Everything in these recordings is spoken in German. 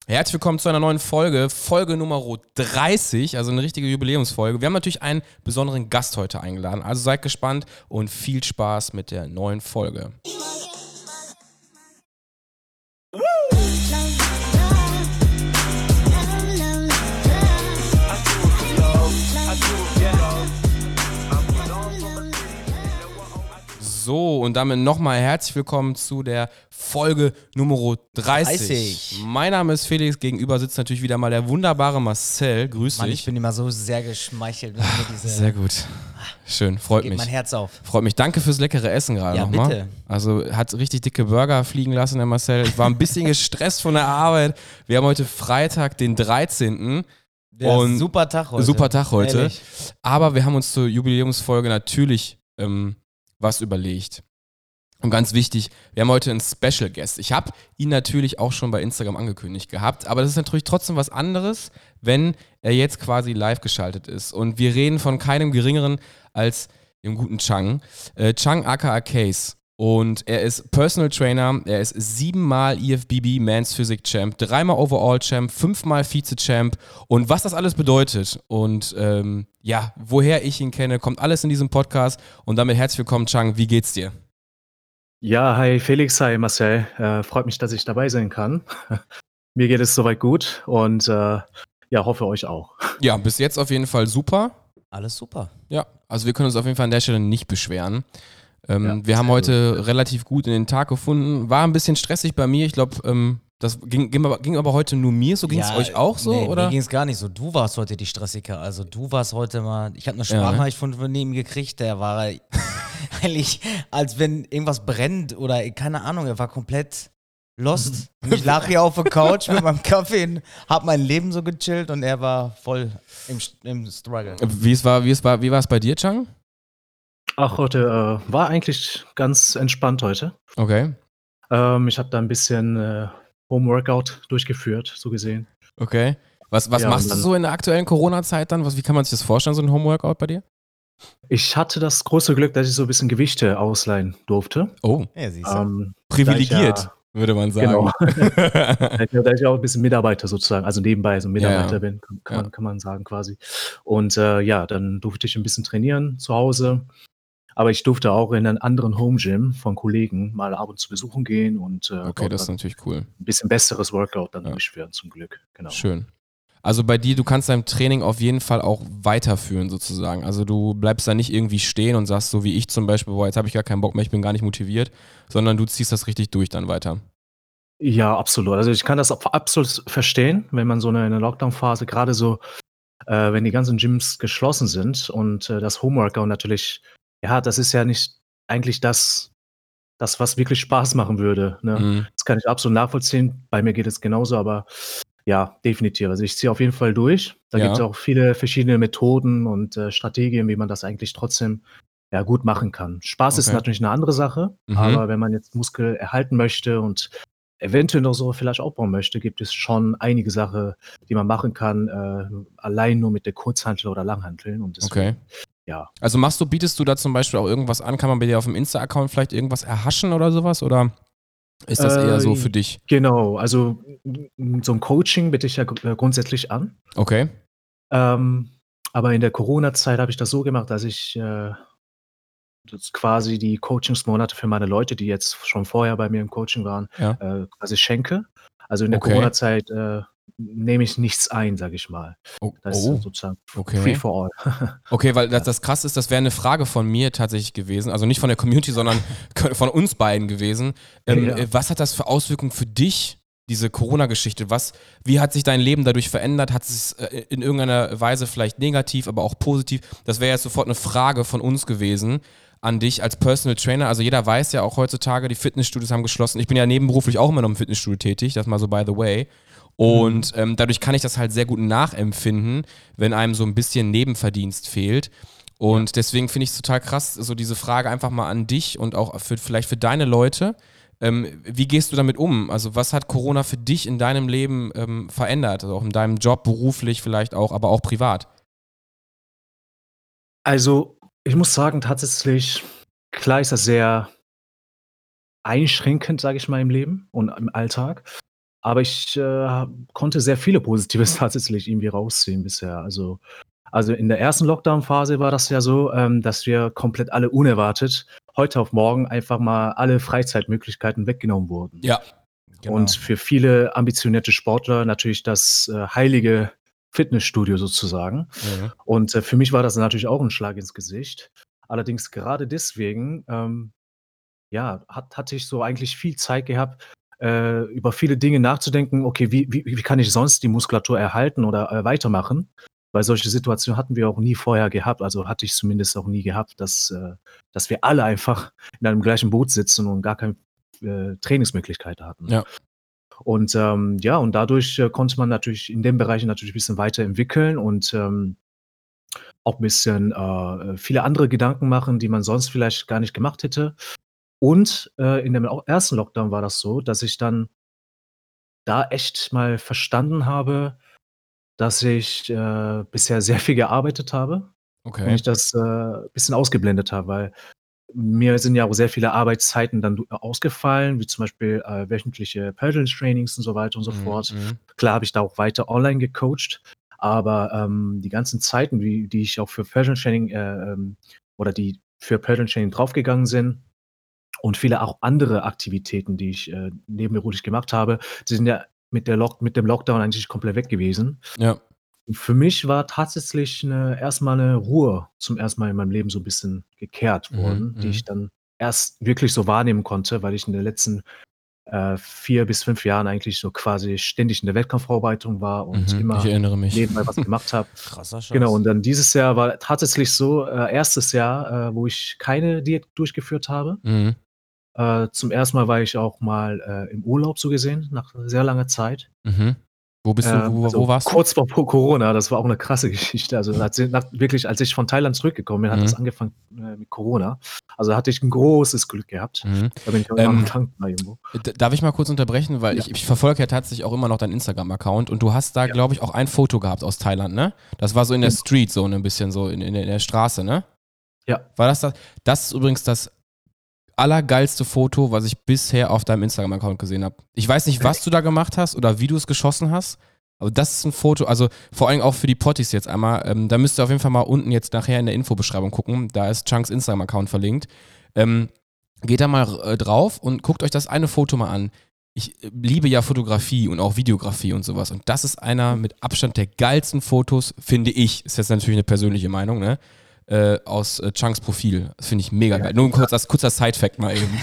Herzlich willkommen zu einer neuen Folge, Folge Nummer 30, also eine richtige Jubiläumsfolge. Wir haben natürlich einen besonderen Gast heute eingeladen, also seid gespannt und viel Spaß mit der neuen Folge. So, und damit nochmal herzlich willkommen zu der Folge Nummer 30. Mein Name ist Felix, gegenüber sitzt natürlich wieder mal der wunderbare Marcel. Grüß dich. Ich bin immer so sehr geschmeichelt. Wenn mir diese Sehr gut. Schön, freut geht mich. Mein Herz auf. Freut mich. Danke fürs leckere Essen gerade nochmal. Ja, bitte. Also hat richtig dicke Burger fliegen lassen, der Marcel. Ich war ein bisschen gestresst von der Arbeit. Wir haben heute Freitag, den 13. Ja, und super Tag heute. Super Tag heute. Ehrlich. Aber wir haben uns zur Jubiläumsfolge natürlich was überlegt. Und ganz wichtig, wir haben heute einen Special Guest. Ich habe ihn natürlich auch schon bei Instagram angekündigt gehabt, aber das ist natürlich trotzdem was anderes, wenn er jetzt quasi live geschaltet ist. Und wir reden von keinem Geringeren als dem guten Chang. Chang aka Case. Und er ist Personal Trainer, er ist 7-mal IFBB Men's Physik Champ, 3-mal Overall Champ, 5-mal Vize Champ und was das alles bedeutet und woher ich ihn kenne, kommt alles in diesem Podcast und damit herzlich willkommen, Chang, wie geht's dir? Ja, hi Felix, hi Marcel, freut mich, dass ich dabei sein kann. Mir geht es soweit gut und hoffe euch auch. Ja, bis jetzt auf jeden Fall super. Alles super. Ja, also wir können uns auf jeden Fall an der Stelle nicht beschweren. Wir haben sehr heute relativ gut in den Tag gefunden. War ein bisschen stressig bei mir. Ich glaube, das ging aber heute nur mir. So ging es euch auch so? Nee, oder? Mir ging es gar nicht so. Du warst heute die Stressiker. Also du warst heute mal. Ich habe eine Sprachnachricht von ihm gekriegt. Der war eigentlich, als wenn irgendwas brennt oder keine Ahnung. Er war komplett lost. Und ich lag hier auf der Couch mit meinem Kaffee, hab mein Leben so gechillt und er war voll im Struggle. Wie war es bei dir, Chang? Ach, heute war eigentlich ganz entspannt heute. Okay. Ich habe da ein bisschen Homeworkout durchgeführt, so gesehen. Okay. Was machst du so in der aktuellen Corona-Zeit dann? Wie kann man sich das vorstellen, so ein Homeworkout bei dir? Ich hatte das große Glück, dass ich so ein bisschen Gewichte ausleihen durfte. Oh, Ja, siehst du. privilegiert, würde man sagen. Genau. Da ich auch ein bisschen Mitarbeiter sozusagen, also nebenbei so ein Mitarbeiter bin, kann man sagen quasi. Und dann durfte ich ein bisschen trainieren zu Hause. Aber ich durfte auch in einen anderen Home-Gym von Kollegen mal ab und zu besuchen gehen und okay, das ist natürlich cool. Ein bisschen besseres Workout dann durchführen, zum Glück. Genau. Schön. Also bei dir, du kannst dein Training auf jeden Fall auch weiterführen sozusagen. Also du bleibst da nicht irgendwie stehen und sagst so wie ich zum Beispiel, boah, jetzt habe ich gar keinen Bock mehr, ich bin gar nicht motiviert, sondern du ziehst das richtig durch dann weiter. Ja, absolut. Also ich kann das absolut verstehen, wenn man so eine Lockdown-Phase, gerade so, wenn die ganzen Gyms geschlossen sind und das Homeworkout natürlich, ja, das ist ja nicht eigentlich das, was wirklich Spaß machen würde. Ne? Mhm. Das kann ich absolut nachvollziehen. Bei mir geht es genauso, aber ja, definitiv. Also ich ziehe auf jeden Fall durch. Da gibt es auch viele verschiedene Methoden und Strategien, wie man das eigentlich trotzdem gut machen kann. Spaß ist natürlich eine andere Sache, aber wenn man jetzt Muskel erhalten möchte und eventuell noch so vielleicht aufbauen möchte, gibt es schon einige Sachen, die man machen kann, allein nur mit der Kurzhantel oder Langhanteln. Und deswegen, ja. Also bietest du da zum Beispiel auch irgendwas an? Kann man bei dir auf dem Insta-Account vielleicht irgendwas erhaschen oder sowas? Oder ist das eher so für dich? Genau, also so ein Coaching biete ich ja grundsätzlich an. Okay. Aber in der Corona-Zeit habe ich das so gemacht, dass ich das quasi die Coachingsmonate für meine Leute, die jetzt schon vorher bei mir im Coaching waren, quasi schenke. Also in der Corona-Zeit nehme ich nichts ein, sage ich mal. Das ist sozusagen free for all. Okay, weil das krass ist, das wäre eine Frage von mir tatsächlich gewesen, also nicht von der Community, sondern von uns beiden gewesen. Was hat das für Auswirkungen für dich, diese Corona-Geschichte? Wie hat sich dein Leben dadurch verändert? Hat es in irgendeiner Weise vielleicht negativ, aber auch positiv? Das wäre jetzt sofort eine Frage von uns gewesen an dich als Personal Trainer. Also jeder weiß ja auch heutzutage, die Fitnessstudios haben geschlossen. Ich bin ja nebenberuflich auch immer noch im Fitnessstudio tätig, das mal so by the way. Und dadurch kann ich das halt sehr gut nachempfinden, wenn einem so ein bisschen Nebenverdienst fehlt. Und deswegen finde ich es total krass, so diese Frage einfach mal an dich und auch vielleicht für deine Leute. Wie gehst du damit um? Also was hat Corona für dich in deinem Leben verändert? Also auch in deinem Job, beruflich vielleicht auch, aber auch privat? Also ich muss sagen, tatsächlich, klar ist das sehr einschränkend, sage ich mal, im Leben und im Alltag. Aber ich konnte sehr viele Positives tatsächlich irgendwie rausziehen bisher. Also in der ersten Lockdown-Phase war das ja so, dass wir komplett alle unerwartet heute auf morgen einfach mal alle Freizeitmöglichkeiten weggenommen wurden. Ja, Genau. Und für viele ambitionierte Sportler natürlich das heilige Fitnessstudio sozusagen. Mhm. Und für mich war das natürlich auch ein Schlag ins Gesicht. Allerdings gerade deswegen, hatte ich so eigentlich viel Zeit gehabt, über viele Dinge nachzudenken. Okay, wie kann ich sonst die Muskulatur erhalten oder weitermachen? Weil solche Situationen hatten wir auch nie vorher gehabt. Also hatte ich zumindest auch nie gehabt, dass wir alle einfach in einem gleichen Boot sitzen und gar keine Trainingsmöglichkeit hatten. Ja. Und und dadurch konnte man natürlich in den Bereichen natürlich ein bisschen weiterentwickeln und auch ein bisschen viele andere Gedanken machen, die man sonst vielleicht gar nicht gemacht hätte. Und in dem ersten Lockdown war das so, dass ich dann da echt mal verstanden habe, dass ich bisher sehr viel gearbeitet habe und Okay. ich das bisschen ausgeblendet habe, weil mir sind ja auch sehr viele Arbeitszeiten dann ausgefallen, wie zum Beispiel wöchentliche Personal-Trainings und so weiter und so fort. Mhm. Klar habe ich da auch weiter online gecoacht, aber die ganzen Zeiten, die ich auch für Personal Training oder die für Personal Training draufgegangen sind und viele auch andere Aktivitäten, die ich nebenberuflich gemacht habe, die sind ja mit dem Lockdown eigentlich komplett weg gewesen. Ja. Und für mich war tatsächlich erst mal 'ne Ruhe zum ersten Mal in meinem Leben so 'n bisschen gekehrt worden, die ich dann erst wirklich so wahrnehmen konnte, weil ich in den letzten 4 bis 5 Jahren eigentlich so quasi ständig in der Wettkampfvorbereitung war und Ich immer erinnere mich. nebenbei was gemacht habe. Krasser Scheiß. Genau, und dann dieses Jahr war tatsächlich so, 1. Jahr, wo ich keine Diät durchgeführt habe. Mhm. Zum ersten Mal war ich auch mal im Urlaub so gesehen, nach sehr langer Zeit. Mhm. Wo bist du? Wo warst du? Kurz vor Corona, das war auch 'ne krasse Geschichte. Also, als ich von Thailand zurückgekommen bin, hat das angefangen mit Corona. Also, hatte ich 'n großes Glück gehabt. Mhm. Da bin ich auch immer dankbar irgendwo. Darf ich mal kurz unterbrechen? Weil Ja. ich verfolge ja tatsächlich auch immer noch deinen Instagram-Account und du hast da, Ja. glaube ich, auch ein Foto gehabt aus Thailand, ne? Das war so in der Street, so ein bisschen so in der Straße, ne? Ja. War das das? Das ist übrigens das allergeilste Foto, was ich bisher auf deinem Instagram-Account gesehen habe. Ich weiß nicht, was du da gemacht hast oder wie du es geschossen hast, aber das ist ein Foto, also vor allem auch für die Potties jetzt einmal, da müsst ihr auf jeden Fall mal unten jetzt nachher in der Infobeschreibung gucken, da ist Chunks Instagram-Account verlinkt. Geht da mal drauf und guckt euch das eine Foto mal an. Ich liebe ja Fotografie und auch Videografie und sowas und das ist einer mit Abstand der geilsten Fotos, finde ich, ist jetzt natürlich eine persönliche Meinung, ne? Aus Chunks Profil. Das finde ich mega geil. Nur ein kurzer Side-Fact mal eben.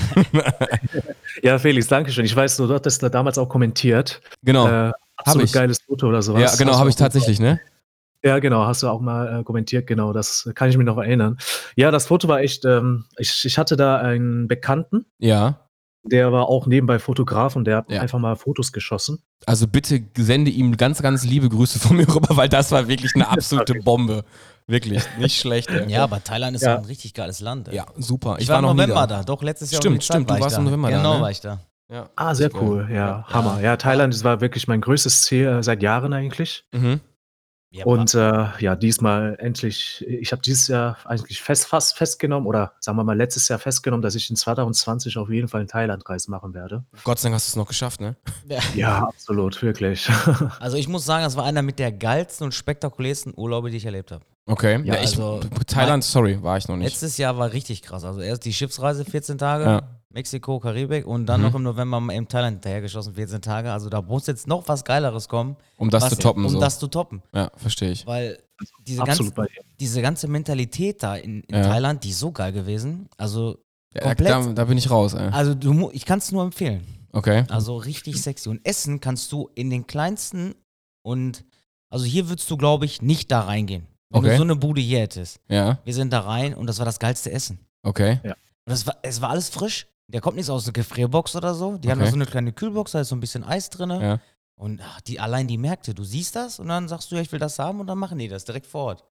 Ja, Felix, danke schön. Ich weiß, du hattest da damals auch kommentiert. Genau. Absolut geiles Foto oder sowas. Ja, genau, habe ich tatsächlich, ne? Ja, genau, hast du auch mal kommentiert, genau, das kann ich mich noch erinnern. Ja, das Foto war echt, ich hatte da einen Bekannten, Ja. der war auch nebenbei Fotograf und der hat Ja. einfach mal Fotos geschossen. Also bitte sende ihm ganz, ganz liebe Grüße von mir rüber, weil das war wirklich eine absolute Bombe. Wirklich, nicht schlecht, ey. Ja, aber Thailand ist Ja. auch ein richtig geiles Land. Ey. Ja, super. Ich war im noch nie November da. Doch, letztes Jahr. Stimmt, um die Zeit stimmt, war du ich warst da. im November da, Genau, ne? war ich da. Ja. Sehr cool, ja, Hammer. Ja, Thailand, das war wirklich mein größtes Ziel seit Jahren eigentlich. Mhm. Ja, Und diesmal endlich, ich habe dieses Jahr eigentlich fast festgenommen oder sagen wir mal letztes Jahr festgenommen, dass ich in 2020 auf jeden Fall einen Thailandreise machen werde. Gott sei Dank hast du es noch geschafft, ne? Ja, absolut, wirklich. Also ich muss sagen, das war einer mit der geilsten und spektakulärsten Urlaube, die ich erlebt habe. Okay. Ja, Ja, also- Thailand, sorry, war ich noch nicht. Letztes Jahr war richtig krass. Also erst die Schiffsreise 14 Tage, Ja. Mexiko, Karibik und dann noch im November mal eben Thailand hinterhergeschossen, 14 Tage. Also da muss jetzt noch was Geileres kommen. Um das zu toppen, Um so. das zu toppen. Ja, verstehe ich. Weil Absolut bei dir. diese ganze Mentalität da in Ja. Thailand, die ist so geil gewesen. Also Ja, komplett. da bin ich raus, ey. Also ich kann es nur empfehlen. Okay. Also richtig sexy. Und essen kannst du in den kleinsten und also hier würdest du, glaube ich, nicht da reingehen. Wenn Okay. du so eine Bude hier hättest. Ja, Wir sind da rein und das war das geilste Essen. okay. Und es war alles frisch. Der kommt nicht aus der Gefrierbox oder so. Die haben da Okay. so eine kleine Kühlbox, da ist so ein bisschen Eis drin. Ja. Und allein die Märkte, du siehst das und dann sagst du, ja, ich will das haben und dann machen die das direkt vor Ort.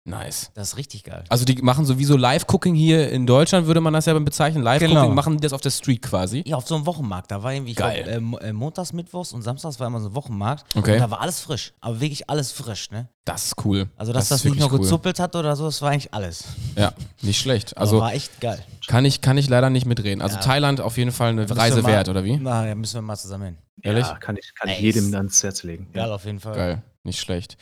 Nice. Das ist richtig geil. Also die machen sowieso Live-Cooking hier in Deutschland, würde man das ja bezeichnen. Live-Cooking machen die das auf der Street quasi. Ja, auf so einem Wochenmarkt. Da war irgendwie, Geil. montags, mittwochs und samstags war immer so ein Wochenmarkt. Okay. Und da war alles frisch. Aber wirklich alles frisch, ne? Das ist cool. Also, dass das ist nicht noch wirklich cool. gezuppelt hat oder so, das war eigentlich alles. Ja, nicht schlecht. Also Also war echt geil. kann ich leider nicht mitreden. Also Ja. Thailand auf jeden Fall eine Müssen Reise wir mal- wert, oder wie? Na, ja, müssen wir mal zusammen hin. Ehrlich? Ja, kann ich Ey, jedem ans Herz legen. Geil, auf jeden Fall. Geil, nicht schlecht.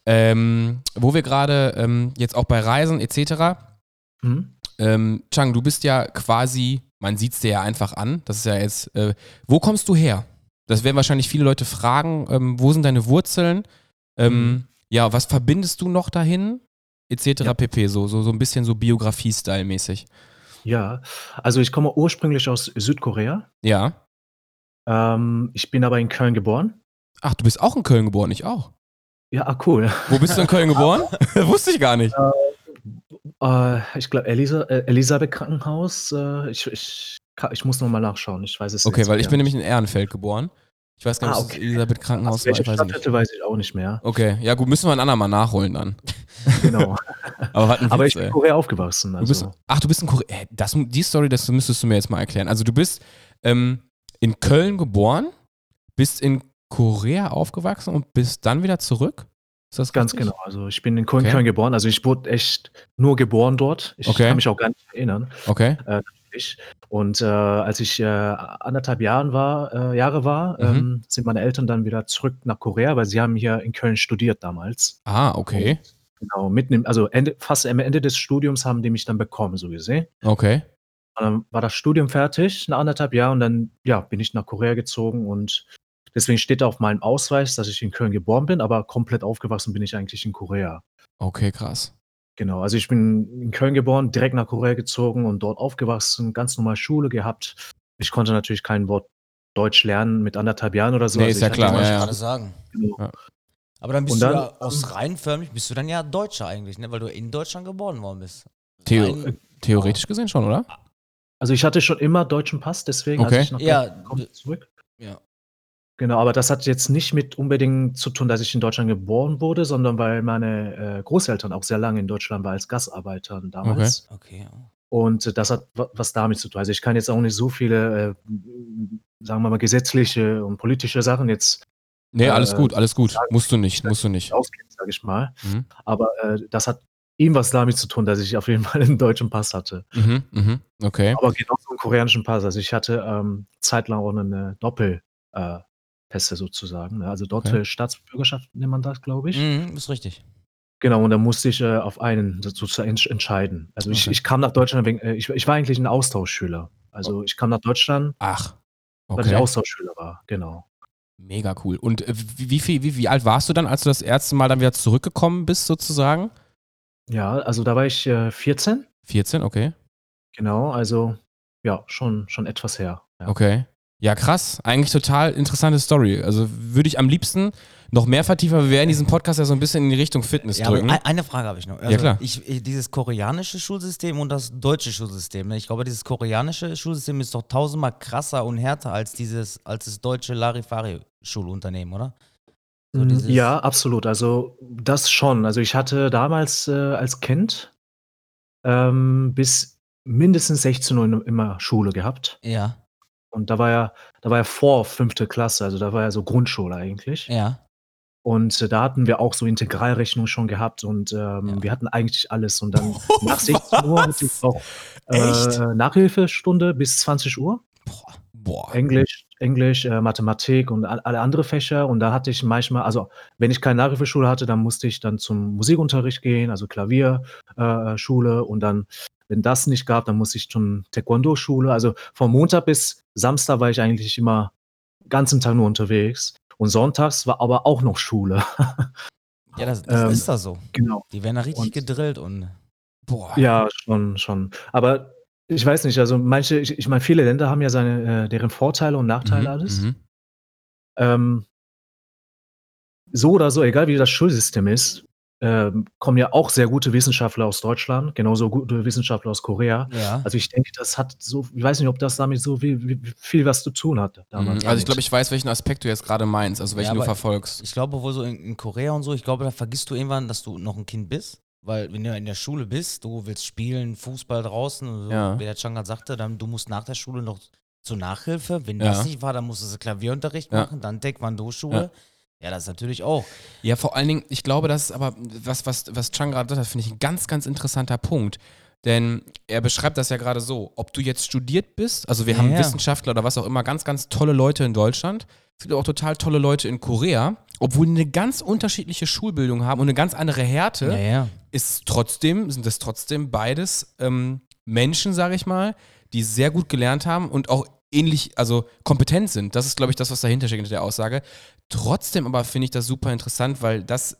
Wo wir gerade jetzt auch bei Reisen etc. Mhm. Chang, du bist ja quasi, man sieht es dir ja einfach an, das ist ja jetzt, wo kommst du her? Das werden wahrscheinlich viele Leute fragen, wo sind deine Wurzeln? Ja, was verbindest du noch dahin? Etc. Ja. pp. So ein bisschen so Biografie-Style-mäßig. Ja, also ich komme ursprünglich aus Südkorea. Ja. Ich bin aber in Köln geboren. Ach, du bist auch in Köln geboren, ich auch. Ja, cool. Wo bist du in Köln geboren? Wusste ich gar nicht. Ich glaube, Elisabeth Krankenhaus. Ich muss nochmal nachschauen. Ich weiß es Okay, jetzt weil ich gar bin nicht. nämlich in Ehrenfeld geboren. Ich weiß gar nicht, ob das okay. Elisabeth Krankenhaus Aus war, welcher ich weiß nicht. Stadtviertel weiß ich auch nicht mehr. Okay, ja gut, müssen wir ein andermal nachholen dann. Genau. Aber was ein Aber Witz, ich bin ey. in Korea aufgewachsen. Du bist in Korea. Die Story, das müsstest du mir jetzt mal erklären. Also du bist in Köln geboren, bist in Korea aufgewachsen und bist dann wieder zurück? Ist das Ganz richtig? genau. Also ich bin in Köln, Okay. geboren. Also ich wurde echt nur geboren dort. Ich Okay. kann mich auch gar nicht erinnern. Okay. Und als ich 1,5 Jahre war, sind meine Eltern dann wieder zurück nach Korea, weil sie haben hier in Köln studiert damals. Ah, okay. Und, genau, fast am Ende des Studiums haben die mich dann bekommen, so gesehen. Okay. Und dann war das Studium fertig nach 1,5 Jahren und dann bin ich nach Korea gezogen und deswegen steht da auf meinem Ausweis, dass ich in Köln geboren bin, aber komplett aufgewachsen bin ich eigentlich in Korea. Okay, krass. Genau, also ich bin in Köln geboren, direkt nach Korea gezogen und dort aufgewachsen, ganz normal Schule gehabt. Ich konnte natürlich kein Wort Deutsch lernen mit 1,5 Jahren oder so. Nee, Also ist ja ich klar, hatte Wollte ich ja. gerade sagen. Genau. Ja. Aber dann bist Und du dann- ja aus rein förmlich, bist du dann ja Deutscher eigentlich, ne? Weil du in Deutschland geboren worden bist. Theoretisch gesehen schon, oder? Also ich hatte schon immer deutschen Pass, deswegen Okay. als ich nach Ja, Deutschland komme, zurück. Ja. Genau, aber das hat jetzt nicht mit unbedingt zu tun, dass ich in Deutschland geboren wurde, sondern weil meine Großeltern auch sehr lange in Deutschland waren als Gastarbeiter damals. Okay. Ja. Und das hat was damit zu tun. Also ich kann jetzt auch nicht so viele, sagen wir mal, gesetzliche und politische Sachen jetzt Nee, alles gut. Musst du nicht. auskennen, sage ich mal. Mhm. Aber das hat ihm was damit zu tun, dass ich auf jeden Fall einen deutschen Pass hatte. Okay. Aber genauso einen koreanischen Pass. Also ich hatte zeitlang auch eine Doppelpässe sozusagen. Ne? Also Doppelstaatsbürgerschaft nennt man das, glaube ich. Ist richtig. Genau, und da musste ich auf einen sozusagen entscheiden. Also Okay. ich kam nach Deutschland, ich war eigentlich ein Austauschschüler. Also ich kam nach Deutschland, Ach. weil ich Okay. Austauschschüler war, genau. Mega cool. Und wie alt warst du dann, als du das erste Mal dann wieder zurückgekommen bist, sozusagen? Ja, also da war ich 14, 14, okay. genau, also ja, schon etwas her. Ja. Okay. Ja, krass. Eigentlich total interessante Story. Also würde ich am liebsten noch mehr vertiefen, aber wir werden diesen Podcast ja so ein bisschen in die Richtung Fitness Ja, aber drücken. eine Frage habe ich noch. Also Ja, klar. Dieses koreanische Schulsystem und das deutsche Schulsystem, ne? Ich glaube, dieses koreanische Schulsystem ist doch 1000-mal krasser und härter als das deutsche Larifari-Schulunternehmen, oder? So dieses- Ja, absolut. Also das schon. Also ich hatte damals als Kind bis mindestens 16 Uhr immer Schule gehabt. Ja, Und da war ja vor 5. Klasse, also da war ja so Grundschule eigentlich. ja. Und da hatten wir auch so Integralrechnung schon gehabt und wir hatten eigentlich alles. Und dann nach 16 Uhr hatte ich auch Echt? Nachhilfestunde bis 20 Uhr. Boah. Englisch, Mathematik und alle andere Fächer. Und da hatte ich manchmal, also wenn ich keine Nachhilfeschule hatte, dann musste ich dann zum Musikunterricht gehen, also Klavierschule. Und dann, wenn das nicht gab, dann musste ich zum Taekwondo-Schule. Also von Montag bis Samstag war ich eigentlich immer den ganzen Tag nur unterwegs. Und sonntags war aber auch noch Schule. Ja, das ist da so. Genau. Die werden da richtig Und- gedrillt und. Boah. Ja, schon. Aber ich weiß nicht, also ich meine, viele Länder haben ja deren Vorteile und Nachteile alles. So oder so, egal wie das Schulsystem ist, kommen ja auch sehr gute Wissenschaftler aus Deutschland, genauso gute Wissenschaftler aus Korea. Ja. Also ich denke, das hat so, ich weiß nicht, ob das damit so viel was zu tun hat damals. Also ich glaube, ich weiß, welchen Aspekt du jetzt gerade meinst, also welchen Ja, du aber verfolgst. Ich glaube wohl so in Korea und so, ich glaube, da vergisst du irgendwann, dass du noch ein Kind bist. weil wenn du in der Schule bist, du willst spielen, Fußball draußen, und so, wie der Chang gerade sagte, dann du musst nach der Schule noch zur Nachhilfe. Wenn das nicht war, dann musstest du Klavierunterricht machen, dann Taekwondo-Schule. Ja, das ist natürlich auch. Ja, vor allen Dingen, ich glaube, das ist aber, was Chang gerade sagt, finde ich ein ganz, ganz interessanter Punkt. Denn er beschreibt das ja gerade so, ob du jetzt studiert bist, also wir haben Wissenschaftler oder was auch immer, ganz, ganz tolle Leute in Deutschland. Es gibt auch total tolle Leute in Korea, obwohl die eine ganz unterschiedliche Schulbildung haben und eine ganz andere Härte, sind das trotzdem beides Menschen, sage ich mal, die sehr gut gelernt haben und auch ähnlich, also kompetent sind. Das ist, glaube ich, das, was dahinter steckt in der Aussage. Trotzdem aber finde ich das super interessant, weil das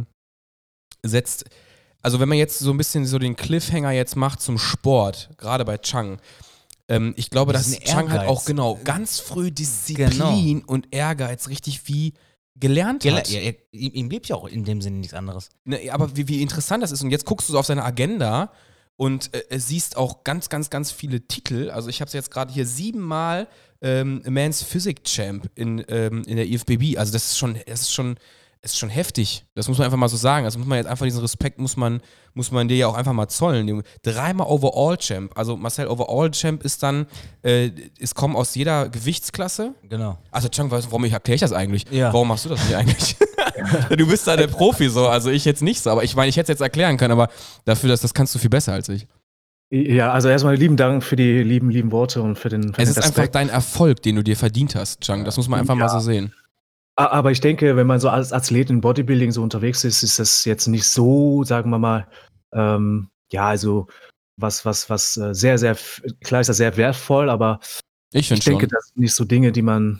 setzt, also wenn man jetzt so ein bisschen so den Cliffhanger jetzt macht zum Sport, gerade bei Chang, ich glaube, dass Chang halt auch ganz früh Disziplin und Ehrgeiz richtig wie gelernt hat. Ja, ihm lebt ja auch in dem Sinne nichts anderes. Ne, aber wie interessant das ist. Und jetzt guckst du so auf seine Agenda und siehst auch ganz, ganz, ganz viele Titel. Also ich habe es jetzt gerade hier 7-mal Men's Physics Champ in der IFBB. Also das ist schon heftig. Das muss man einfach mal so sagen. Das muss man jetzt einfach, diesen Respekt muss man dir ja auch einfach mal zollen. 3-mal Overall Champ. Also Marcel, Overall Champ ist dann, es kommen aus jeder Gewichtsklasse. Genau. Also Chang, warum erkläre ich das eigentlich? Ja. Warum machst du das nicht eigentlich? Du bist da der Profi so, also ich jetzt nicht so. Aber ich meine, ich hätte es jetzt erklären können, aber dafür, das kannst du viel besser als ich. Ja, also erstmal lieben Dank für die lieben Worte und für den Es ist einfach dein Erfolg, den du dir verdient hast, Chang. Das muss man einfach mal so sehen. Aber ich denke, wenn man so als Athlet in Bodybuilding so unterwegs ist, ist das jetzt nicht so, sagen wir mal, also was sehr, sehr, klar ist das sehr wertvoll, aber ich denke, das sind nicht so Dinge, die man,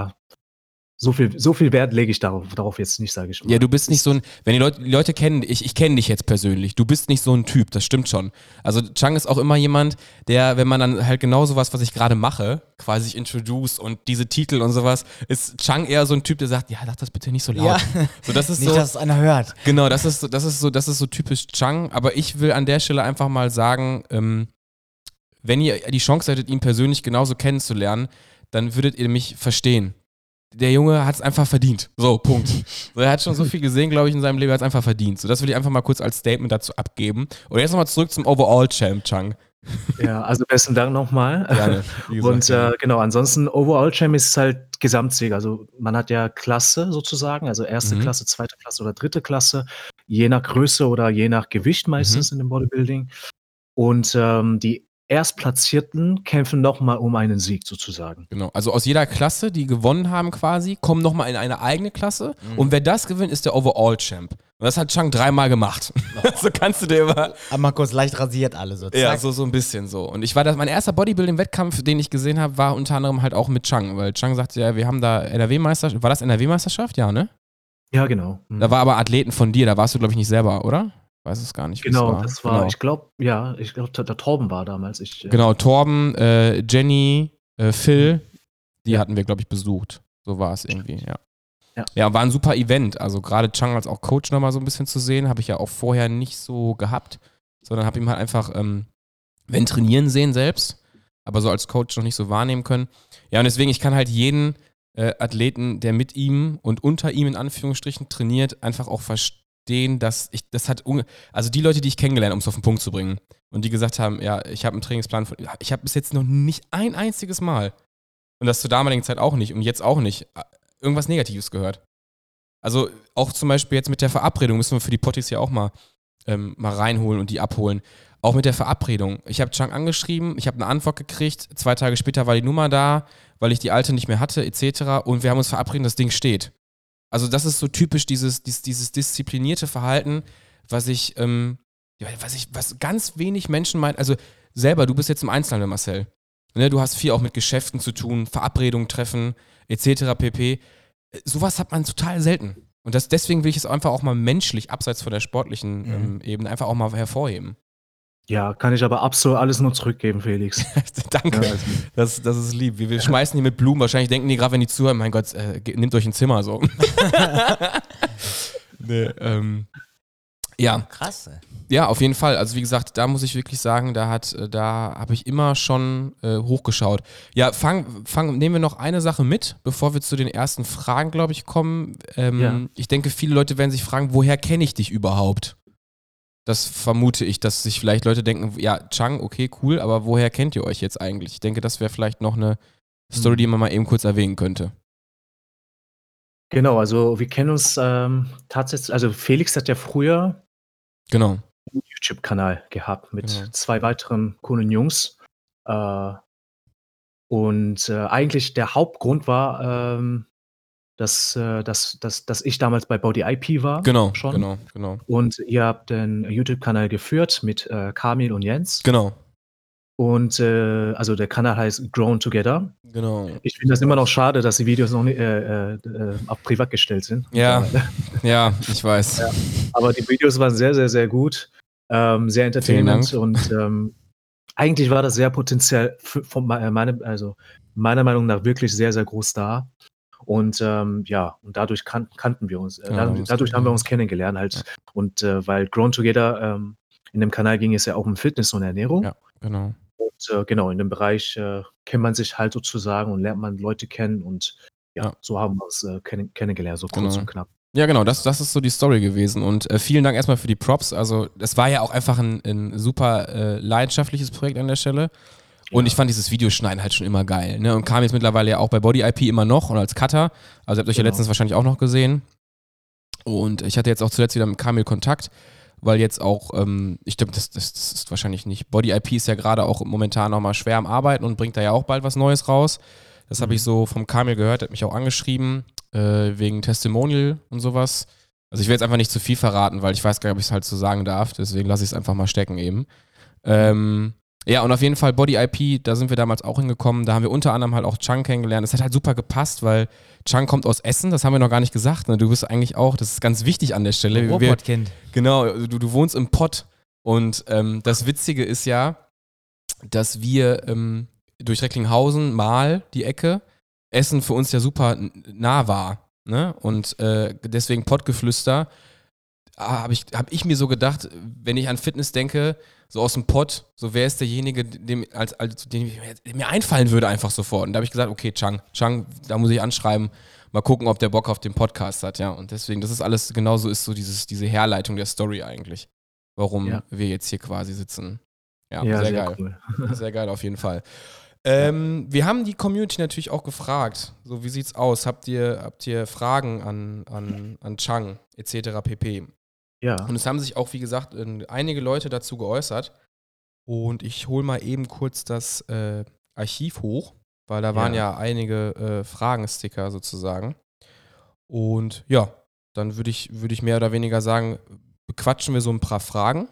so viel Wert lege ich darauf jetzt nicht, sage ich mal. Ja, du bist nicht so ein, wenn die Leute kennen, ich kenne dich jetzt persönlich, du bist nicht so ein Typ, das stimmt schon. Also Chang ist auch immer jemand, der, wenn man dann halt genau sowas, was ich gerade mache, quasi sich introduce und diese Titel und sowas, ist Chang eher so ein Typ, der sagt, ja, sag das bitte nicht so laut. Ja. So, das ist nicht, so, dass es einer hört. Genau, das ist so typisch Chang, aber ich will an der Stelle einfach mal sagen, wenn ihr die Chance hättet, ihn persönlich genauso kennenzulernen, dann würdet ihr mich verstehen. Der Junge hat es einfach verdient. So, Punkt. So, er hat schon so viel gesehen, glaube ich, in seinem Leben, er hat es einfach verdient. So, das will ich einfach mal kurz als Statement dazu abgeben. Und jetzt nochmal zurück zum Overall-Champ, Chang. Ja, also besten Dank nochmal. Gerne. Und genau, ansonsten Overall-Champ ist halt Gesamtsieger. Also man hat ja Klasse sozusagen, also erste Klasse, zweite Klasse oder dritte Klasse, je nach Größe oder je nach Gewicht meistens in dem Bodybuilding. Und die Erstplatzierten kämpfen nochmal um einen Sieg sozusagen. Genau, also aus jeder Klasse, die gewonnen haben quasi, kommen nochmal in eine eigene Klasse und wer das gewinnt, ist der Overall-Champ. Und das hat Chang 3-mal gemacht. So kannst du dir immer... Einmal kurz leicht rasiert alle so. Ja, so ein bisschen so. Und mein erster Bodybuilding-Wettkampf, den ich gesehen habe, war unter anderem halt auch mit Chang, weil Chang sagte ja, wir haben da NRW-Meisterschaft, war das NRW-Meisterschaft? Ja, ne? Ja, genau. Da war aber Athleten von dir, da warst du glaube ich nicht selber, oder? Weiß es gar nicht. Genau, das war, ich glaube, der Torben war damals. Genau, Torben, Jenny, Phil, die hatten wir, glaube ich, besucht. So war es irgendwie, ja, war ein super Event. Also gerade Chang als auch Coach nochmal so ein bisschen zu sehen, habe ich ja auch vorher nicht so gehabt, sondern habe ihm halt einfach, wenn trainieren sehen selbst, aber so als Coach noch nicht so wahrnehmen können. Ja, und deswegen, ich kann halt jeden Athleten, der mit ihm und unter ihm in Anführungsstrichen trainiert, einfach auch verstehen, also die Leute, die ich kennengelernt habe, um es auf den Punkt zu bringen und die gesagt haben, ja, ich habe einen Trainingsplan, ich habe bis jetzt noch nicht ein einziges Mal und das zur damaligen Zeit auch nicht und jetzt auch nicht, irgendwas Negatives gehört. Also auch zum Beispiel jetzt mit der Verabredung müssen wir für die Potties ja auch mal reinholen und die abholen. Auch mit der Verabredung. Ich habe Chang angeschrieben, ich habe eine Antwort gekriegt, 2 Tage später war die Nummer da, weil ich die alte nicht mehr hatte, etc. Und wir haben uns verabredet, das Ding steht. Also das ist so typisch dieses disziplinierte Verhalten, was ganz wenig Menschen meinen. Also selber, du bist jetzt im Einzelhandel, Marcel. Ne, du hast viel auch mit Geschäften zu tun, Verabredungen treffen, etc. pp. Sowas hat man total selten. Und deswegen will ich es einfach auch mal menschlich, abseits von der sportlichen Ebene, einfach auch mal hervorheben. Ja, kann ich aber absolut alles nur zurückgeben, Felix. Danke, ja, das ist lieb. Wir schmeißen die mit Blumen, wahrscheinlich denken die gerade, wenn die zuhören, mein Gott, nehmt euch ein Zimmer so. Nee, ja. Krass. Ey. Ja, auf jeden Fall. Also wie gesagt, da muss ich wirklich sagen, da habe ich immer schon hochgeschaut. Ja, nehmen wir noch eine Sache mit, bevor wir zu den ersten Fragen, glaube ich, kommen. Ich denke, viele Leute werden sich fragen, woher kenne ich dich überhaupt? Das vermute ich, dass sich vielleicht Leute denken, ja, Chang, okay, cool, aber woher kennt ihr euch jetzt eigentlich? Ich denke, das wäre vielleicht noch eine Story, die man mal eben kurz erwähnen könnte. Genau, also wir kennen uns tatsächlich, also Felix hat ja früher Genau. einen YouTube-Kanal gehabt mit 2 weiteren coolen Jungs. Eigentlich der Hauptgrund war, dass ich damals bei Body IP war Genau. und ihr habt den YouTube-Kanal geführt mit Kamil und Jens. Genau. Und also der Kanal heißt Grown Together. Genau. Ich finde das immer noch schade, dass die Videos noch nicht auf privat gestellt sind. Ja, ja, ich weiß. Ja, aber die Videos waren sehr, sehr, sehr gut, sehr entertainment und eigentlich war das sehr potenziell meiner Meinung nach wirklich sehr, sehr groß da. Und und dadurch kannten wir uns. Dadurch haben wir uns kennengelernt halt. Ja. Und weil Grown Together, in dem Kanal ging es ja auch um Fitness und Ernährung. Ja, genau. Und genau, in dem Bereich kennt man sich halt sozusagen und lernt man Leute kennen und so haben wir uns kennengelernt, so kurz und knapp. Ja, genau, das ist so die Story gewesen. Und vielen Dank erstmal für die Props. Also, es war ja auch einfach ein super leidenschaftliches Projekt an der Stelle. Und ich fand dieses Videoschneiden halt schon immer geil. Ne? Und kam jetzt mittlerweile ja auch bei Body IP immer noch und als Cutter. Also, ihr habt euch ja letztens wahrscheinlich auch noch gesehen. Und ich hatte jetzt auch zuletzt wieder mit Kamil Kontakt, weil jetzt auch, ich glaube, das ist wahrscheinlich nicht. Body IP ist ja gerade auch momentan nochmal schwer am Arbeiten und bringt da ja auch bald was Neues raus. Das habe ich so vom Kamil gehört, hat mich auch angeschrieben, wegen Testimonial und sowas. Also ich will jetzt einfach nicht zu viel verraten, weil ich weiß gar nicht, ob ich es halt so sagen darf. Deswegen lasse ich es einfach mal stecken eben. Ja, und auf jeden Fall Body IP, da sind wir damals auch hingekommen. Da haben wir unter anderem halt auch Chang kennengelernt. Das hat halt super gepasst, weil Chang kommt aus Essen, das haben wir noch gar nicht gesagt. Ne? Du bist eigentlich auch, das ist ganz wichtig an der Stelle. Ruhrpott-Kind. Genau, du wohnst im Pott. Und das Witzige ist ja, dass wir durch Recklinghausen mal die Ecke, Essen für uns ja super nah war. Ne? Und deswegen Pottgeflüster hab ich mir so gedacht, wenn ich an Fitness denke, so aus dem Pott, so wer ist derjenige, dem mir einfallen würde einfach sofort. Und da habe ich gesagt, okay, Chang, da muss ich anschreiben, mal gucken, ob der Bock auf den Podcast hat, ja. Und deswegen, das ist alles, genauso ist so diese Herleitung der Story eigentlich, warum wir jetzt hier quasi sitzen. Ja, sehr geil. Cool. Sehr geil auf jeden Fall. Wir haben die Community natürlich auch gefragt, so wie sieht's aus? Habt ihr Fragen an Chang etc. pp? Ja. Und es haben sich auch, wie gesagt, einige Leute dazu geäußert. Und ich hole mal eben kurz das Archiv hoch, weil da waren ja einige Fragensticker sozusagen. Und ja, dann würde ich mehr oder weniger sagen, bequatschen wir so ein paar Fragen.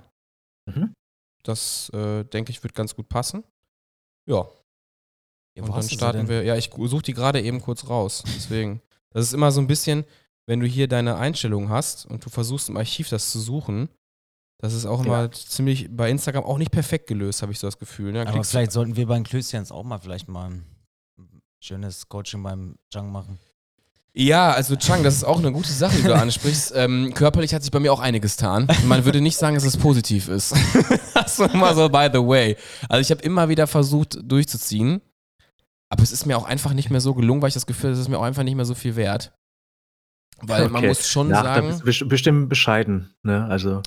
Das, denke ich, wird ganz gut passen. Ja. Und dann starten wir. Ja, ich suche die gerade eben kurz raus. Deswegen. Das ist immer so ein bisschen, wenn du hier deine Einstellungen hast und du versuchst im Archiv das zu suchen, das ist auch immer ziemlich bei Instagram auch nicht perfekt gelöst, habe ich so das Gefühl. Ne? Aber vielleicht sollten wir bei den Klößchens auch mal vielleicht mal ein schönes Coaching beim Chang machen. Ja, also Chang, das ist auch eine gute Sache, die du ansprichst. Körperlich hat sich bei mir auch einiges getan. Man würde nicht sagen, dass es positiv ist. Das ist mal so by the way. Also ich habe immer wieder versucht durchzuziehen, aber es ist mir auch einfach nicht mehr so gelungen, weil ich das Gefühl habe, es ist mir auch einfach nicht mehr so viel wert. Weil man muss schon sagen. Da bist du bestimmt bescheiden, ne? Also.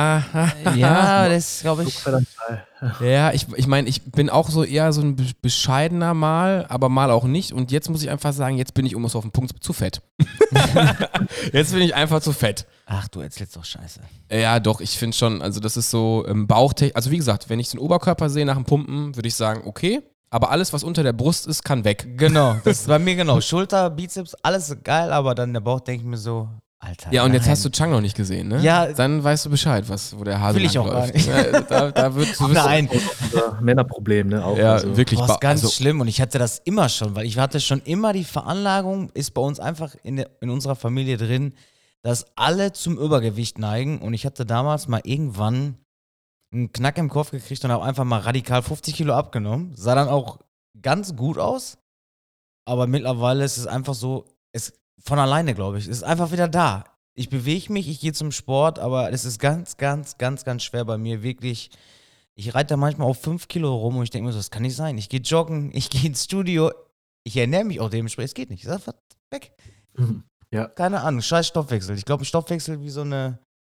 Ja, das glaube ich. Ja, ich meine, ich bin auch so eher so ein bescheidener mal, aber mal auch nicht. Und jetzt muss ich einfach sagen, jetzt bin ich auf den Punkt zu fett. Jetzt bin ich einfach zu fett. Ach, du erzählst doch Scheiße. Ja, doch, ich finde schon, also das ist so Bauchtechnik. Also wie gesagt, wenn ich den Oberkörper sehe nach dem Pumpen, würde ich sagen, okay. Aber alles, was unter der Brust ist, kann weg. Genau, das ist bei mir genau. Schulter, Bizeps, alles geil, aber dann der Bauch denke ich mir so, Alter. Ja, und jetzt hast du Chang noch nicht gesehen, ne? Ja. Dann weißt du Bescheid, wo der Hase will ich auch läuft. gar nicht. Da wird Nein. Männerproblem, ne? Auch ja, also. wirklich. Das ist ganz schlimm und ich hatte das immer schon, weil ich hatte schon immer die Veranlagung, ist bei uns einfach in unserer Familie drin, dass alle zum Übergewicht neigen und ich hatte damals mal irgendwann einen Knack im Kopf gekriegt und habe einfach mal radikal 50 Kilo abgenommen. Sah dann auch ganz gut aus, aber mittlerweile ist es einfach so, von alleine, glaube ich, es ist einfach wieder da. Ich bewege mich, ich gehe zum Sport, aber es ist ganz, ganz, ganz, ganz schwer bei mir, wirklich. Ich reite da manchmal auf 5 Kilo rum und ich denke mir so, das kann nicht sein. Ich gehe joggen, ich gehe ins Studio, ich ernähre mich auch dementsprechend, es geht nicht, ich sag, weg. Ja. Keine Ahnung, scheiß Stoffwechsel. Ich glaube, Stoffwechsel wie so eine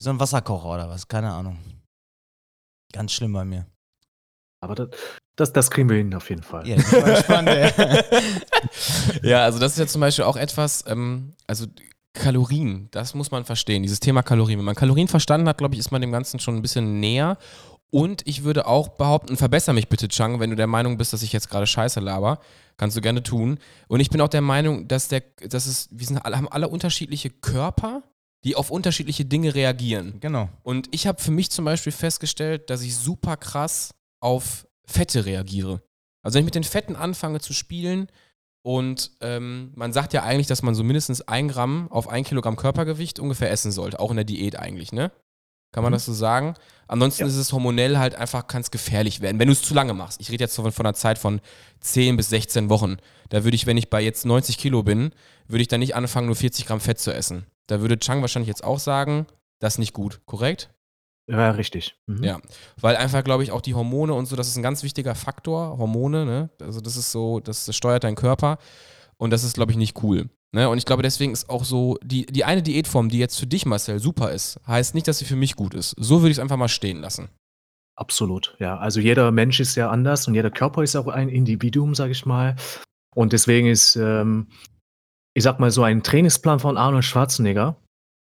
So ein Wasserkocher oder was, keine Ahnung. Ganz schlimm bei mir. Aber das kriegen wir hin auf jeden Fall. Ja, ich bin mal gespannt, ey. Ja, also das ist ja zum Beispiel auch etwas, also Kalorien, das muss man verstehen, dieses Thema Kalorien. Wenn man Kalorien verstanden hat, glaube ich, ist man dem Ganzen schon ein bisschen näher. Und ich würde auch behaupten, verbessere mich bitte, Chang, wenn du der Meinung bist, dass ich jetzt gerade Scheiße laber. Kannst du gerne tun. Und ich bin auch der Meinung, wir haben alle unterschiedliche Körper, die auf unterschiedliche Dinge reagieren. Genau. Und ich habe für mich zum Beispiel festgestellt, dass ich super krass auf Fette reagiere. Also wenn ich mit den Fetten anfange zu spielen und man sagt ja eigentlich, dass man so mindestens 1 Gramm auf 1 Kilogramm Körpergewicht ungefähr essen sollte, auch in der Diät eigentlich, ne? Kann man das so sagen? Ansonsten ist es hormonell halt einfach, kann es gefährlich werden, wenn du es zu lange machst. Ich rede jetzt von einer Zeit von 10 bis 16 Wochen. Da würde ich, wenn ich bei jetzt 90 Kilo bin, würde ich dann nicht anfangen, nur 40 Gramm Fett zu essen. Da würde Chang wahrscheinlich jetzt auch sagen, das ist nicht gut, korrekt? Ja, richtig. Ja, weil einfach, glaube ich, auch die Hormone und so, das ist ein ganz wichtiger Faktor, Hormone, ne? Also das ist so, das steuert deinen Körper und das ist, glaube ich, nicht cool. Ne? Und ich glaube, deswegen ist auch so, die eine Diätform, die jetzt für dich, Marcel, super ist, heißt nicht, dass sie für mich gut ist. So würde ich es einfach mal stehen lassen. Absolut, ja. Also jeder Mensch ist ja anders und jeder Körper ist auch ein Individuum, sage ich mal. Und deswegen ist, ich sag mal, so ein Trainingsplan von Arnold Schwarzenegger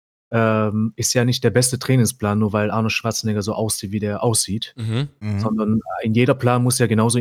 ist ja nicht der beste Trainingsplan, nur weil Arnold Schwarzenegger so aussieht, wie der aussieht, sondern in jeder Plan muss ja genauso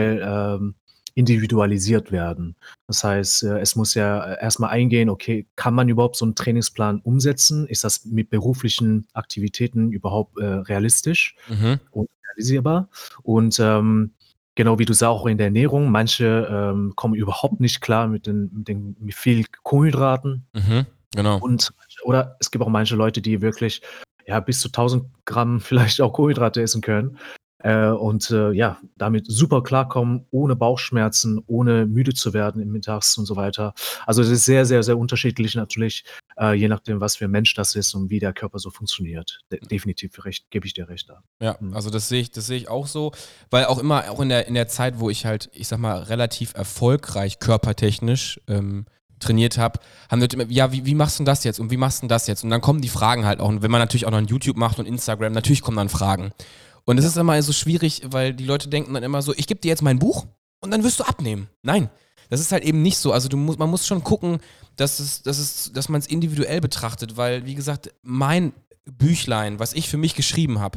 individualisiert werden. Das heißt, es muss ja erstmal eingehen, okay, kann man überhaupt so einen Trainingsplan umsetzen? Ist das mit beruflichen Aktivitäten überhaupt realistisch und realisierbar? Und genau wie du sagst, auch in der Ernährung, manche kommen überhaupt nicht klar mit viel Kohlenhydraten. Genau. Oder es gibt auch manche Leute, die wirklich bis zu 1000 Gramm vielleicht auch Kohlenhydrate essen können und damit super klarkommen, ohne Bauchschmerzen, ohne müde zu werden im Mittags und so weiter. Also es ist sehr, sehr, sehr unterschiedlich natürlich, je nachdem, was für ein Mensch das ist und wie der Körper so funktioniert. Definitiv gebe ich dir recht da. Ja, also das sehe ich auch so, weil auch immer, auch in der Zeit, wo ich halt, ich sag mal, relativ erfolgreich körpertechnisch trainiert habe, haben Leute immer, ja, wie machst du denn das jetzt und wie machst du denn das jetzt? Und dann kommen die Fragen halt auch. Und wenn man natürlich auch noch ein YouTube macht und Instagram, natürlich kommen dann Fragen. Und es ist immer so schwierig, weil die Leute denken dann immer so, ich gebe dir jetzt mein Buch und dann wirst du abnehmen. Nein, das ist halt eben nicht so. Also man muss schon gucken, dass man es individuell betrachtet, weil, wie gesagt, mein Büchlein, was ich für mich geschrieben habe,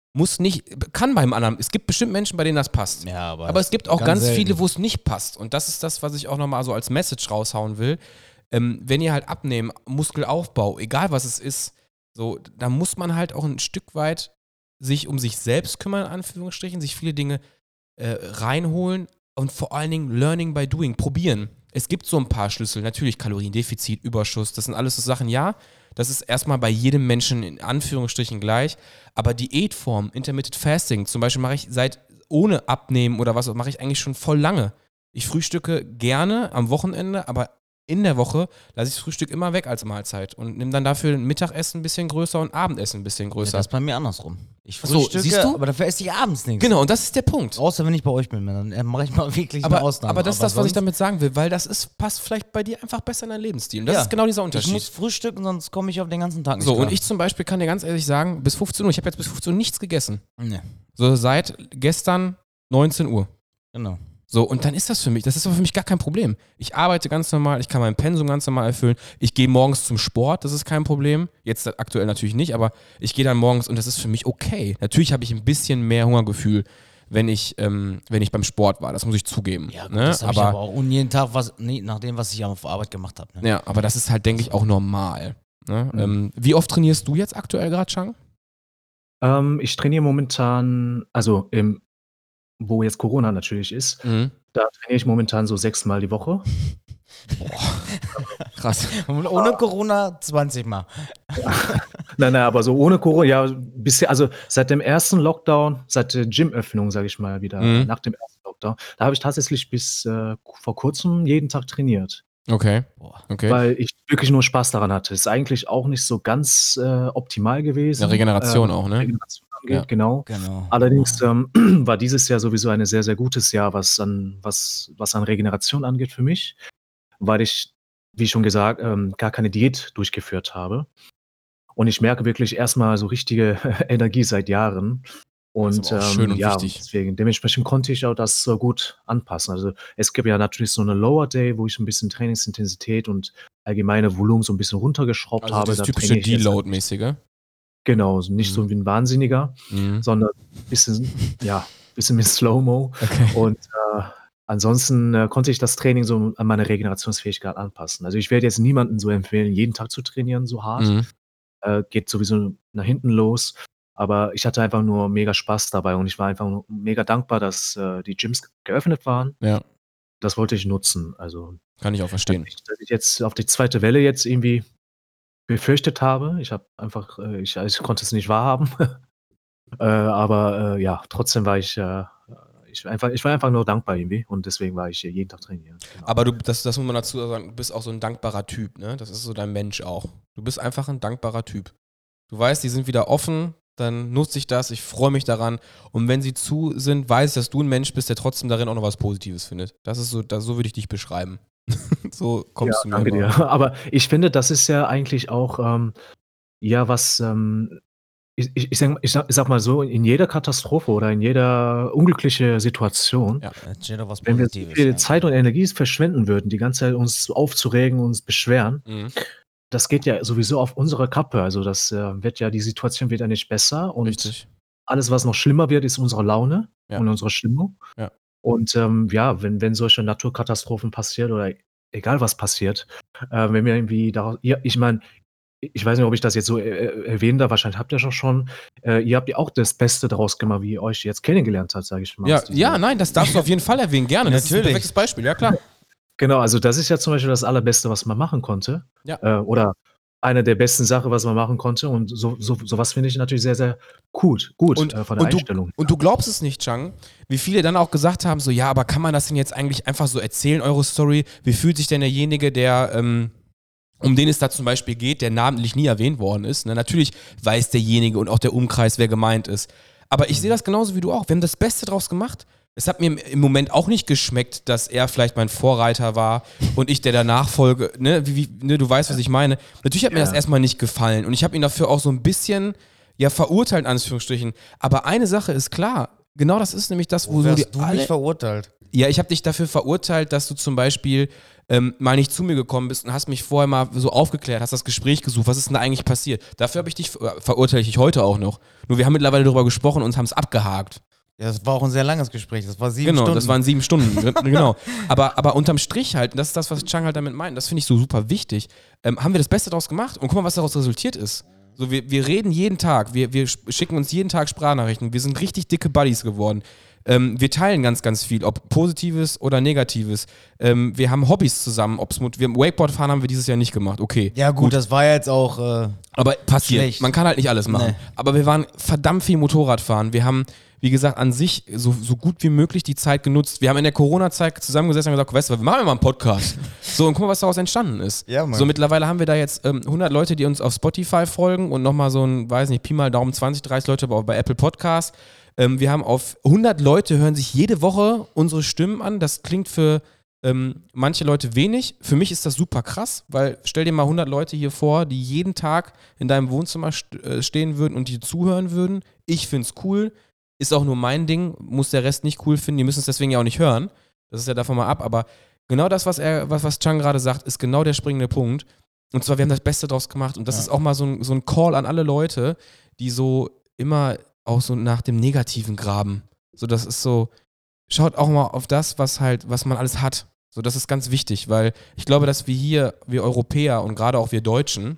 kann beim anderen, es gibt bestimmt Menschen, bei denen das passt. Ja, aber es gibt auch ganz viele, wo es nicht passt. Und das ist das, was ich auch nochmal so als Message raushauen will. Wenn ihr halt abnehmen, Muskelaufbau, egal was es ist, so, da muss man halt auch ein Stück weit sich um sich selbst kümmern, in Anführungsstrichen, sich viele Dinge reinholen und vor allen Dingen Learning by Doing, probieren. Es gibt so ein paar Schlüssel, natürlich Kaloriendefizit, Überschuss, das sind alles so Sachen, ja, das ist erstmal bei jedem Menschen in Anführungsstrichen gleich, aber Diätform, Intermittent Fasting, zum Beispiel mache ich ohne Abnehmen oder was, mache ich eigentlich schon voll lange. Ich frühstücke gerne am Wochenende, aber in der Woche lasse ich das Frühstück immer weg als Mahlzeit und nehme dann dafür ein Mittagessen ein bisschen größer und Abendessen ein bisschen größer. Ja, das ist bei mir andersrum. Ich frühstücke, siehst du? Aber dafür esse ich abends nichts. Genau, und das ist der Punkt. Außer wenn ich bei euch bin, dann mache ich mal wirklich eine Ausnahme. Aber das ist das, was ich damit sagen will, weil passt vielleicht bei dir einfach besser in deinen Lebensstil. Und das ist genau dieser Unterschied. Ich muss frühstücken, sonst komme ich auf den ganzen Tag nicht so, klar. Und ich zum Beispiel kann dir ganz ehrlich sagen, bis 15 Uhr, ich habe jetzt bis 15 Uhr nichts gegessen. Nee. So seit gestern 19 Uhr. Genau. So, und dann ist das für mich gar kein Problem. Ich arbeite ganz normal, ich kann mein Pensum ganz normal erfüllen. Ich gehe morgens zum Sport, das ist kein Problem. Jetzt aktuell natürlich nicht, aber ich gehe dann morgens und das ist für mich okay. Natürlich habe ich ein bisschen mehr Hungergefühl, wenn ich beim Sport war, das muss ich zugeben. Ja, gut, das habe ich aber auch jeden Tag, nach dem, was ich auf Arbeit gemacht habe. Ne? Ja, aber das ist halt, denke ich, auch normal. Ne? Wie oft trainierst du jetzt aktuell gerade, Chang? Ich trainiere momentan, also wo jetzt Corona natürlich ist, da trainiere ich momentan so 6-mal die Woche. Boah. Krass. Und ohne Corona 20 Mal. Nein, aber so ohne Corona, ja, bisher, also seit dem ersten Lockdown, seit der Gym-Öffnung, sage ich mal wieder, nach dem ersten Lockdown, da habe ich tatsächlich bis vor kurzem jeden Tag trainiert. Okay. Weil ich wirklich nur Spaß daran hatte. Ist eigentlich auch nicht so ganz optimal gewesen. Ja, Regeneration auch, ne? Regeneration angeht, Ja. genau. Allerdings war dieses Jahr sowieso ein sehr, sehr gutes Jahr, was an Regeneration angeht für mich, weil ich, wie schon gesagt, gar keine Diät durchgeführt habe. Und ich merke wirklich erstmal so richtige Energie seit Jahren. Und schön und ja, wichtig. deswegen, dementsprechend konnte ich auch das gut anpassen. Also es gibt ja natürlich so eine Lower Day, wo ich ein bisschen Trainingsintensität und allgemeine Volumen so ein bisschen runtergeschraubt Also habe. das Da typische trainiere ich jetzt halt Deload-mäßige. genau, nicht so wie ein Wahnsinniger, sondern bisschen mit Slow-Mo. Okay. Und ansonsten konnte ich das Training so an meine Regenerationsfähigkeit anpassen. Also ich werde jetzt niemandem so empfehlen, jeden Tag zu trainieren, so hart. Geht sowieso nach hinten los. Aber ich hatte einfach nur mega Spaß dabei und ich war einfach nur mega dankbar, dass die Gyms geöffnet waren. Ja, Das wollte ich nutzen. Also, kann ich auch verstehen. dass ich jetzt auf die zweite Welle jetzt irgendwie befürchtet habe. Ich habe einfach ich konnte es nicht wahrhaben. Aber ja, trotzdem war ich war einfach nur dankbar irgendwie und deswegen war ich jeden Tag trainieren. Genau. Aber das muss man dazu sagen, du bist auch so ein dankbarer Typ, ne? Das ist so dein Mensch auch. Du bist einfach ein dankbarer Typ. Du weißt, die sind wieder offen, dann nutze ich das, ich freue mich daran. Und wenn sie zu sind, weiß ich, dass du ein Mensch bist, der trotzdem darin auch noch was Positives findet. Das ist so, so würde ich dich beschreiben. So kommst du mir danke immer. dir. Aber ich finde, das ist ja eigentlich auch was ich sag mal so, in jeder Katastrophe oder in jeder unglückliche Situation, Ja. Entsteht doch was wenn wir so Positives. viel Zeit und Energie verschwenden würden, die ganze Zeit uns aufzuregen, uns beschweren, das geht ja sowieso auf unsere Kappe. Also das die Situation wird ja nicht besser und Richtig. alles, was noch schlimmer wird, ist unsere Laune Ja. und unsere Stimmung. Ja. Und wenn solche Naturkatastrophen passiert oder egal was passiert, wenn wir irgendwie ich meine, ich weiß nicht, ob ich das jetzt so erwähnen darf, wahrscheinlich habt ihr schon. Ihr habt ja auch das Beste daraus gemacht, wie ihr euch jetzt kennengelernt habt, sage ich mal. Ja, nein, das darfst du auf jeden Fall erwähnen, gerne. Das ist ein perfektes Beispiel, ja klar. Genau, also das ist ja zum Beispiel das Allerbeste, was man machen konnte. Ja. Oder eine der besten Sachen, was man machen konnte. Und sowas finde ich natürlich sehr, sehr gut von der Einstellung. Und du glaubst es nicht, Chang, wie viele dann auch gesagt haben, so, ja, aber kann man das denn jetzt eigentlich einfach so erzählen, eure Story? Wie fühlt sich denn derjenige, der um den es da zum Beispiel geht, der namentlich nie erwähnt worden ist. Ne? Natürlich weiß derjenige und auch der Umkreis, wer gemeint ist. Aber ich sehe das genauso wie du auch. Wir haben das Beste draus gemacht. Es hat mir im Moment auch nicht geschmeckt, dass er vielleicht mein Vorreiter war und ich der danach folge. Ne? Du weißt, was ich meine. Natürlich hat mir das erstmal nicht gefallen und ich habe ihn dafür auch so ein bisschen verurteilt, in Anführungsstrichen. Aber eine Sache ist klar. Genau das ist nämlich das, wo du mich verurteilt? Ja, ich habe dich dafür verurteilt, dass du zum Beispiel mal nicht zu mir gekommen bist und hast mich vorher mal so aufgeklärt, hast das Gespräch gesucht, was ist denn da eigentlich passiert? Dafür habe ich dich, verurteile ich dich heute auch noch. Nur wir haben mittlerweile darüber gesprochen und haben es abgehakt. Ja, das war auch ein sehr langes Gespräch, das war 7 Stunden. Genau, das waren 7 Stunden, genau. Aber unterm Strich halt, das ist das, was Chang halt damit meint, das finde ich so super wichtig, haben wir das Beste daraus gemacht und guck mal, was daraus resultiert ist. So, wir reden jeden Tag, wir schicken uns jeden Tag Sprachnachrichten, wir sind richtig dicke Buddies geworden. Wir teilen ganz, ganz viel, ob Positives oder Negatives. Wir haben Hobbys zusammen. Wakeboard fahren haben wir dieses Jahr nicht gemacht. Okay. Ja gut, das war jetzt auch aber passiert. schlecht. Man kann halt nicht alles machen. Nee. Aber wir waren verdammt viel Motorradfahren. Wir haben, wie gesagt, an sich so gut wie möglich die Zeit genutzt. Wir haben in der Corona-Zeit zusammengesessen und gesagt, weißt du, wir machen mal einen Podcast. So, und guck mal, was daraus entstanden ist. Ja, Mann. So, mittlerweile haben wir da jetzt 100 Leute, die uns auf Spotify folgen und nochmal so ein, weiß nicht, Pi mal Daumen 20, 30 Leute bei Apple Podcasts. Wir haben auf 100 Leute, hören sich jede Woche unsere Stimmen an. Das klingt für manche Leute wenig. Für mich ist das super krass, weil stell dir mal 100 Leute hier vor, die jeden Tag in deinem Wohnzimmer stehen würden und dir zuhören würden. Ich find's cool. Ist auch nur mein Ding. Muss der Rest nicht cool finden. Die müssen es deswegen ja auch nicht hören. Das ist ja davon mal ab. Aber genau das, was Chang gerade sagt, ist genau der springende Punkt. Und zwar, wir haben das Beste draus gemacht. Und das ist auch mal so ein Call an alle Leute, die so immer auch so nach dem Negativen graben. So, das ist so, schaut auch mal auf das, was man alles hat. So, das ist ganz wichtig, weil ich glaube, dass wir Europäer und gerade auch wir Deutschen,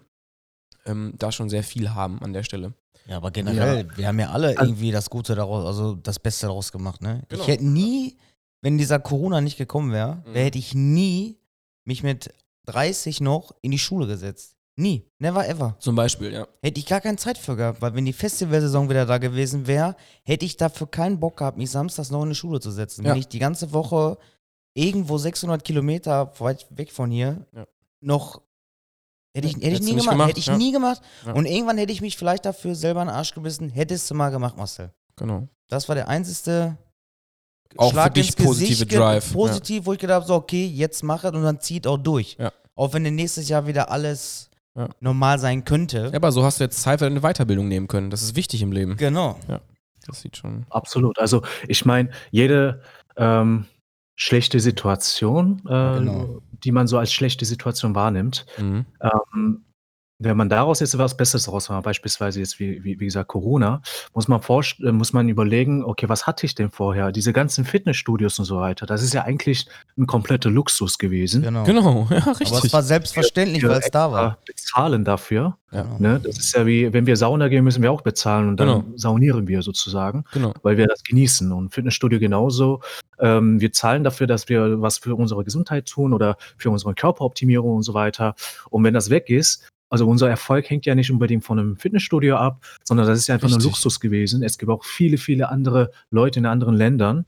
da schon sehr viel haben an der Stelle. Ja, aber generell, wir haben ja alle irgendwie das Gute daraus, also das Beste daraus gemacht, ne? Genau. Ich hätte nie, wenn dieser Corona nicht gekommen wäre, hätte ich nie mich mit 30 noch in die Schule gesetzt. Nie. Never ever. Zum Beispiel, ja. Hätte ich gar keine Zeit für gehabt, weil wenn die Festivalsaison wieder da gewesen wäre, hätte ich dafür keinen Bock gehabt, mich samstags noch in die Schule zu setzen. Ja. Wenn ich die ganze Woche irgendwo 600 Kilometer weit weg von hier noch, hätte ich nie gemacht. Ja. Und irgendwann hätte ich mich vielleicht dafür selber in den Arsch gebissen, hättest du mal gemacht, Marcel. Genau. Das war der einzige auch Schlag für dich positive Drive. Positiv, wo ich gedacht habe, so, okay, jetzt mach es und dann zieht auch durch. Ja. Auch wenn nächstes Jahr wieder alles normal sein könnte. Ja, aber so hast du jetzt Zeit für eine Weiterbildung nehmen können. Das ist wichtig im Leben. Genau. Ja, das sieht schon. Absolut. Also ich meine, jede schlechte Situation, Genau. die man so als schlechte Situation wahrnimmt, Mhm. wenn man daraus jetzt was Besseres rausmacht, beispielsweise jetzt wie gesagt Corona, muss man überlegen, okay, was hatte ich denn vorher? Diese ganzen Fitnessstudios und so weiter, das ist ja eigentlich ein kompletter Luxus gewesen. Genau, ja, richtig. Aber es war selbstverständlich, weil es da war. Bezahlen dafür. Ja. Ne? Das ist ja wie, wenn wir Sauna gehen, müssen wir auch bezahlen und dann saunieren wir sozusagen, weil wir das genießen. Und Fitnessstudio genauso. Wir zahlen dafür, dass wir was für unsere Gesundheit tun oder für unsere Körperoptimierung und so weiter. Und wenn das weg ist, also unser Erfolg hängt ja nicht unbedingt von einem Fitnessstudio ab, sondern das ist ja einfach nur Luxus gewesen. Es gibt auch viele, viele andere Leute in anderen Ländern,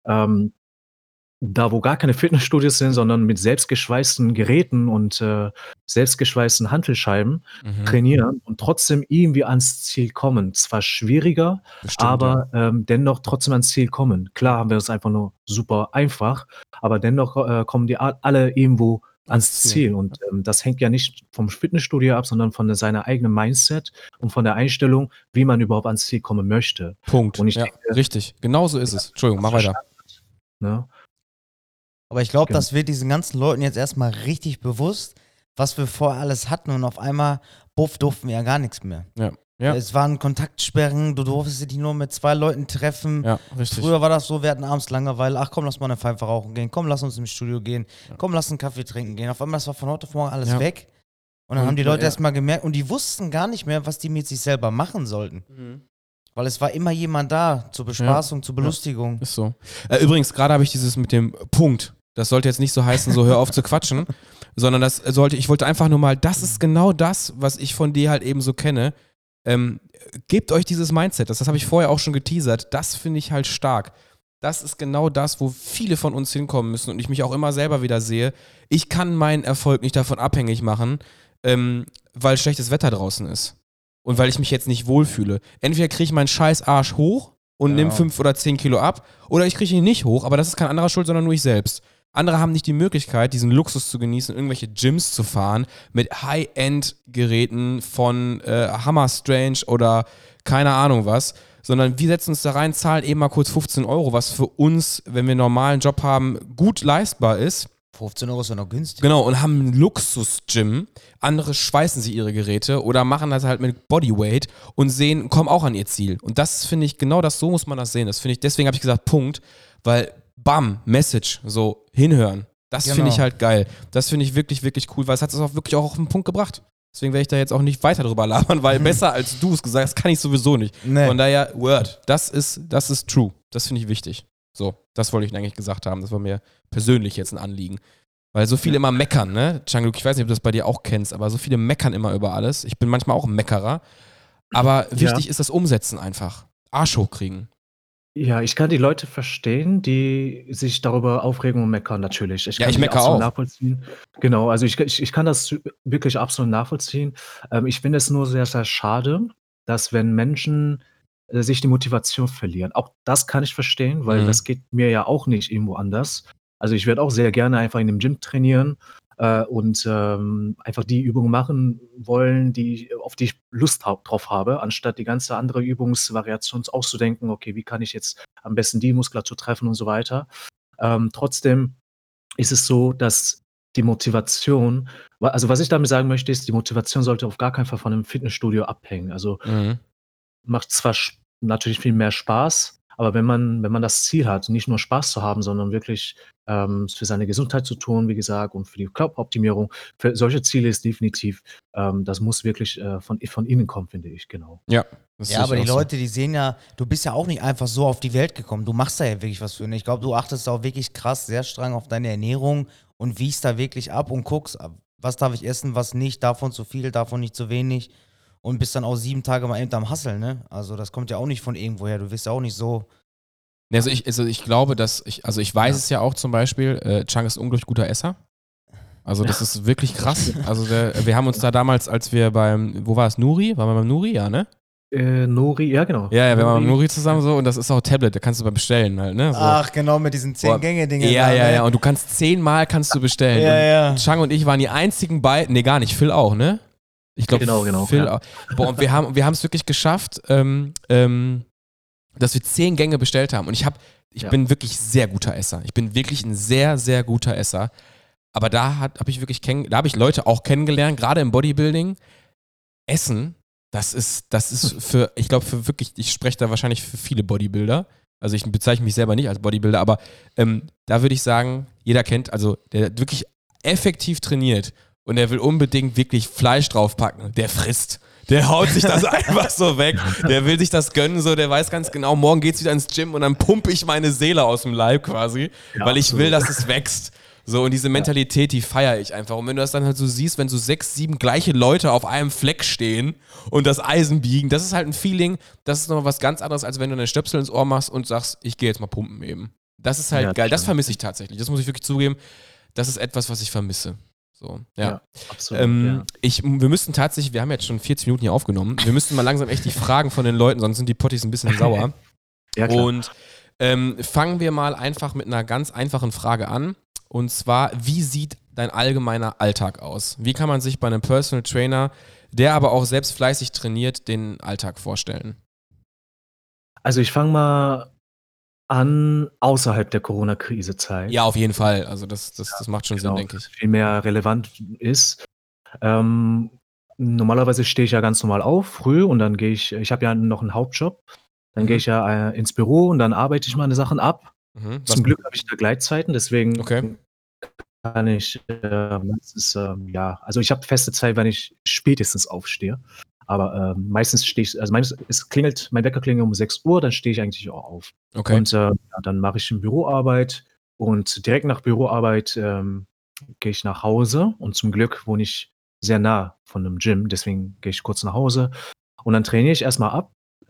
da wo gar keine Fitnessstudios sind, sondern mit selbstgeschweißten Geräten und selbstgeschweißten Hantelscheiben trainieren und trotzdem irgendwie ans Ziel kommen. Zwar schwieriger, aber dennoch trotzdem ans Ziel kommen. Klar haben wir das einfach nur super einfach, aber dennoch kommen die alle irgendwo ans Ziel. Und das hängt ja nicht vom Fitnessstudio ab, sondern von seiner eigenen Mindset und von der Einstellung, wie man überhaupt ans Ziel kommen möchte. Punkt. Und ich denke, richtig. Genau so ist es. Entschuldigung, mach weiter. Ne? Aber ich glaube, das wird diesen ganzen Leuten jetzt erstmal richtig bewusst, was wir vorher alles hatten und auf einmal, durften wir ja gar nichts mehr. Ja. Es waren Kontaktsperren, du durftest dich nur mit 2 Leuten treffen. Ja, richtig. Früher war das so, wir hatten abends Langeweile, ach komm, lass mal eine Pfeife rauchen gehen, komm, lass uns im Studio gehen, komm, lass einen Kaffee trinken gehen. Auf einmal, das war von heute auf morgen alles weg. Und dann haben die Leute erstmal gemerkt, und die wussten gar nicht mehr, was die mit sich selber machen sollten. Weil es war immer jemand da, zur Bespaßung, zur Belustigung. Ist so. Übrigens, gerade habe ich dieses mit dem Punkt. Das sollte jetzt nicht so heißen, so hör auf zu quatschen, sondern ich wollte einfach nur mal, das ist genau das, was ich von dir halt eben so kenne. Gebt euch dieses Mindset, das habe ich vorher auch schon geteasert, das finde ich halt stark. Das ist genau das, wo viele von uns hinkommen müssen und ich mich auch immer selber wieder sehe. Ich kann meinen Erfolg nicht davon abhängig machen, weil schlechtes Wetter draußen ist und weil ich mich jetzt nicht wohlfühle. Entweder kriege ich meinen scheiß Arsch hoch und nehme 5 oder 10 Kilo ab oder ich kriege ihn nicht hoch, aber das ist kein anderer schuld, sondern nur ich selbst. Andere haben nicht die Möglichkeit, diesen Luxus zu genießen, irgendwelche Gyms zu fahren mit High-End-Geräten von Hammer Strange oder keine Ahnung was, sondern wir setzen uns da rein, zahlen eben mal kurz 15 €, was für uns, wenn wir einen normalen Job haben, gut leistbar ist. 15 € ist ja noch günstig. Genau, und haben einen Luxus-Gym. Andere schweißen sie ihre Geräte oder machen das halt mit Bodyweight und kommen auch an ihr Ziel. Und das finde ich, genau das, so muss man das sehen. Das finde ich, deswegen habe ich gesagt, Punkt, weil bam, Message, so hinhören. Das finde ich halt geil. Das finde ich wirklich, wirklich cool, weil es hat es auch wirklich auch auf den Punkt gebracht. Deswegen werde ich da jetzt auch nicht weiter drüber labern, weil besser als du es gesagt hast, kann ich sowieso nicht. Nee. Von daher, Word, das ist true. Das finde ich wichtig. So, das wollte ich eigentlich gesagt haben. Das war mir persönlich jetzt ein Anliegen. Weil so viele immer meckern, ne? Changluk, ich weiß nicht, ob du das bei dir auch kennst, aber so viele meckern immer über alles. Ich bin manchmal auch ein Meckerer. Aber wichtig ist das Umsetzen einfach. Arsch hochkriegen. Ja, ich kann die Leute verstehen, die sich darüber aufregen und meckern, natürlich. Ich meckere auch. Nachvollziehen. Genau, also ich kann das wirklich absolut nachvollziehen. Ich finde es nur sehr, sehr schade, dass wenn Menschen sich die Motivation verlieren. Auch das kann ich verstehen, weil das geht mir ja auch nicht irgendwo anders. Also ich werde auch sehr gerne einfach in dem Gym trainieren und einfach die Übungen machen wollen, auf die ich Lust drauf habe, anstatt die ganze andere Übungsvariation auszudenken, okay, wie kann ich jetzt am besten die Muskulatur treffen und so weiter. Trotzdem ist es so, dass die Motivation, also was ich damit sagen möchte, ist, die Motivation sollte auf gar keinen Fall von einem Fitnessstudio abhängen. Also macht zwar natürlich viel mehr Spaß, aber wenn man das Ziel hat, nicht nur Spaß zu haben, sondern wirklich für seine Gesundheit zu tun, wie gesagt, und für die Körperoptimierung, für solche Ziele ist definitiv, das muss wirklich von innen kommen, finde ich, genau. Ja, aber die Leute, die sehen ja, du bist ja auch nicht einfach so auf die Welt gekommen. Du machst da ja wirklich was für. Und ich glaube, du achtest auch wirklich krass, sehr streng auf deine Ernährung und wiegst da wirklich ab und guckst, was darf ich essen, was nicht, davon zu viel, davon nicht zu wenig. Und bist dann auch 7 Tage mal eben am Hustlen, ne? Also das kommt ja auch nicht von irgendwoher, du wirst ja auch nicht so. Also ich glaube, dass ich weiß es ja auch zum Beispiel, Chang ist ein unglaublich guter Esser. Also das ist wirklich krass. Also wir haben uns da damals, als wir wo war es, Nuri? Waren wir beim Nuri? Ja, ne? Nuri, ja genau. Ja, wir waren beim Nuri zusammen so und das ist auch Tablet, da kannst du mal bestellen halt, ne? So. Ach genau, mit diesen 10-Gänge-Dingen. Ja, und du kannst 10-mal kannst du bestellen. Ja. Und Chang und ich waren die einzigen beiden, nee gar nicht, Phil auch, ne? Ich glaube, Genau, Phil, ja. Boah, und wir haben es wirklich geschafft, dass wir 10 Gänge bestellt haben. Und ich bin wirklich sehr guter Esser. Ich bin wirklich ein sehr, sehr guter Esser. Aber da habe ich Leute auch kennengelernt, gerade im Bodybuilding. Essen, das ist ich glaube, für wirklich, ich spreche da wahrscheinlich für viele Bodybuilder. Also ich bezeichne mich selber nicht als Bodybuilder, aber da würde ich sagen, jeder kennt, also der wirklich effektiv trainiert und der will unbedingt wirklich Fleisch draufpacken, der frisst. Der haut sich das einfach so weg. Der will sich das gönnen, so, der weiß ganz genau, morgen geht's wieder ins Gym und dann pumpe ich meine Seele aus dem Leib quasi, weil ich will, dass es wächst. So, und diese Mentalität, die feiere ich einfach. Und wenn du das dann halt so siehst, wenn so 6, 7 gleiche Leute auf einem Fleck stehen und das Eisen biegen, das ist halt ein Feeling, das ist nochmal was ganz anderes, als wenn du eine Stöpsel ins Ohr machst und sagst, ich gehe jetzt mal pumpen eben. Das ist halt geil, das vermisse ich tatsächlich. Das muss ich wirklich zugeben, das ist etwas, was ich vermisse. So, ja. Absolut. Wir müssten tatsächlich, wir haben jetzt schon 40 Minuten hier aufgenommen, wir müssten mal langsam echt die Fragen von den Leuten, sonst sind die Potties ein bisschen sauer. Ja, klar. Und fangen wir mal einfach mit einer ganz einfachen Frage an. Und zwar, wie sieht dein allgemeiner Alltag aus? Wie kann man sich bei einem Personal Trainer, der aber auch selbst fleißig trainiert, den Alltag vorstellen? Also ich fange mal an außerhalb der Corona-Krise-Zeit. Ja, auf jeden Fall. Also das macht schon Sinn, denke ich. Viel mehr relevant ist. Normalerweise stehe ich ja ganz normal auf, früh, und dann gehe ich habe ja noch einen Hauptjob, dann gehe ich ja ins Büro und dann arbeite ich meine Sachen ab. Zum Glück habe ich da Gleitzeiten, deswegen kann ich meistens, also ich habe feste Zeit, wenn ich spätestens aufstehe. Aber meistens stehe ich, also mein Wecker klingelt um 6 Uhr, dann stehe ich eigentlich auch auf. Okay. Und dann mache ich Büroarbeit und direkt nach Büroarbeit gehe ich nach Hause, und zum Glück wohne ich sehr nah von einem Gym, deswegen gehe ich kurz nach Hause und dann trainiere ich erstmal ab,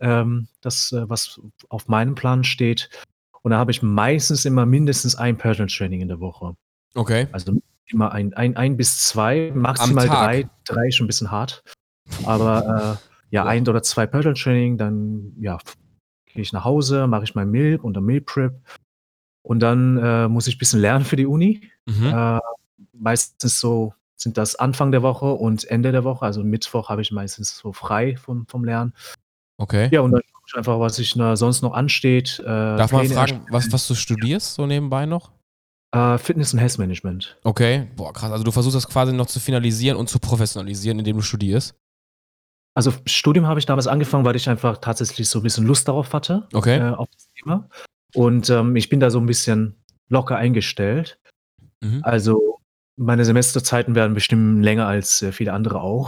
was auf meinem Plan steht, und da habe ich meistens immer mindestens ein Personal Training in der Woche. Okay. Also immer ein bis 2, maximal 3 ist schon ein bisschen hart. Aber 1 oder 2 Personal Training, dann gehe ich nach Hause, mache ich mein Meal und Meal Prep, und dann muss ich ein bisschen lernen für die Uni. Meistens so sind das Anfang der Woche und Ende der Woche, also Mittwoch habe ich meistens so frei vom Lernen. Okay. Ja, und dann schaue ich einfach, was sonst noch ansteht. Darf man fragen, was du studierst so nebenbei noch? Fitness- und Health Management. Okay, boah, krass. Also du versuchst das quasi noch zu finalisieren und zu professionalisieren, indem du studierst? Also Studium habe ich damals angefangen, weil ich einfach tatsächlich so ein bisschen Lust darauf hatte, auf das Thema. Und ich bin da so ein bisschen locker eingestellt. Also meine Semesterzeiten werden bestimmt länger als viele andere auch.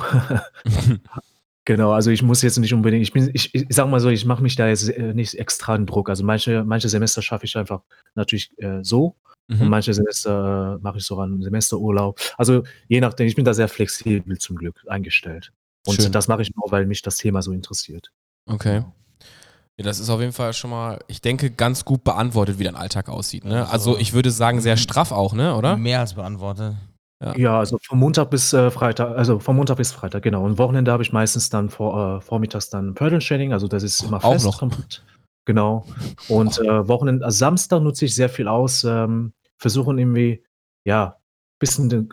Genau, also ich muss jetzt nicht unbedingt, ich sage mal so, ich mache mich da jetzt nicht extra einen Druck. Also manche Semester schaffe ich einfach natürlich so. Und manche Semester mache ich sogar einen Semesterurlaub. Also je nachdem, ich bin da sehr flexibel zum Glück eingestellt. Und Schön. das mache ich nur, weil mich das Thema so interessiert. Okay. Ja, das ist auf jeden Fall schon mal, ich denke, ganz gut beantwortet, wie dein Alltag aussieht. Ne? Also ich würde sagen, sehr straff auch, ne? Oder? Mehr als beantwortet. Ja, also vom Montag bis Freitag, genau. Und Wochenende habe ich meistens dann vormittags dann Personal Training, also das ist immer fest. Auch noch. Genau. Und Wochenende, also Samstag nutze ich sehr viel aus, versuchen irgendwie, bisschen den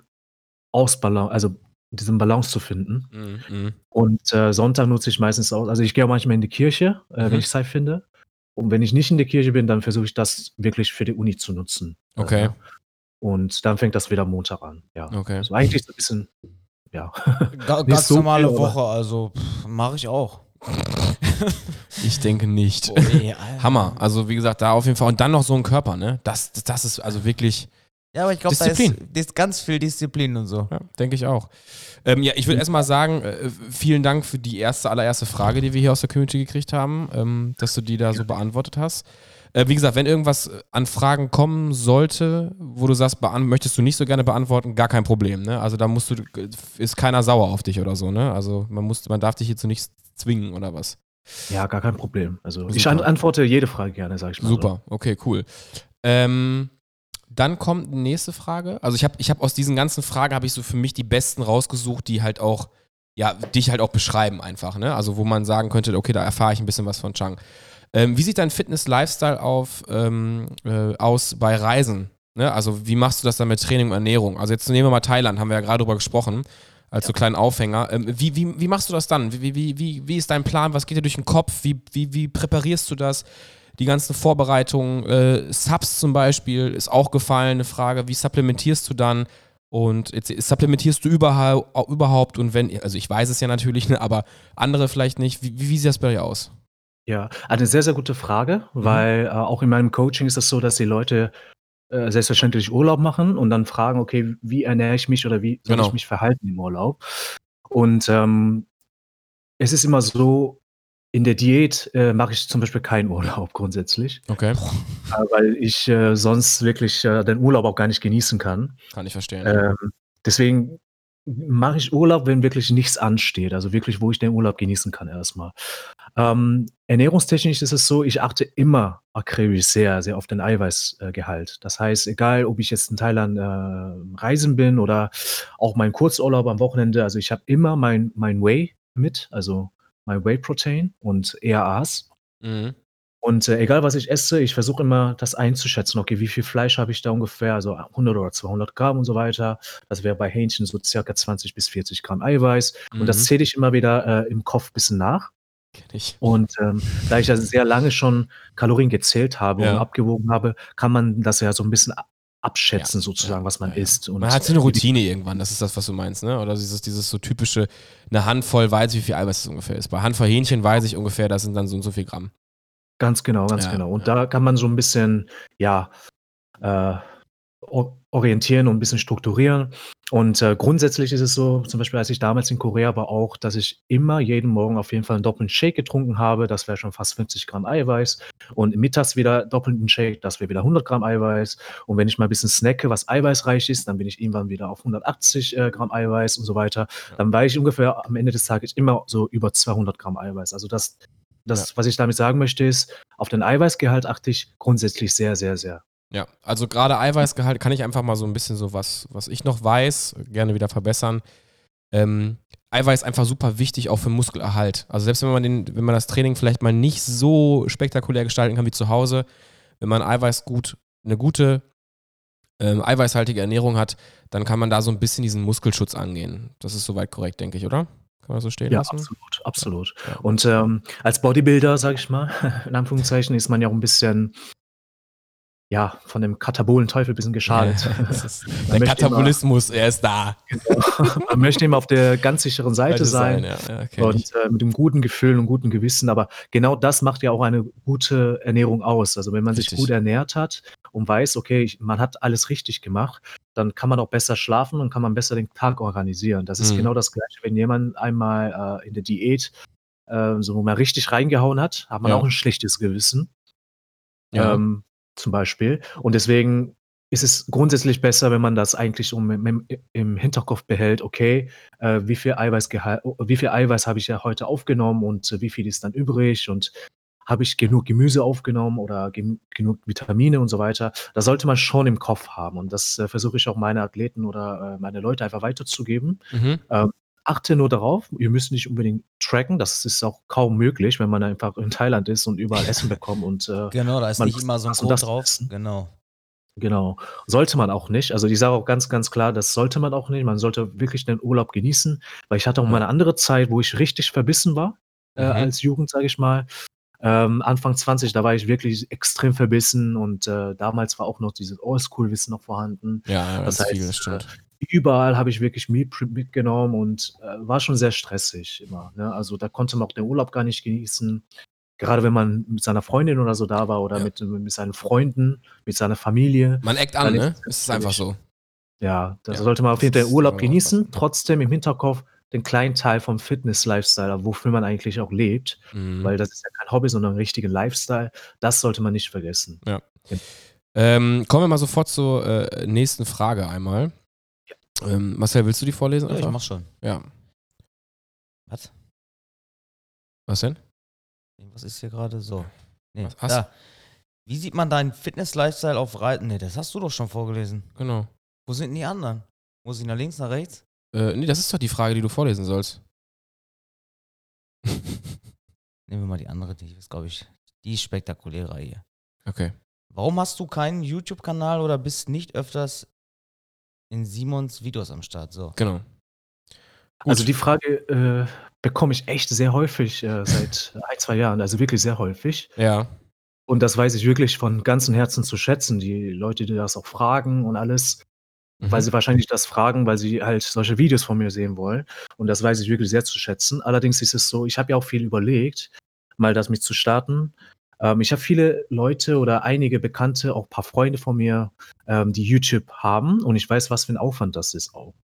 diesen Balance zu finden. Und Sonntag nutze ich meistens aus, also ich gehe auch manchmal in die Kirche, wenn ich Zeit finde. Und wenn ich nicht in der Kirche bin, dann versuche ich das wirklich für die Uni zu nutzen. Okay. Und dann fängt das wieder Montag an. Ja. Okay. Also eigentlich so ein bisschen, Ganz so normale viel, Woche, also mache ich auch. Ich denke nicht. Oh, ey, Hammer. Also wie gesagt, da auf jeden Fall. Und dann noch so ein Körper, ne? Das ist also wirklich. Ja, aber ich glaube, da ist ganz viel Disziplin und so. Ja, denke ich auch. Ich würde erstmal sagen, vielen Dank für die allererste Frage, die wir hier aus der Community gekriegt haben, dass du die da so beantwortet hast. Wie gesagt, wenn irgendwas an Fragen kommen sollte, wo du sagst, möchtest du nicht so gerne beantworten, gar kein Problem. Ne? Also da ist keiner sauer auf dich oder so. Ne? Also man darf dich hierzu nicht zwingen oder was. Ja, gar kein Problem. Also Super. ich antworte jede Frage gerne, sag ich mal. Super, okay, cool. Dann kommt die nächste Frage. Also ich hab aus diesen ganzen Fragen habe ich so für mich die besten rausgesucht, die halt auch, dich halt auch beschreiben einfach, ne? Also wo man sagen könnte, okay, da erfahre ich ein bisschen was von Chang. Wie sieht dein Fitness-Lifestyle aus bei Reisen? Ne? Also wie machst du das dann mit Training und Ernährung? Also jetzt nehmen wir mal Thailand, haben wir ja gerade drüber gesprochen. als so kleinen Aufhänger. Wie machst du das dann? Wie ist dein Plan? Was geht dir durch den Kopf? Wie präparierst du das? Die ganzen Vorbereitungen, Subs zum Beispiel, ist auch gefallen, eine Frage. Wie supplementierst du dann? Und jetzt, supplementierst du überhaupt? Und wenn, also ich weiß es ja natürlich, ne, aber andere vielleicht nicht. Wie sieht das bei dir aus? Ja, eine sehr, sehr gute Frage, weil auch in meinem Coaching ist es so, dass die Leute selbstverständlich Urlaub machen und dann fragen, okay, wie ernähre ich mich oder wie soll ich mich verhalten im Urlaub? Und es ist immer so, in der Diät mache ich zum Beispiel keinen Urlaub grundsätzlich, Okay, weil ich sonst wirklich den Urlaub auch gar nicht genießen kann. kann ich verstehen. Deswegen mache ich Urlaub, wenn wirklich nichts ansteht, also wirklich, wo ich den Urlaub genießen kann erstmal. Ernährungstechnisch ist es so, ich achte immer akribisch sehr, sehr auf den Eiweißgehalt. Das heißt, egal, ob ich jetzt in Thailand reisen bin oder auch meinen Kurzurlaub am Wochenende, also ich habe immer mein Whey mit, also mein Whey Protein und EAAs. Mhm. Und egal, was ich esse, ich versuche immer, das einzuschätzen. Okay, wie viel Fleisch habe ich da ungefähr? Also 100 oder 200 Gramm und so weiter. Das wäre bei Hähnchen so circa 20 bis 40 Gramm Eiweiß. Und das zähle ich immer wieder im Kopf ein bisschen nach. Kenn ich. Und da ich ja sehr lange schon Kalorien gezählt habe und Ja. abgewogen habe, kann man das ja so ein bisschen abschätzen sozusagen, was man isst. Und Man hat so eine Routine irgendwann, das ist das, was du meinst, ne? Oder dieses so typische, eine Handvoll weiß ich, wie viel Eiweiß es ungefähr ist. Bei Handvoll Hähnchen weiß ich ungefähr, das sind dann so und so viel Gramm. Ganz genau, ganz genau. Und da kann man so ein bisschen, ja, orientieren und ein bisschen strukturieren. Und grundsätzlich ist es so, zum Beispiel, als ich damals in Korea war auch, dass ich immer jeden Morgen auf jeden Fall einen doppelten Shake getrunken habe. Das wäre schon fast 50 Gramm Eiweiß. Und mittags wieder doppelten Shake, das wäre wieder 100 Gramm Eiweiß. Und wenn ich mal ein bisschen snacke, was eiweißreich ist, dann bin ich irgendwann wieder auf 180 Gramm Eiweiß und so weiter. Dann war ich ungefähr am Ende des Tages immer so über 200 Gramm Eiweiß. Also das, was ich damit sagen möchte, ist, auf den Eiweißgehalt achte ich grundsätzlich sehr, sehr, sehr. Ja, also gerade Eiweißgehalt kann ich einfach mal so ein bisschen so was ich noch weiß, gerne wieder verbessern. Eiweiß ist einfach super wichtig, auch für Muskelerhalt. Also selbst wenn man das Training vielleicht mal nicht so spektakulär gestalten kann wie zu Hause, wenn man eine gute eiweißhaltige Ernährung hat, dann kann man da so ein bisschen diesen Muskelschutz angehen. Das ist soweit korrekt, denke ich, oder? Kann man das so stehen lassen? Ja, absolut. Ja. Und als Bodybuilder, sage ich mal, in Anführungszeichen, ist man ja auch ein bisschen, ja, von dem katabolen Teufel ein bisschen geschadet. Der Katabolismus, er ist da. Genau. Man möchte immer auf der ganz sicheren Seite sein. Und mit einem guten Gefühl und guten Gewissen. Aber genau das macht ja auch eine gute Ernährung aus. Also wenn man sich gut ernährt hat und weiß, okay, man hat alles richtig gemacht, dann kann man auch besser schlafen und kann man besser den Tag organisieren. Das ist genau das Gleiche, wenn jemand einmal in der Diät so mal richtig reingehauen hat man auch ein schlechtes Gewissen. Ja. Zum Beispiel. Und deswegen ist es grundsätzlich besser, wenn man das eigentlich so im Hinterkopf behält, okay, wie viel Eiweiß habe ich ja heute aufgenommen und wie viel ist dann übrig und habe ich genug Gemüse aufgenommen oder genug Vitamine und so weiter. Das sollte man schon im Kopf haben und das versuche ich auch meine Athleten oder meine Leute einfach weiterzugeben. Achte nur darauf, ihr müsst nicht unbedingt tracken, das ist auch kaum möglich, wenn man einfach in Thailand ist und überall Essen bekommt und genau, da ist nicht immer so ein Code drauf. Essen. Genau. Sollte man auch nicht. Also ich sage auch ganz, ganz klar, das sollte man auch nicht. Man sollte wirklich den Urlaub genießen, weil ich hatte auch mal eine andere Zeit, wo ich richtig verbissen war, als Jugend, sage ich mal. Anfang 20, da war ich wirklich extrem verbissen und damals war auch noch dieses Oldschool-Wissen noch vorhanden. Ja, das heißt, viel, das stimmt. Überall habe ich wirklich Meal Prep mitgenommen und war schon sehr stressig immer. Ne? Also da konnte man auch den Urlaub gar nicht genießen. Gerade wenn man mit seiner Freundin oder so da war oder mit seinen Freunden, mit seiner Familie. Man eckt an, ne? Es ist einfach so. Ja, da sollte man auf jeden Fall den Urlaub genießen, trotzdem im Hinterkopf den kleinen Teil vom Fitness-Lifestyle, wofür man eigentlich auch lebt, weil das ist ja kein Hobby, sondern ein richtiger Lifestyle. Das sollte man nicht vergessen. Ja. Kommen wir mal sofort zur nächsten Frage einmal. Marcel, willst du die vorlesen? Ja, ich mach schon. Ja. Was denn? Was ist hier gerade so? Nee, Was hast du? Wie sieht man deinen Fitness-Lifestyle auf Reiten? Nee, das hast du doch schon vorgelesen. Genau. Wo sind denn die anderen? Muss ich nach links, nach rechts? Nee, das ist doch die Frage, die du vorlesen sollst. Nehmen wir mal die andere, die ist, glaube ich, die spektakulärer hier. Okay. Warum hast du keinen YouTube-Kanal oder bist nicht öfters in Simons Videos am Start? So. Genau. Also die Frage bekomme ich echt sehr häufig seit 1, 2 Jahren, also wirklich sehr häufig. Ja. Und das weiß ich wirklich von ganzem Herzen zu schätzen, die Leute, die das auch fragen und alles, weil sie wahrscheinlich das fragen, weil sie halt solche Videos von mir sehen wollen. Und das weiß ich wirklich sehr zu schätzen. Allerdings ist es so, ich habe ja auch viel überlegt, mal das mit zu starten. Ich habe viele Leute oder einige Bekannte, auch ein paar Freunde von mir, die YouTube haben und ich weiß, was für 'n Aufwand das ist auch.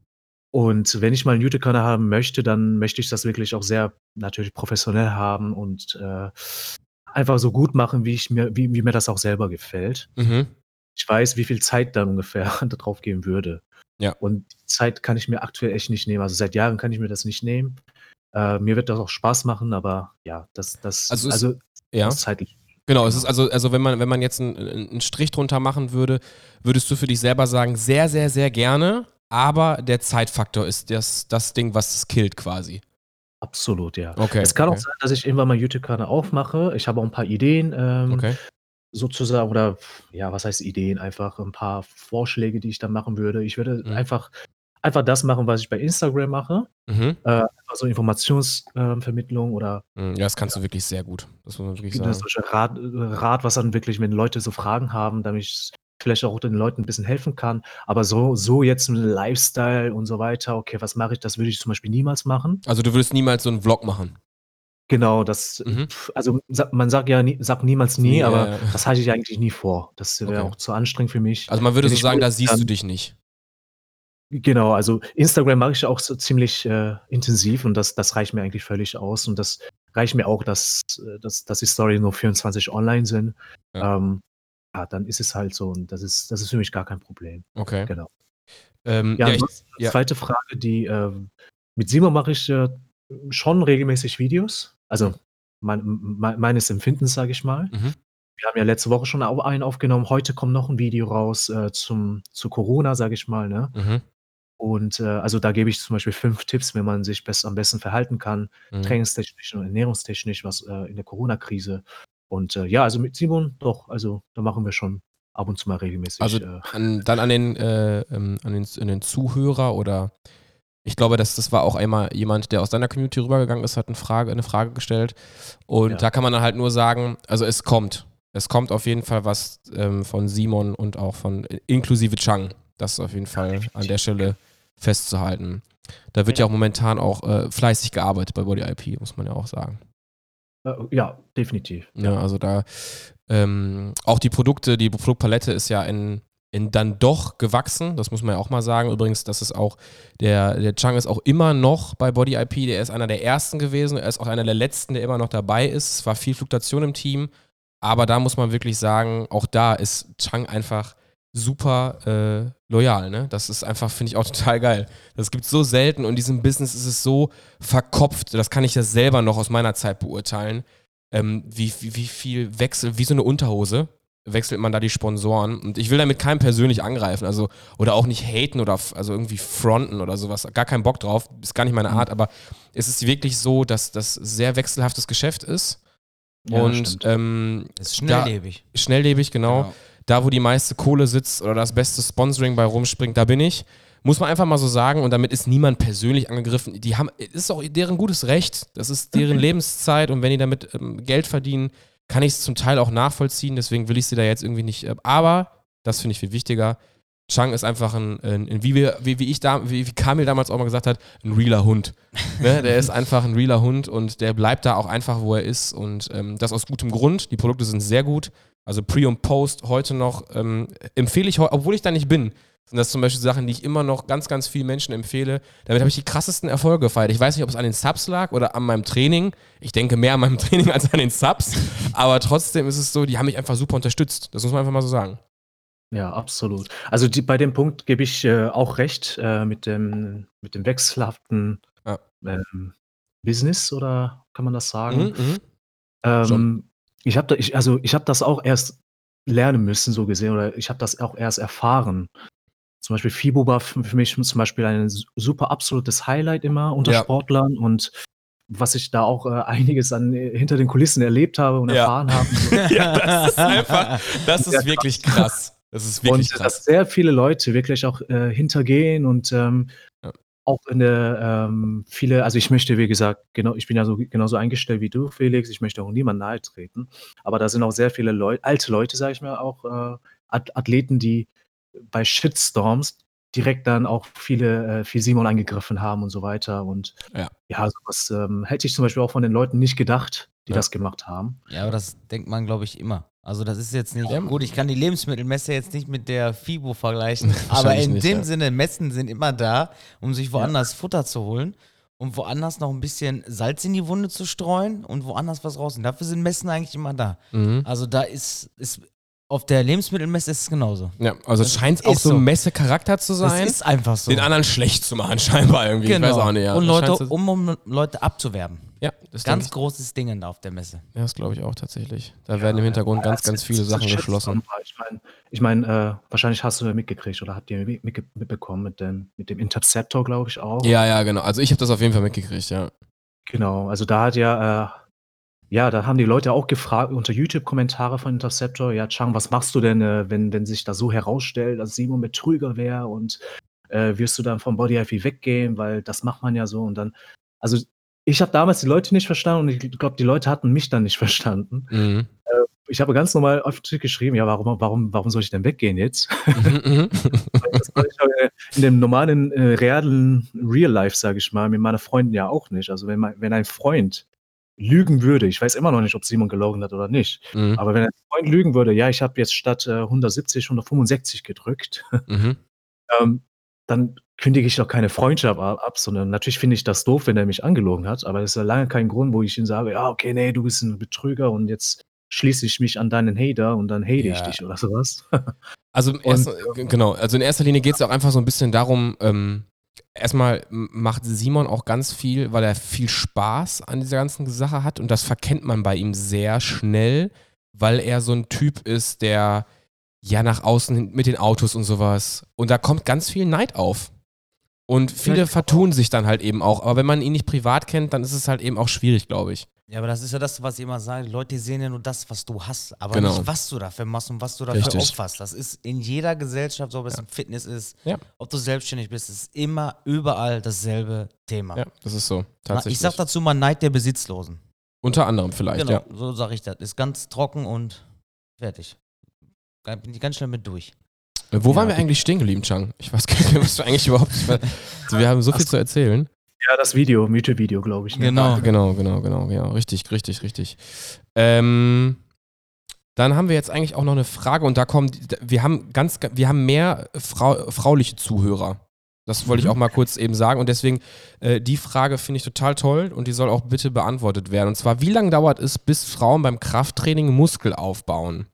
Und wenn ich mal 'n YouTube-Kanal haben möchte, dann möchte ich das wirklich auch sehr natürlich professionell haben und einfach so gut machen, wie mir das auch selber gefällt. Mhm. Ich weiß, wie viel Zeit dann ungefähr da drauf gehen würde. Ja. Und die Zeit kann ich mir aktuell echt nicht nehmen. Also, seit Jahren kann ich mir das nicht nehmen. Mir wird das auch Spaß machen, aber ja, Also ja. muss zeitlich Genau, es genau. ist also wenn man jetzt einen Strich drunter machen würde, würdest du für dich selber sagen, sehr, sehr, sehr gerne, aber der Zeitfaktor ist das Ding, was es killt quasi. Absolut, ja. Okay, Es kann auch okay, sein, dass ich irgendwann mal 'n YouTube-Kanal aufmache. Ich habe auch 'n paar Ideen, okay. sozusagen oder ja, was heißt Ideen? Einfach 'n paar Vorschläge, die ich dann machen würde. Ich würde Mhm. einfach das machen, was ich bei Instagram mache. Mhm. Einfach so Vermittlung oder Mhm. Ja, das kannst du wirklich sehr gut. Das muss man wirklich gibt es sagen. solche Rat, was dann wirklich, wenn Leute so Fragen haben, damit ich vielleicht auch den Leuten 'n bisschen helfen kann. Aber so jetzt 'n Lifestyle und so weiter, okay, was mache ich? Das würde ich zum Beispiel niemals machen. Also, du würdest niemals so 'n Vlog machen? Genau, das Mhm. also, man sagt ja nie sag niemals nie, Nie, aber das hatte ich eigentlich nie vor. Das wäre okay. auch zu anstrengend für mich. Also, man würde Wenn so ich sagen, muss, da siehst du dann dich nicht? genau, also, Instagram mache ich auch so ziemlich, intensiv und das reicht mir eigentlich völlig aus und das reicht mir auch, dass die Story nur 24 online sind. Ja, Ähm, ja, dann ist es halt so und das ist für mich gar kein Problem. okay. Genau. Ja, Ja, ich ansonsten ja. 2. Frage, mit Simon mache ich, schon regelmäßig Videos, Mhm. also meines Empfindens, sage ich mal. Mhm. Wir haben ja letzte Woche schon einen aufgenommen. Heute kommt noch 'n Video raus, zu Corona, sage ich mal, ne? Mhm. Und, also, da gebe ich zum Beispiel 5 Tipps, wie man sich am besten verhalten kann, Mhm. trainingstechnisch und ernährungstechnisch, was, in der Corona-Krise. Und, ja, also, mit Simon doch, also, da machen wir schon ab und zu mal Also, regelmäßig, an den Zuhörer oder ich glaube, das war auch einmal jemand, der aus deiner Community rübergegangen ist, hat 'ne Frage gestellt. Und ja, da kann man dann halt nur sagen, also es kommt. Es kommt auf jeden Fall was von Simon und auch von inklusive Chang. Das ist auf jeden ja, Fall an der definitiv. Stelle festzuhalten. Da wird ja Ja, auch momentan auch fleißig gearbeitet bei Body IP, muss man ja auch sagen. ja, definitiv, Ja, ja. also da auch die Produktpalette ist ja in dann doch gewachsen, das muss man ja auch mal sagen. Übrigens, das ist auch, der Chang ist auch immer noch bei Body IP, der ist einer der ersten gewesen, er ist auch einer der letzten, der immer noch dabei ist. Es war viel Fluktuation im Team, aber da muss man wirklich sagen, auch da ist Chang einfach super loyal, ne? Das ist einfach, finde ich auch total geil. Das gibt es so selten und in diesem Business ist es so verkopft, das kann ich ja selber noch aus meiner Zeit beurteilen, wie viel Wechsel, wie so eine Unterhose, wechselt man da die Sponsoren. Und ich will damit keinen persönlich angreifen, also, oder auch nicht haten oder also irgendwie fronten oder sowas. Gar keinen Bock drauf, ist gar nicht meine Mhm. Art, aber es ist wirklich so, dass das sehr wechselhaftes Geschäft ist. Ja, Und stimmt. Ist da schnelllebig. schnelllebig, genau. Genau. Da, wo die meiste Kohle sitzt oder das beste Sponsoring bei rumspringt, da bin ich. Muss man einfach mal so sagen, und damit ist niemand persönlich angegriffen. Die haben, es ist auch deren gutes Recht, das ist deren Lebenszeit und wenn die damit Geld verdienen, kann ich es zum Teil auch nachvollziehen, deswegen will ich sie da jetzt irgendwie nicht. Aber, das finde ich viel wichtiger, Chang ist einfach wie Kamil damals auch mal gesagt hat, ein realer Hund. Ne? Der ist einfach ein realer Hund und der bleibt da auch einfach, wo er ist und das aus gutem Grund. Die Produkte sind sehr gut. Also Pre und Post heute noch empfehle ich, obwohl ich da nicht bin, sind das zum Beispiel Sachen, die ich immer noch ganz, ganz vielen Menschen empfehle. Damit habe ich die krassesten Erfolge gefeiert. Ich weiß nicht, ob es an den Subs lag oder an meinem Training. Ich denke mehr an meinem Training als an den Subs. Aber trotzdem ist es so, die haben mich einfach super unterstützt. Das muss man einfach mal so sagen. Ja, absolut. Also, bei dem Punkt gebe ich, auch recht, mit dem wechselhaften, Ja. Business oder kann man das sagen? Mhm, mhm. Schon. Ähm, ich habe das auch erst lernen müssen, so gesehen, oder ich habe das auch erst erfahren. Zum Beispiel FIBO war für mich zum Beispiel ein super absolutes Highlight immer unter Ja. Sportlern und was ich da auch, einiges an hinter den Kulissen erlebt habe und Ja. erfahren habe. Ja, das ist einfach, das Sehr ist wirklich krass. Das ist Und wirklich dass krass. sehr viele Leute wirklich auch, hintergehen und, Ja. auch in der, viele, also ich möchte, wie gesagt, ich bin ja so genauso eingestellt wie du, Felix. Ich möchte auch niemandem nahe treten. Aber da sind auch sehr viele alte Leute, sage ich mal, auch Athleten, die bei Shitstorms direkt dann auch viel Simon angegriffen haben und so weiter. Und ja, sowas hätte ich zum Beispiel auch von den Leuten nicht gedacht, die das gemacht haben. Ja, aber das denkt man, glaube ich, immer. Also das ist jetzt nicht, gut, ich kann die Lebensmittelmesse jetzt nicht mit der FIBO vergleichen, aber in dem Sinne, Messen sind immer da, um sich woanders Futter zu holen und woanders noch ein bisschen Salz in die Wunde zu streuen und woanders was raus. Und dafür sind Messen eigentlich immer da. Also da ist auf der Lebensmittelmesse ist es genauso. Ja, also es scheint auch so ein Messecharakter zu sein. Das ist einfach so. Den anderen schlecht zu machen, scheinbar irgendwie. Genau. Ich weiß auch nicht. Ja. Und Leute, um Leute abzuwerben. Ja, das ganz großes Ding da auf der Messe. Ja, das glaube ich auch tatsächlich. Da werden im Hintergrund ganz viele Sachen geschlossen. Ich meine, wahrscheinlich hast du ja mitgekriegt oder habt ihr mitbekommen mit dem Interceptor, glaube ich auch. Ja, genau. Also ich habe das auf jeden Fall mitgekriegt, ja. Genau, also da hat da haben die Leute auch gefragt unter YouTube-Kommentare von Interceptor, ja, Chang, was machst du denn, wenn sich da so herausstellt, dass Simon Betrüger wäre und wirst du dann vom Body IV weggehen, weil das macht man ja so und dann, also ich habe damals die Leute nicht verstanden und ich glaube, die Leute hatten mich dann nicht verstanden. Ich habe ganz normal auf Twitter geschrieben, ja, warum soll ich denn weggehen jetzt? Das mache ich in dem normalen, realen Real Life, sage ich mal, mit meiner Freundin ja auch nicht. Also wenn ein Freund lügen würde, ich weiß immer noch nicht, ob Simon gelogen hat oder nicht, aber wenn ein Freund lügen würde, ja, ich habe jetzt statt 170 165 gedrückt, dann kündige ich doch keine Freundschaft ab, sondern natürlich finde ich das doof, wenn er mich angelogen hat, aber das ist ja lange kein Grund, wo ich ihm sage, ja, okay, nee, du bist ein Betrüger und jetzt schließe ich mich an deinen Hater und dann hate ich dich oder sowas. Also in erster Linie geht es auch einfach so ein bisschen darum, erstmal macht Simon auch ganz viel, weil er viel Spaß an dieser ganzen Sache hat und das verkennt man bei ihm sehr schnell, weil er so ein Typ ist, der ja nach außen mit den Autos und sowas und da kommt ganz viel Neid auf. Und viele vertun sich dann halt eben auch, aber wenn man ihn nicht privat kennt, dann ist es halt eben auch schwierig, glaube ich. Ja, aber das ist ja das, was ich immer sage, Leute sehen ja nur das, was du hast, aber nicht, was du dafür machst und was du dafür opferst. Das ist in jeder Gesellschaft, so ob es im Fitness ist, ob du selbstständig bist, ist immer überall dasselbe Thema. Ja, das ist so, tatsächlich. Ich sag dazu mal Neid der Besitzlosen. Unter anderem vielleicht, genau, so sage ich das. Ist ganz trocken und fertig. Bin ich ganz schnell mit durch. Wo waren wir eigentlich stehen geblieben, Chang? Ich weiß gar nicht mehr, was du eigentlich überhaupt. Wir haben so viel zu erzählen. Ja, das Mythe-Video, glaube ich. Ne? Genau. Ja, richtig. Dann haben wir jetzt eigentlich auch noch eine Frage und da wir haben mehr frauliche Zuhörer. Das wollte ich auch mal kurz eben sagen und deswegen, die Frage finde ich total toll und die soll auch bitte beantwortet werden. Und zwar, wie lange dauert es, bis Frauen beim Krafttraining Muskel aufbauen?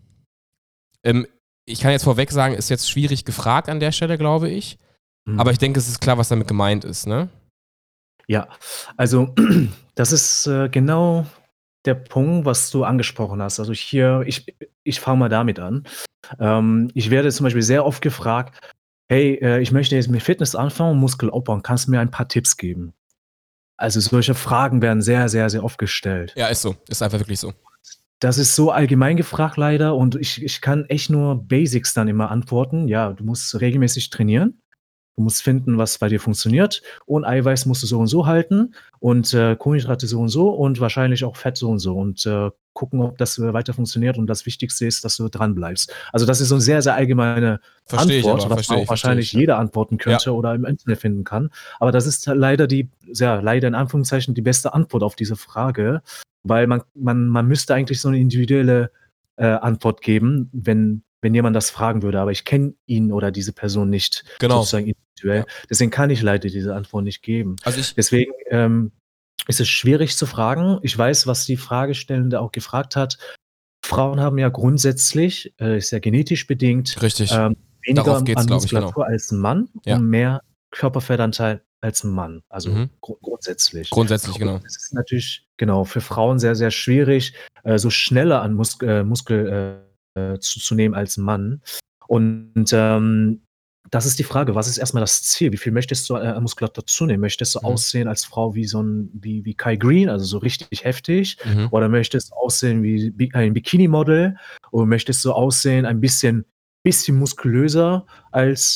Ich kann jetzt vorweg sagen, ist jetzt schwierig gefragt an der Stelle, glaube ich. Aber ich denke, es ist klar, was damit gemeint ist, ne? Ja, also das ist genau der Punkt, was du angesprochen hast. Also ich fange mal damit an. Ich werde zum Beispiel sehr oft gefragt, hey, ich möchte jetzt mit Fitness anfangen und Muskel aufbauen. Kannst du mir ein paar Tipps geben? Also solche Fragen werden sehr, sehr, sehr oft gestellt. Ja, ist so. Ist einfach wirklich so. Das ist so allgemein gefragt leider und ich kann echt nur Basics dann immer antworten. Ja, du musst regelmäßig trainieren. Du musst finden, was bei dir funktioniert und Eiweiß musst du so und so halten und Kohlenhydrate so und so und wahrscheinlich auch Fett so und so und gucken, ob das weiter funktioniert und das Wichtigste ist, dass du dran bleibst. Also das ist so eine sehr, sehr allgemeine Antwort, was auch wahrscheinlich jeder antworten könnte oder im Internet finden kann. Aber das ist leider leider in Anführungszeichen die beste Antwort auf diese Frage, weil man müsste eigentlich so eine individuelle Antwort geben, wenn jemand das fragen würde, aber ich kenne ihn oder diese Person nicht sozusagen individuell. Ja. Deswegen kann ich leider diese Antwort nicht geben. Deswegen ist es schwierig zu fragen. Ich weiß, was die Fragestellende auch gefragt hat. Frauen haben ja grundsätzlich, ist ja genetisch bedingt, weniger an Muskulatur als ein Mann und mehr Körperfettanteil als ein Mann. Also grundsätzlich. Grundsätzlich, genau. Das ist natürlich für Frauen sehr, sehr schwierig, so schneller an Muskel zuzunehmen als Mann. Und das ist die Frage, was ist erstmal das Ziel? Wie viel möchtest du an Muskulatur zunehmen? Möchtest du aussehen als Frau wie Kai Green, also so richtig heftig? Oder möchtest du aussehen wie ein Bikini-Model? Oder möchtest du aussehen ein bisschen bisschen muskulöser als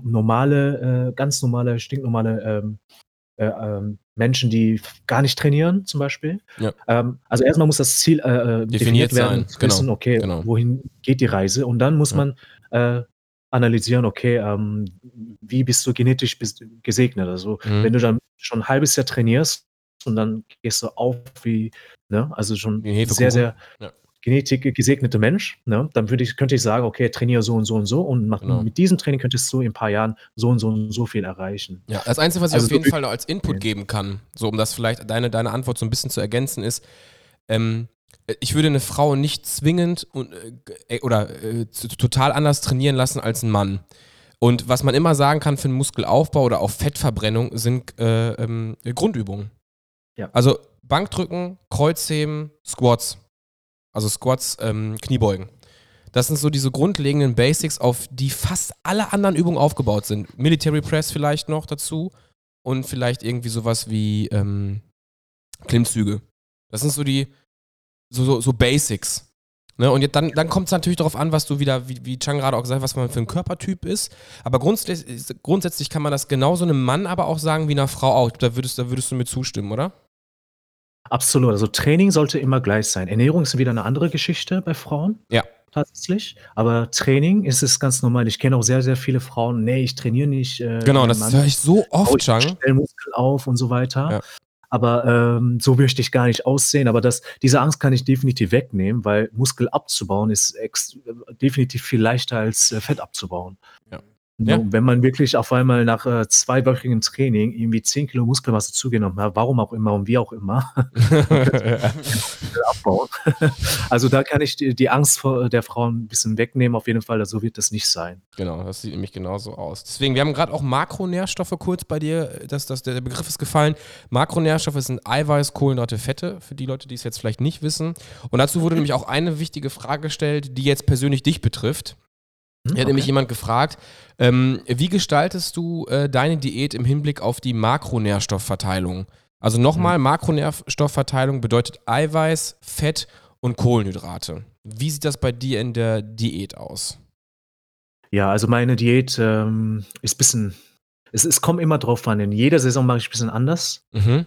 ganz normale, stinknormale Menschen, die gar nicht trainieren, zum Beispiel. Ja. Also erstmal muss das Ziel definiert werden, sein. zu Genau. wissen, okay, Genau. wohin geht die Reise? Und dann muss Ja. man analysieren, okay, wie bist du genetisch gesegnet? Also wenn du dann schon ein halbes Jahr trainierst und dann gehst du auf wie, ne, also schon Wie ein sehr, Hefekuchen. sehr Ja. Genetik gesegnete Mensch, ne, dann könnte ich sagen, okay, trainiere so und so und so und Genau. mit diesem Training könntest du in ein paar Jahren so und so und so viel erreichen. Ja, das Einzige, was ich Also auf so jeden wie Fall noch als Input geben kann, so um das vielleicht deine Antwort so ein bisschen zu ergänzen, ist, ich würde eine Frau nicht zwingend total anders trainieren lassen als ein Mann. Und was man immer sagen kann für einen Muskelaufbau oder auch Fettverbrennung sind Grundübungen. Ja. Also Bankdrücken, Kreuzheben, Squats. Also Squats, Kniebeugen. Das sind so diese grundlegenden Basics, auf die fast alle anderen Übungen aufgebaut sind. Military Press vielleicht noch dazu und vielleicht irgendwie sowas wie Klimmzüge. Das sind so die so Basics. Ne? Und dann kommt es natürlich darauf an, was du wieder, wie Chang gerade auch gesagt hat, was man für ein Körpertyp ist. Aber grundsätzlich kann man das genauso einem Mann aber auch sagen wie einer Frau auch. Da würdest du mir zustimmen, oder? Absolut. Also Training sollte immer gleich sein. Ernährung ist wieder eine andere Geschichte bei Frauen. Ja. Tatsächlich. Aber Training ist es ganz normal. Ich kenne auch sehr, sehr viele Frauen, nee, ich trainiere nicht. Genau, das höre ich so oft, Chang. Ich stelle Muskeln auf und so weiter. Ja. Aber so möchte ich gar nicht aussehen. Aber diese Angst kann ich definitiv wegnehmen, weil Muskel abzubauen ist definitiv viel leichter als Fett abzubauen. Ja. Ja. Wenn man wirklich auf einmal nach 2-wöchigem Training irgendwie 10 Kilo Muskelmasse zugenommen hat, warum auch immer und wie auch immer, abbauen. Also da kann ich die Angst der Frauen ein bisschen wegnehmen, auf jeden Fall, so wird das nicht sein. Genau, das sieht nämlich genauso aus. Deswegen, wir haben gerade auch Makronährstoffe kurz bei dir, der Begriff ist gefallen. Makronährstoffe sind Eiweiß, Kohlenhydrate, Fette, für die Leute, die es jetzt vielleicht nicht wissen. Und dazu wurde nämlich auch eine wichtige Frage gestellt, die jetzt persönlich dich betrifft. Hier hat nämlich jemand gefragt, wie gestaltest du deine Diät im Hinblick auf die Makronährstoffverteilung? Also nochmal, Makronährstoffverteilung bedeutet Eiweiß, Fett und Kohlenhydrate. Wie sieht das bei dir in der Diät aus? Ja, also meine Diät ist ein bisschen, es kommt immer drauf an. In jeder Saison mache ich ein bisschen anders,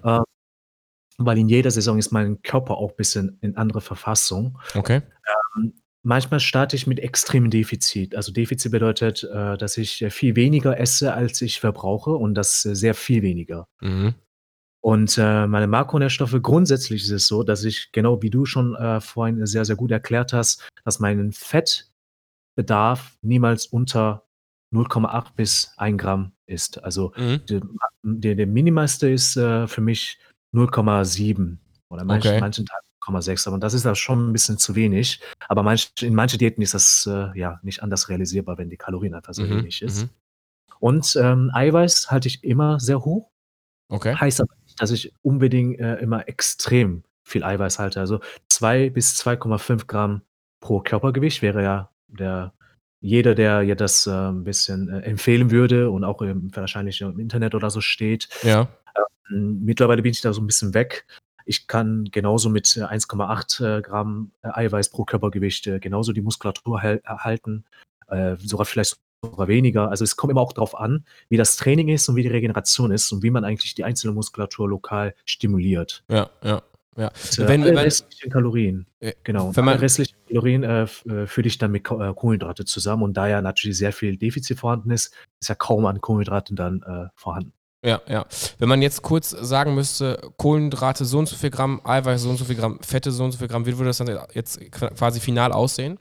weil in jeder Saison ist mein Körper auch ein bisschen in anderer Verfassung. Okay. Manchmal starte ich mit extremem Defizit. Also Defizit bedeutet, dass ich viel weniger esse, als ich verbrauche und das sehr viel weniger. Mhm. Und meine Makronährstoffe, grundsätzlich ist es so, dass ich, genau wie du schon vorhin sehr, sehr gut erklärt hast, dass mein Fettbedarf niemals unter 0,8 bis 1 Gramm ist. Also der Minimalste ist für mich 0,7 oder manchen Tagen 0,6, aber das ist da schon ein bisschen zu wenig. Aber in manchen Diäten ist das nicht anders realisierbar, wenn die Kalorien einfach so wenig ist. Und Eiweiß halte ich immer sehr hoch. Okay. Heißt aber nicht, dass ich unbedingt immer extrem viel Eiweiß halte. Also 2 bis 2,5 Gramm pro Körpergewicht wäre ja jeder, der ja das ein bisschen empfehlen würde und auch wahrscheinlich im Internet oder so steht. Ja. Mittlerweile bin ich da so ein bisschen weg. Ich kann genauso mit 1,8 Gramm Eiweiß pro Körpergewicht genauso die Muskulatur halten, vielleicht sogar weniger. Also es kommt immer auch darauf an, wie das Training ist und wie die Regeneration ist und wie man eigentlich die einzelne Muskulatur lokal stimuliert. Ja. Alle restlichen Kalorien, genau. Wenn man, alle restlichen Kalorien fülle ich dann mit Kohlenhydrate zusammen und da ja natürlich sehr viel Defizit vorhanden ist ja kaum an Kohlenhydraten dann vorhanden. Ja. Wenn man jetzt kurz sagen müsste, Kohlenhydrate so und so viel Gramm, Eiweiß so und so viel Gramm, Fette so und so viel Gramm, wie würde das dann jetzt quasi final aussehen?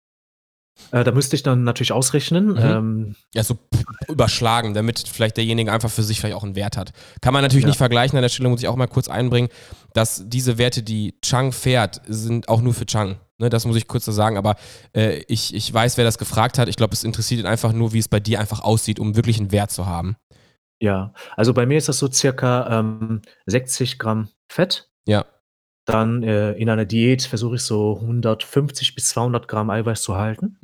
Da müsste ich dann natürlich ausrechnen. Ja, so überschlagen, damit vielleicht derjenige einfach für sich vielleicht auch einen Wert hat. Kann man natürlich nicht vergleichen, an der Stelle muss ich auch mal kurz einbringen, dass diese Werte, die Chang fährt, sind auch nur für Chang. Ne, das muss ich kurz so sagen, aber ich weiß, wer das gefragt hat. Ich glaube, es interessiert ihn einfach nur, wie es bei dir einfach aussieht, um wirklich einen Wert zu haben. Ja, also bei mir ist das so circa 60 Gramm Fett. Ja. Dann in einer Diät versuche ich so 150 bis 200 Gramm Eiweiß zu halten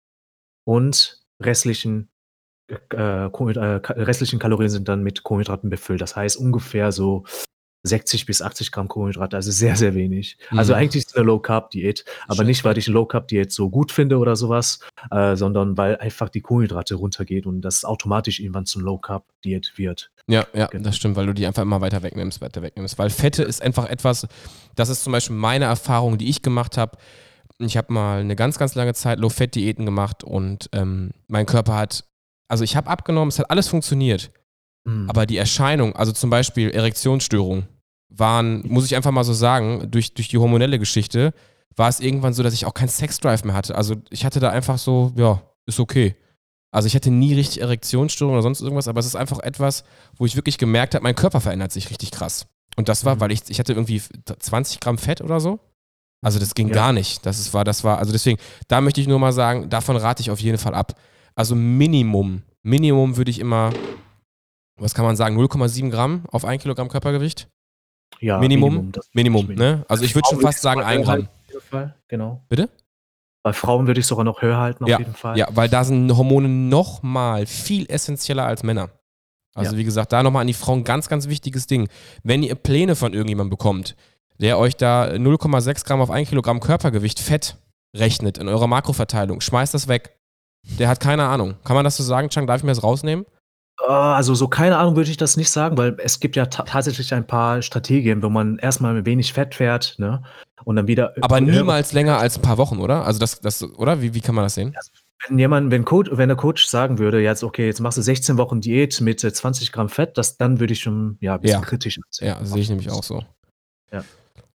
und restlichen Kalorien sind dann mit Kohlenhydraten befüllt. Das heißt ungefähr so 60 bis 80 Gramm Kohlenhydrate, also sehr, sehr wenig. Also eigentlich ist es eine Low-Carb-Diät, aber nicht, weil ich eine Low-Carb-Diät so gut finde oder sowas, sondern weil einfach die Kohlenhydrate runtergeht und das automatisch irgendwann zum Low-Carb-Diät wird. Ja, das stimmt, weil du die einfach immer weiter wegnimmst. Weil Fette ist einfach etwas, das ist zum Beispiel meine Erfahrung, die ich gemacht habe. Ich habe mal eine ganz, ganz lange Zeit Low-Fat-Diäten gemacht und mein Körper also ich habe abgenommen, es hat alles funktioniert. Aber die Erscheinung, also zum Beispiel Erektionsstörungen, muss ich einfach mal so sagen, durch die hormonelle Geschichte, war es irgendwann so, dass ich auch keinen Sexdrive mehr hatte. Also ich hatte da einfach so, ja, ist okay. Also ich hatte nie richtig Erektionsstörungen oder sonst irgendwas, aber es ist einfach etwas, wo ich wirklich gemerkt habe, mein Körper verändert sich richtig krass. Und das war, weil ich hatte irgendwie 20 Gramm Fett oder so. Also das ging gar nicht. Also deswegen, da möchte ich nur mal sagen, davon rate ich auf jeden Fall ab. Also Minimum würde ich immer, was kann man sagen, 0,7 Gramm auf 1 Kilogramm Körpergewicht? Ja, Minimum, ne? Also ich würde schon fast sagen 1 Gramm. Genau. Bitte? Bei Frauen würde ich sogar noch höher halten, auf jeden Fall. Ja, weil da sind Hormone nochmal viel essentieller als Männer. Also wie gesagt, da nochmal an die Frauen ganz, ganz wichtiges Ding. Wenn ihr Pläne von irgendjemandem bekommt, der euch da 0,6 Gramm auf 1 Kilogramm Körpergewicht Fett rechnet in eurer Makroverteilung, schmeißt das weg. Der hat keine Ahnung. Kann man das so sagen, Chang? Darf ich mir das rausnehmen? Also so keine Ahnung würde ich das nicht sagen, weil es gibt ja tatsächlich ein paar Strategien, wo man erstmal mit wenig Fett fährt, ne? Und dann wieder. Aber niemals länger als ein paar Wochen, oder? Also oder? Wie kann man das sehen? Also wenn der Coach sagen würde, jetzt okay, jetzt machst du 16 Wochen Diät mit 20 Gramm Fett, dann würde ich schon ein bisschen kritisch ansehen. Ja, sehe ich nämlich auch so. Ja.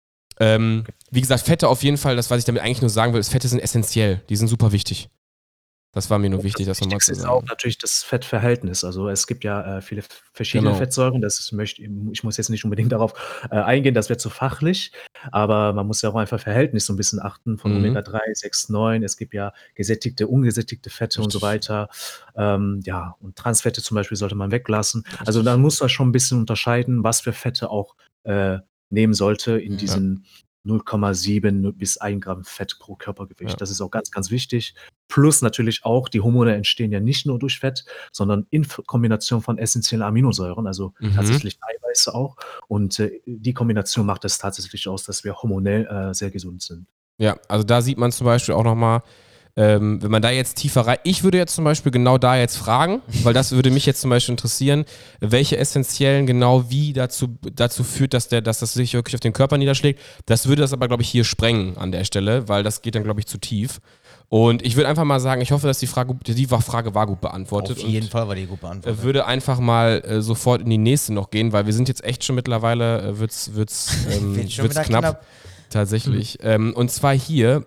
Wie gesagt, Fette auf jeden Fall, das, was ich damit eigentlich nur sagen will, ist, Fette sind essentiell. Die sind super wichtig. Das war mir nur wichtig, das nochmal zu sagen. Das ist auch natürlich das Fettverhältnis. Also es gibt ja viele verschiedene Fettsäuren. Ich muss jetzt nicht unbedingt darauf eingehen, das wäre zu fachlich, aber man muss ja auch einfach Verhältnis so ein bisschen achten von Omega-3, 6, 9. Es gibt ja gesättigte, ungesättigte Fette und so weiter. Und Transfette zum Beispiel sollte man weglassen. Also da muss man schon ein bisschen unterscheiden, was für Fette auch nehmen sollte in diesen 0,7 bis 1 Gramm Fett pro Körpergewicht. Ja. Das ist auch ganz, ganz wichtig. Plus natürlich auch, die Hormone entstehen ja nicht nur durch Fett, sondern in Kombination von essentiellen Aminosäuren, also tatsächlich Eiweiße auch. Und die Kombination macht es tatsächlich aus, dass wir hormonell sehr gesund sind. Ja, also da sieht man zum Beispiel auch nochmal, wenn man da jetzt tiefer rein. Ich würde jetzt zum Beispiel genau da jetzt fragen, weil das würde mich jetzt zum Beispiel interessieren, welche essentiellen genau wie dazu führt, dass das sich wirklich auf den Körper niederschlägt. Das würde das aber, glaube ich, hier sprengen an der Stelle, weil das geht dann, glaube ich, zu tief. Und ich würde einfach mal sagen, ich hoffe, dass die Frage war gut beantwortet. Auf jeden Fall war die gut beantwortet. Würde einfach mal sofort in die nächste noch gehen, weil wir sind jetzt echt schon mittlerweile, wird's knapp. Tatsächlich. Und zwar hier,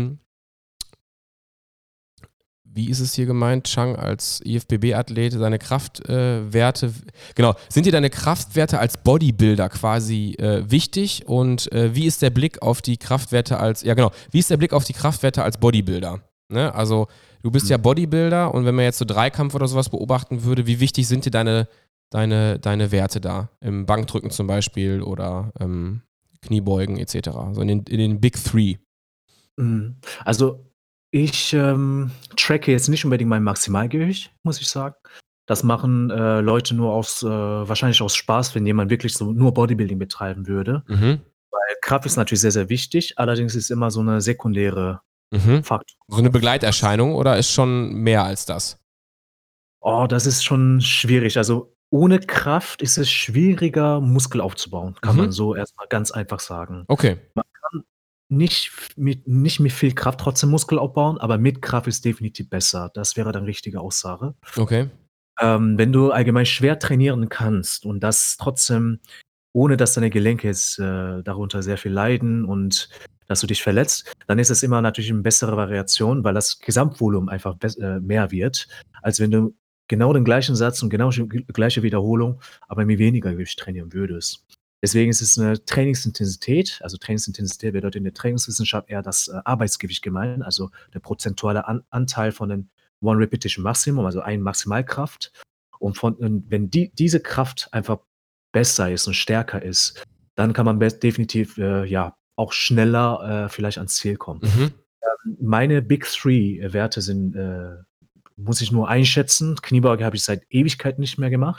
wie ist es hier gemeint, Chang als IFBB-Athlet, seine Kraftwerte, sind dir deine Kraftwerte als Bodybuilder quasi wichtig und wie ist der Blick auf die Kraftwerte als Bodybuilder? Ne? Also du bist ja Bodybuilder und wenn man jetzt so Dreikampf oder sowas beobachten würde, wie wichtig sind dir deine Werte da? Im Bankdrücken zum Beispiel oder Kniebeugen etc. So in den Big Three. Also ich tracke jetzt nicht unbedingt mein Maximalgewicht, muss ich sagen. Das machen Leute nur wahrscheinlich aus Spaß, wenn jemand wirklich so nur Bodybuilding betreiben würde. Weil Kraft ist natürlich sehr, sehr wichtig, allerdings ist es immer so eine sekundäre Faktor. So eine Begleiterscheinung oder ist schon mehr als das? Oh, das ist schon schwierig. Also ohne Kraft ist es schwieriger, Muskel aufzubauen, kann man so erstmal ganz einfach sagen. Okay. Man kann nicht mit viel Kraft trotzdem Muskel aufbauen, aber mit Kraft ist definitiv besser. Das wäre dann richtige Aussage. Okay. Wenn du allgemein schwer trainieren kannst und das trotzdem, ohne dass deine Gelenke jetzt darunter sehr viel leiden und dass du dich verletzt, dann ist es immer natürlich eine bessere Variation, weil das Gesamtvolumen einfach mehr wird, als wenn du genau den gleichen Satz und genau die gleiche Wiederholung, aber mit weniger Gewicht trainieren würdest. Deswegen ist es eine Trainingsintensität, also Trainingsintensität bedeutet in der Trainingswissenschaft eher das Arbeitsgewicht gemeint, also der prozentuale Anteil von den One Repetition Maximum, also eine Maximalkraft. Und wenn diese Kraft einfach besser ist und stärker ist, dann kann man definitiv auch schneller vielleicht ans Ziel kommen. Meine Big Three Werte sind, muss ich nur einschätzen. Kniebeuge habe ich seit Ewigkeit nicht mehr gemacht.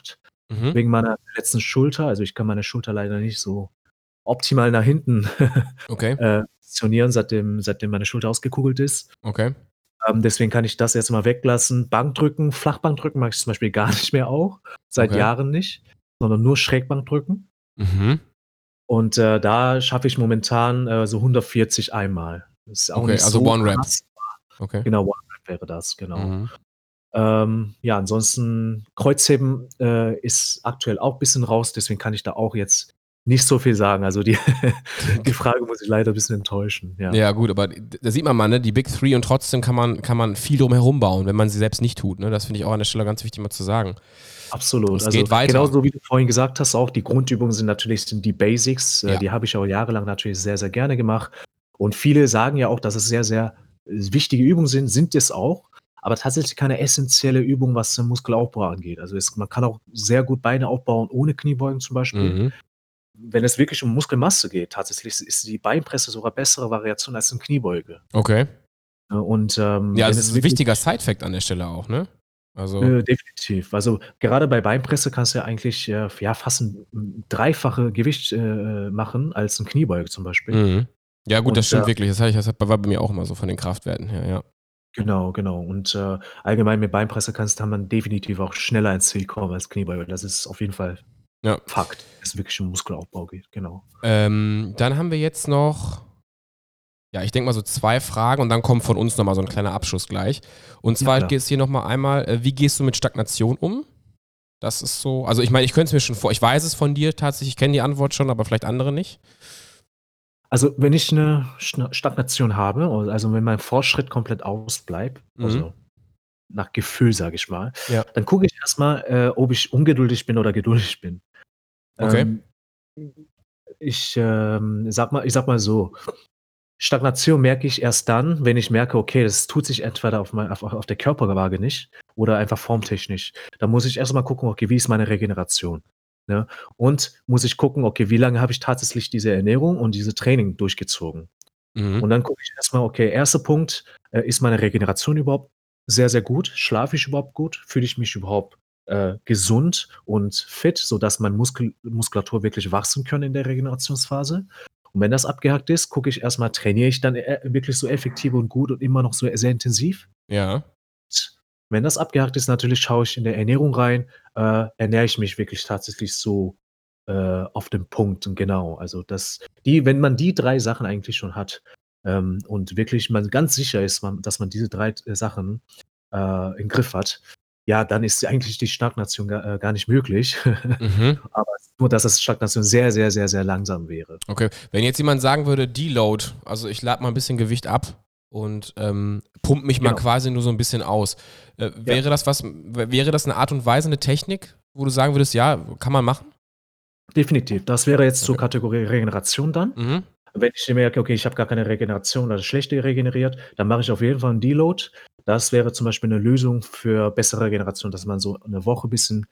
Mhm. wegen meiner letzten Schulter. Also, ich kann meine Schulter leider nicht so optimal nach hinten Okay, positionieren, seitdem meine Schulter ausgekugelt ist. okay, Deswegen kann ich das jetzt mal weglassen. Bankdrücken, Flachbankdrücken mache ich zum Beispiel gar nicht mehr auch, seit okay. Jahren nicht, sondern nur Schrägbankdrücken. Mhm. Und, da schaffe ich momentan, so 140 einmal. Das ist auch Okay, nicht also so One Rep. krass. Okay. Genau, One-Rep wäre das, genau. Mhm. Ja, ansonsten Kreuzheben, ist aktuell auch bisschen raus, deswegen kann ich da auch jetzt nicht so viel sagen. Also, die die Frage muss ich leider bisschen enttäuschen, ja. Ja, gut, aber da sieht man mal, ne, die Big Three und trotzdem kann man viel drum herum bauen, wenn man sie selbst nicht tut, ne? Das finde ich auch an der Stelle ganz wichtig mal zu sagen. Absolut. Es Also, geht weiter. genauso wie du vorhin gesagt hast auch, die Grundübungen sind die Basics, Ja. die habe ich auch jahrelang natürlich sehr, sehr gerne gemacht. Und viele sagen ja auch, dass es sehr, sehr, wichtige Übungen sind es auch, aber tatsächlich keine essenzielle Übung, was den Muskelaufbau angeht. Also, man kann auch sehr gut Beine aufbauen ohne Kniebeugen zum Beispiel. Mhm. Wenn es wirklich um Muskelmasse geht, tatsächlich ist die Beinpresse sogar bessere Variation als 'ne Kniebeuge. Okay. Und, Ja, wenn also es es ist 'n wirklich wichtiger Side-Fact an der Stelle auch, ne? Also definitiv. Also, gerade bei Beinpresse kannst du ja eigentlich, ja, fast 'n dreifache Gewicht, machen als 'n Kniebeuge zum Beispiel. mhm. Ja gut, das Und, stimmt wirklich. Das war bei mir auch immer so von den Kraftwerten her, ja. genau, genau. Und, allgemein mit Beinpresse kann man definitiv auch schneller ins Ziel kommen als Kniebeuge. Das ist auf jeden Fall Ja. Fakt, wenn es wirklich um Muskelaufbau geht, genau. Dann haben wir jetzt noch, ja, ich denke mal so 2 Fragen und dann kommt von uns noch mal so 'n kleiner Abschluss gleich. Und Ja, zwar klar. geht's hier noch mal einmal, wie gehst du mit Stagnation um? Das ist so, also ich meine, ich könnte es mir schon ich weiß es von dir tatsächlich, ich kenne die Antwort schon, aber vielleicht andere nicht. Also, wenn ich 'ne Stagnation habe, also, wenn mein Fortschritt komplett ausbleibt, Mhm. also nach Gefühl, sage ich mal, Ja. dann gucke ich erst mal, ob ich ungeduldig bin oder geduldig bin. Okay. Ähm, ich sage mal so, Stagnation merke ich erst dann, wenn ich merke, okay, das tut sich entweder auf der Körperwaage nicht oder einfach formtechnisch. Da muss ich erst mal gucken, okay, wie ist meine Regeneration, ne? Und muss ich gucken, okay, wie lange habe ich tatsächlich diese Ernährung und diese Training durchgezogen? Mhm. Und dann gucke ich erst mal, okay, erster Punkt, ist meine Regeneration überhaupt sehr, sehr gut? Schlafe ich überhaupt gut? Fühle ich mich überhaupt, gesund und fit, sodass Muskulatur wirklich wachsen können in der Regenerationsphase? Und wenn das abgehakt ist, gucke ich erst mal, trainiere ich dann, wirklich so effektiv und gut und immer noch so sehr intensiv? Ja. Wenn das abgehakt ist, natürlich schaue ich in der Ernährung rein, ernähre ich mich wirklich tatsächlich so, auf den Punkt und genau. Also, wenn man die 3 Sachen eigentlich schon hat, und wirklich man ganz sicher ist, dass man diese 3 Sachen, im Griff hat, ja, dann ist eigentlich die Stagnation gar nicht möglich. Mhm. Aber nur, dass das Stagnation sehr, sehr, sehr, sehr langsam wäre. Okay. Wenn jetzt jemand sagen würde, Deload, also ich lade mal ein bisschen Gewicht ab und, pumpe mich mal Genau, quasi nur so ein bisschen aus. ja, Wäre das eine Art und Weise, eine Technik, wo du sagen würdest: „Ja, kann man machen?“ definitiv. Das wäre jetzt zur Okay. Kategorie Regeneration dann. Mhm. Wenn ich merke, okay, ich habe gar keine Regeneration oder schlecht regeneriert, dann mache ich auf jeden Fall 'n Deload. Das wäre zum Beispiel 'ne Lösung für bessere Regeneration, dass man so 'ne Woche bisschen,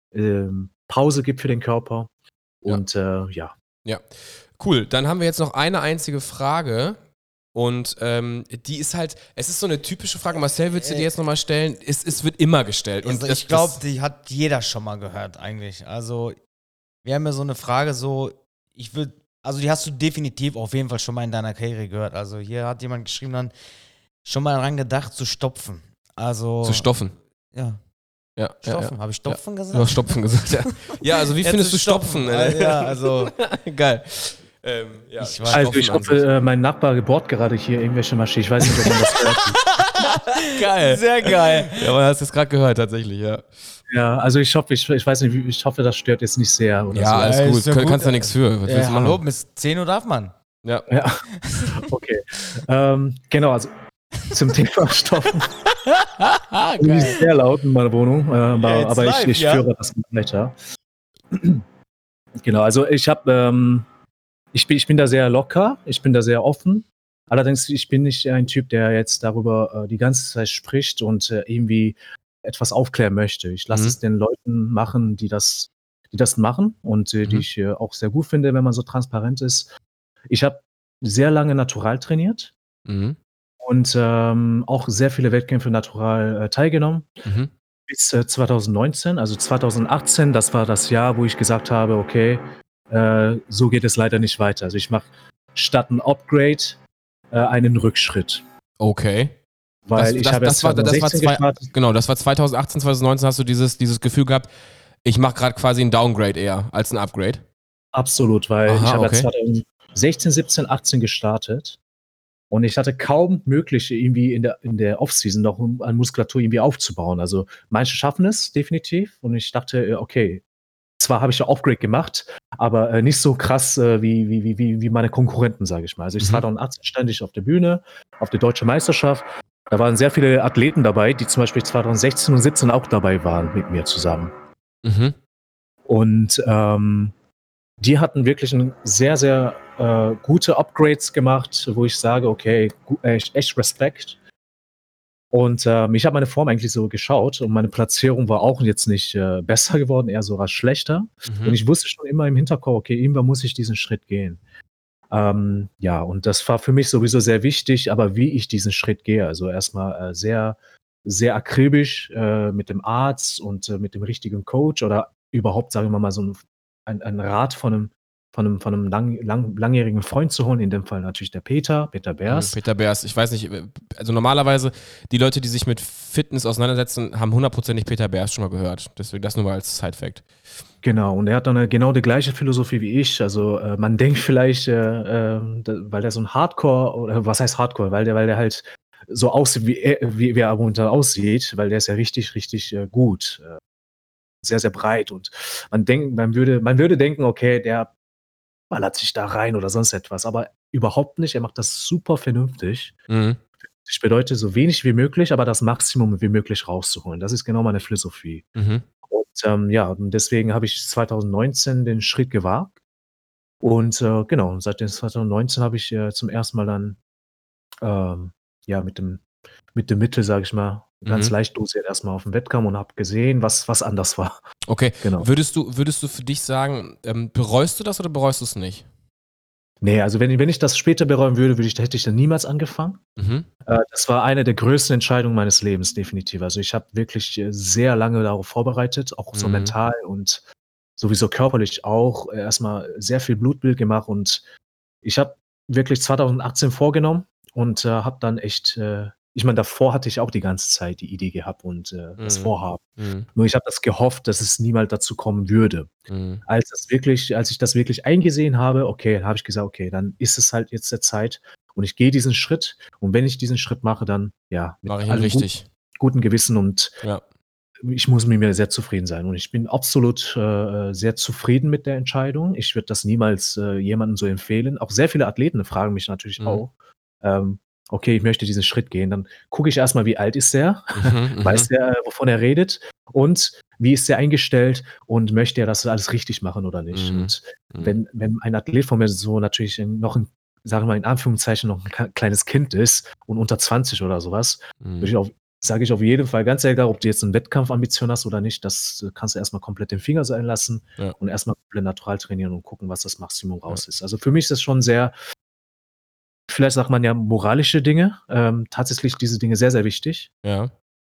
Pause gibt für den Körper Ja, und, ja. ja. Cool. Dann haben wir jetzt noch eine einzige Frage und, die ist halt, es ist so eine typische Frage. Marcel, würdest du dir jetzt noch mal stellen? Es wird immer gestellt und Also ich glaube, die hat jeder schon mal gehört eigentlich. Also, wir haben ja so eine Frage so, ich würde also die hast du definitiv auf jeden Fall schon mal in deiner Karriere gehört. Also, hier hat jemand geschrieben dann: „Schon mal dran gedacht zu stopfen?“ zu Also, stopfen. ja, Ja, ja, ja. Stopfen. Habe ich Ja. Stopfen Du hast gesagt? Stopfen gesagt, ja. Ja, also wie Jetzt findest du ist Stopfen? Ja, also Geil. Ja, Ich weiß. Also, Stopfen ich an sich. hoffe, mein Nachbar bohrt gerade hier irgendwelche Maschinen. Ich weiß nicht, ob man das hört. Geil. Sehr geil. Ja, man hat es gerade gehört, tatsächlich, ja. Ja, also, ich weiß nicht, ich hoffe, das stört jetzt nicht sehr oder Ja, so. alles gut. Ist ja gut. Kannst da nichts für. Was willst du Hallo, machen? bis 10 Uhr darf man. Ja. Ja, okay. Genau, also zum Thema Stopfen. Ist Geil. sehr laut in meiner Wohnung, Jetzt aber live, ich ja? führe das weiter. Genau, also ich bin da sehr locker, ich bin da sehr offen. Allerdings, ich bin nicht ein Typ, der jetzt darüber, die ganze Zeit spricht und, irgendwie etwas aufklären möchte. Ich lasse Mhm. es den Leuten machen, die das machen und, die Mhm. ich, auch sehr gut finde, wenn man so transparent ist. Ich habe sehr lange natural trainiert Mhm. und, auch sehr viele Wettkämpfe natural, teilgenommen. Mhm. bis 2019. Also 2018, das war das Jahr, wo ich gesagt habe, okay, so geht es leider nicht weiter. Also ich mache statt ein Upgrade einen Rückschritt. Okay. Weil ich habe erst 2016 gestartet. Genau, das war 2018, 2019 hast du dieses Gefühl gehabt, ich mache gerade quasi ein Downgrade eher als ein Upgrade. Absolut, weil ich habe 2016, 17, 18 gestartet und ich hatte kaum mögliche irgendwie in der Offseason noch an Muskulatur irgendwie aufzubauen. Also manche schaffen es definitiv und ich dachte, okay, zwar habe ich ja Upgrade gemacht, aber nicht so krass wie meine Konkurrenten, sage ich mal. Also 2018 stand ich auf der Bühne, auf der Deutschen Meisterschaft. Da waren sehr viele Athleten dabei, die zum Beispiel 2016 und 17 auch dabei waren mit mir zusammen. Mhm. Und die hatten wirklich sehr, sehr gute Upgrades gemacht, wo ich sage, okay, echt Respekt. Und ich habe meine Form eigentlich so geschaut und meine Platzierung war auch jetzt nicht besser geworden, eher sogar schlechter. Und ich wusste schon immer im Hinterkopf, okay, irgendwann muss ich diesen Schritt gehen. Ja, und das war für mich sowieso sehr wichtig, aber wie ich diesen Schritt gehe, also erstmal sehr, sehr akribisch mit dem Arzt und mit dem richtigen Coach oder überhaupt, sagen wir mal, so ein Rat von einem langjährigen Freund zu holen, in dem Fall natürlich der Peter Beers. Peter Beers, ich weiß nicht, also normalerweise die Leute, die sich mit Fitness auseinandersetzen, haben hundertprozentig Peter Beers schon mal gehört. Deswegen das nur mal als Side-Fact. Genau, und er hat dann genau die gleiche Philosophie wie ich. Also man denkt vielleicht, weil der so ein Hardcore, oder was heißt Hardcore, weil der halt so aussieht, wie er momentan aussieht, weil der ist ja richtig, richtig gut. Sehr, sehr breit. Und man würde denken, okay, der ballert sich da rein oder sonst etwas, aber überhaupt nicht. Er macht das super vernünftig. Ich bedeutet, so wenig wie möglich, aber das Maximum wie möglich rauszuholen. Das ist genau meine Philosophie. Und ja, und deswegen habe ich 2019 den Schritt gewagt. Und genau, seit 2019 habe ich zum ersten Mal dann ja, mit dem Mittel, sage ich mal, ganz leicht dosiert erstmal auf dem Wettkampf und habe gesehen, was anders war. Okay, Genau. würdest du für dich sagen, bereust du das oder bereust du es nicht? Nee, also wenn ich das später bereuen würde, hätte ich dann niemals angefangen. Das war eine der größten Entscheidungen meines Lebens, definitiv. Also ich habe wirklich sehr lange darauf vorbereitet, auch so mental und sowieso körperlich auch erstmal sehr viel Blutbild gemacht und ich habe wirklich 2018 vorgenommen und habe dann echt ich meine, davor hatte ich auch die ganze Zeit die Idee gehabt und das Vorhaben. Nur ich habe das gehofft, dass es niemals dazu kommen würde. Als ich das wirklich eingesehen habe, okay, dann habe ich gesagt: „Okay, dann ist es halt jetzt der Zeit und ich gehe diesen Schritt und wenn ich diesen Schritt mache, dann, ja, mit Mache ich ihn allem richtig. guten Gewissen und Ja. ich muss mit mir sehr zufrieden sein und ich bin absolut sehr zufrieden mit der Entscheidung. Ich würde das niemals jemandem so empfehlen. Auch sehr viele Athleten fragen mich natürlich auch, okay, ich möchte diesen Schritt gehen. Dann gucke ich erstmal, wie alt ist der? Weiß der, wovon er redet? Und wie ist der eingestellt? Und möchte er das alles richtig machen oder nicht? Und wenn ein Athlet von mir so natürlich noch ein, sagen wir mal in Anführungszeichen, noch ein kleines Kind ist und unter 20 oder sowas, sage ich auf jeden Fall, ganz egal, ob du jetzt 'n Wettkampfambition hast oder nicht, das kannst du erst mal komplett den Finger sein lassen und erst mal komplett natural trainieren und gucken, was das Maximum raus ist. Also, für mich ist das schon sehr, vielleicht sagt man ja, moralische Dinge, tatsächlich diese Dinge sehr, sehr wichtig, Ja.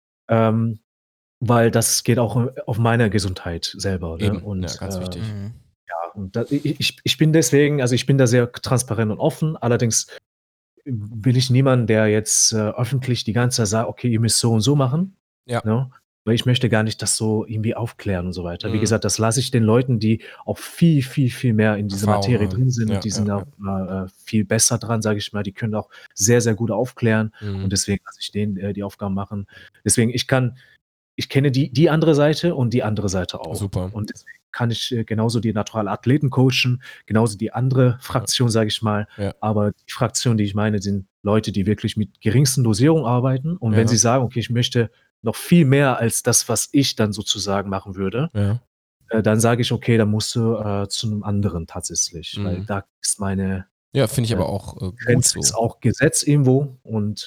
weil das geht auch auf meine Gesundheit selber, ne? Eben, ja, Und ganz wichtig. ja, und da ich bin deswegen, also, ich bin da sehr transparent und offen. Allerdings bin ich niemand, der jetzt öffentlich die ganze Zeit sagt: „Okay, ihr müsst so und so machen“, Ja. ne? Weil ich möchte gar nicht das so irgendwie aufklären und so weiter. Wie gesagt, das lasse ich den Leuten, die auch viel, viel, viel mehr in dieser Erfahrung Materie haben. drin sind. Ja, Die sind ja, auch viel besser dran, sage ich mal. Die können auch sehr, sehr gut aufklären und deswegen lasse ich denen die Aufgaben machen. Deswegen, ich kenne die andere Seite und die andere Seite auch. Super. Und deswegen kann ich genauso die Natural-Athleten coachen, genauso die andere Fraktion, sage ich mal. Ja. Aber die Fraktion, die ich meine, sind Leute, die wirklich mit geringsten Dosierungen arbeiten. Und wenn sie sagen: „Okay, ich möchte noch viel mehr als das, was ich dann sozusagen machen würde“, dann sage ich: „Okay, dann musst du zu 'nem anderen tatsächlich“, weil da ist meine Ja, finde ich aber auch gut Grenze so. ist auch Gesetz irgendwo und ja.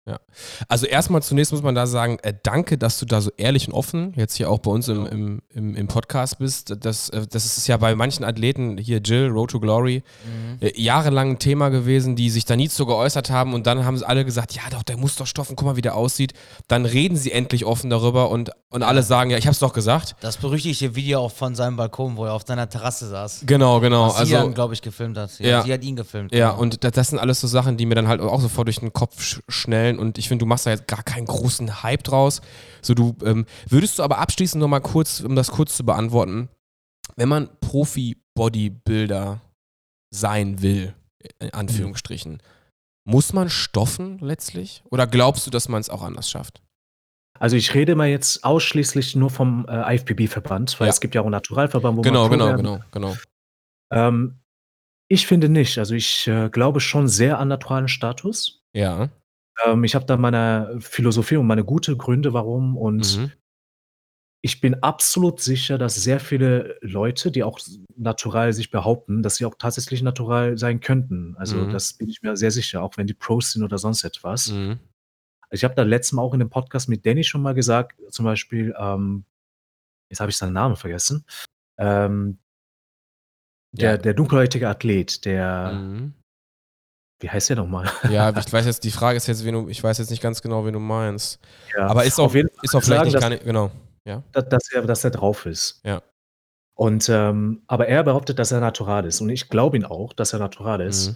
Ja. Also erstmal zunächst muss man da sagen, danke, dass du da so ehrlich und offen jetzt hier auch bei uns im Podcast bist. Das ist ja bei manchen Athleten, hier Jill, Road to Glory, jahrelang ein Thema gewesen, die sich da nie zu geäußert haben und dann haben sie alle gesagt, ja doch, der muss doch stoffen, guck mal, wie der aussieht. Dann reden sie endlich offen darüber und alle sagen, ja, ich hab's doch gesagt. Das berüchtigte Video auch von seinem Balkon, wo er auf seiner Terrasse saß. Genau. Was sie glaube ich, gefilmt hat. Ja, sie hat ihn gefilmt. Ja, genau. und das sind alles so Sachen, die mir dann halt auch sofort durch den Kopf schnellen und ich finde, du machst da jetzt gar keinen großen Hype draus. So, würdest du aber abschließend nochmal kurz, um das kurz zu beantworten, wenn man Profi-Bodybuilder sein will, in Anführungsstrichen, muss man stoffen letztlich? Oder glaubst du, dass man es auch anders schafft? Also ich rede mal jetzt ausschließlich nur vom IFBB-Verband, weil es gibt ja auch einen Naturalverband, wo man Genau. Ich finde nicht. Also ich glaube schon sehr an naturalen Status. Ja. Ich habe da meine Philosophie und meine gute Gründe, warum. Und ich bin absolut sicher, dass sehr viele Leute, die auch natural sich behaupten, dass sie auch tatsächlich natural sein könnten. Also das bin ich mir sehr sicher, auch wenn die Pros sind oder sonst etwas. Ich habe da letztes Mal auch in dem Podcast mit Danny schon mal gesagt, zum Beispiel, jetzt habe ich seinen Namen vergessen, der dunkelhäutige Athlet, wie heißt der nochmal? Ja, ich weiß jetzt, die Frage ist jetzt, ich weiß jetzt nicht ganz genau, wen du meinst. Ja, aber ist auch vielleicht nicht gar nicht, genau. Ja. Dass er drauf ist. Ja. Und, aber er behauptet, dass er natural ist. Und ich glaube ihn auch, dass er natural ist.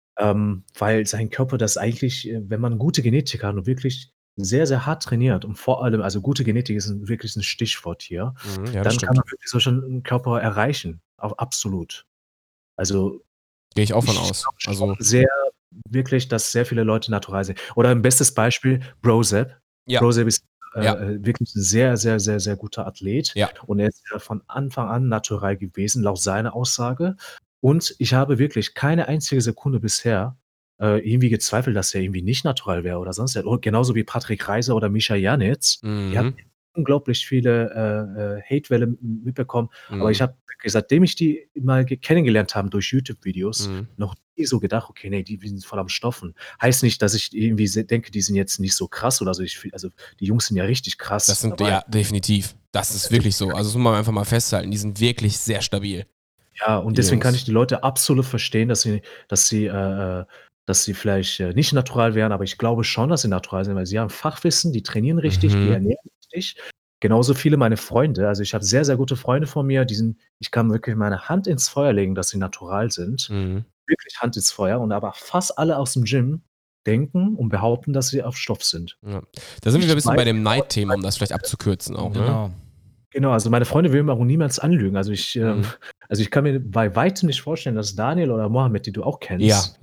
Weil sein Körper das eigentlich, wenn man gute Genetik hat und wirklich sehr, sehr hart trainiert und vor allem, also gute Genetik ist wirklich ein Stichwort hier, Ja, dann kann man wirklich so schon einen Körper erreichen. Auch absolut. Also gehe ich auch von aus. Also sehr wirklich, dass sehr viele Leute natural sind. Oder ein bestes Beispiel, Brozep. Ja. Brozep ist wirklich ein sehr, sehr, sehr, sehr guter Athlet. Ja. Und er ist ja von Anfang an natural gewesen, laut seiner Aussage. Und ich habe wirklich keine einzige Sekunde bisher irgendwie gezweifelt, dass er irgendwie nicht natural wäre oder sonst was. Genauso wie Patrick Reiser oder Mischa Janitz. Die hatten unglaublich viele Hatewelle mitbekommen. Aber ich habe, seitdem ich die mal kennengelernt habe durch YouTube-Videos, noch nie so gedacht, okay, nee, die sind voll am Stoffen. Heißt nicht, dass ich irgendwie denke, die sind jetzt nicht so krass oder so. Also die Jungs sind ja richtig krass. Das sind, ja, definitiv. Das ist wirklich so. Also das muss man einfach mal festhalten. Die sind wirklich sehr stabil. Ja, und deswegen kann ich die Leute absolut verstehen, dass sie vielleicht nicht natural wären, aber ich glaube schon, dass sie natural sind, weil sie haben Fachwissen, die trainieren richtig, die ernähren richtig. Genauso viele meine Freunde, also ich habe sehr, sehr gute Freunde von mir, ich kann wirklich meine Hand ins Feuer legen, dass sie natural sind. Wirklich Hand ins Feuer. Und aber fast alle aus dem Gym denken und behaupten, dass sie auf Stoff sind. Ja. Da sind wir ein bisschen bei dem Neid-Thema, um das vielleicht abzukürzen auch. Genau. Ne? Genau, also meine Freunde würden mir auch niemals anlügen. Also ich kann mir bei weitem nicht vorstellen, dass Daniel oder Mohammed, die du auch kennst,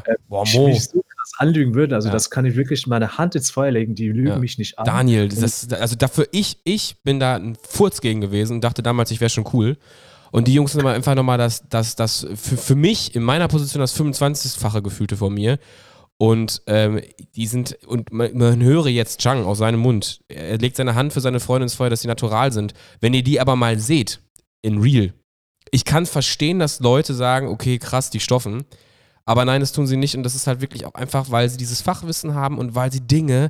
mich so krass anlügen würden. Also das kann ich wirklich meine Hand ins Feuer legen, die lügen mich nicht an. Daniel, also dafür ich bin da ein Furz gegen gewesen, dachte damals, ich wäre schon cool. Und die Jungs sind immer einfach nochmal das für mich in meiner Position das 25-fache Gefühlte von mir. Und die sind, und man höre jetzt Chang aus seinem Mund, er legt seine Hand für seine Freunde ins Feuer, dass sie natural sind. Wenn ihr die aber mal seht, in real, ich kann verstehen, dass Leute sagen, okay, krass, die stoffen, aber nein, das tun sie nicht und das ist halt wirklich auch einfach, weil sie dieses Fachwissen haben und weil sie Dinge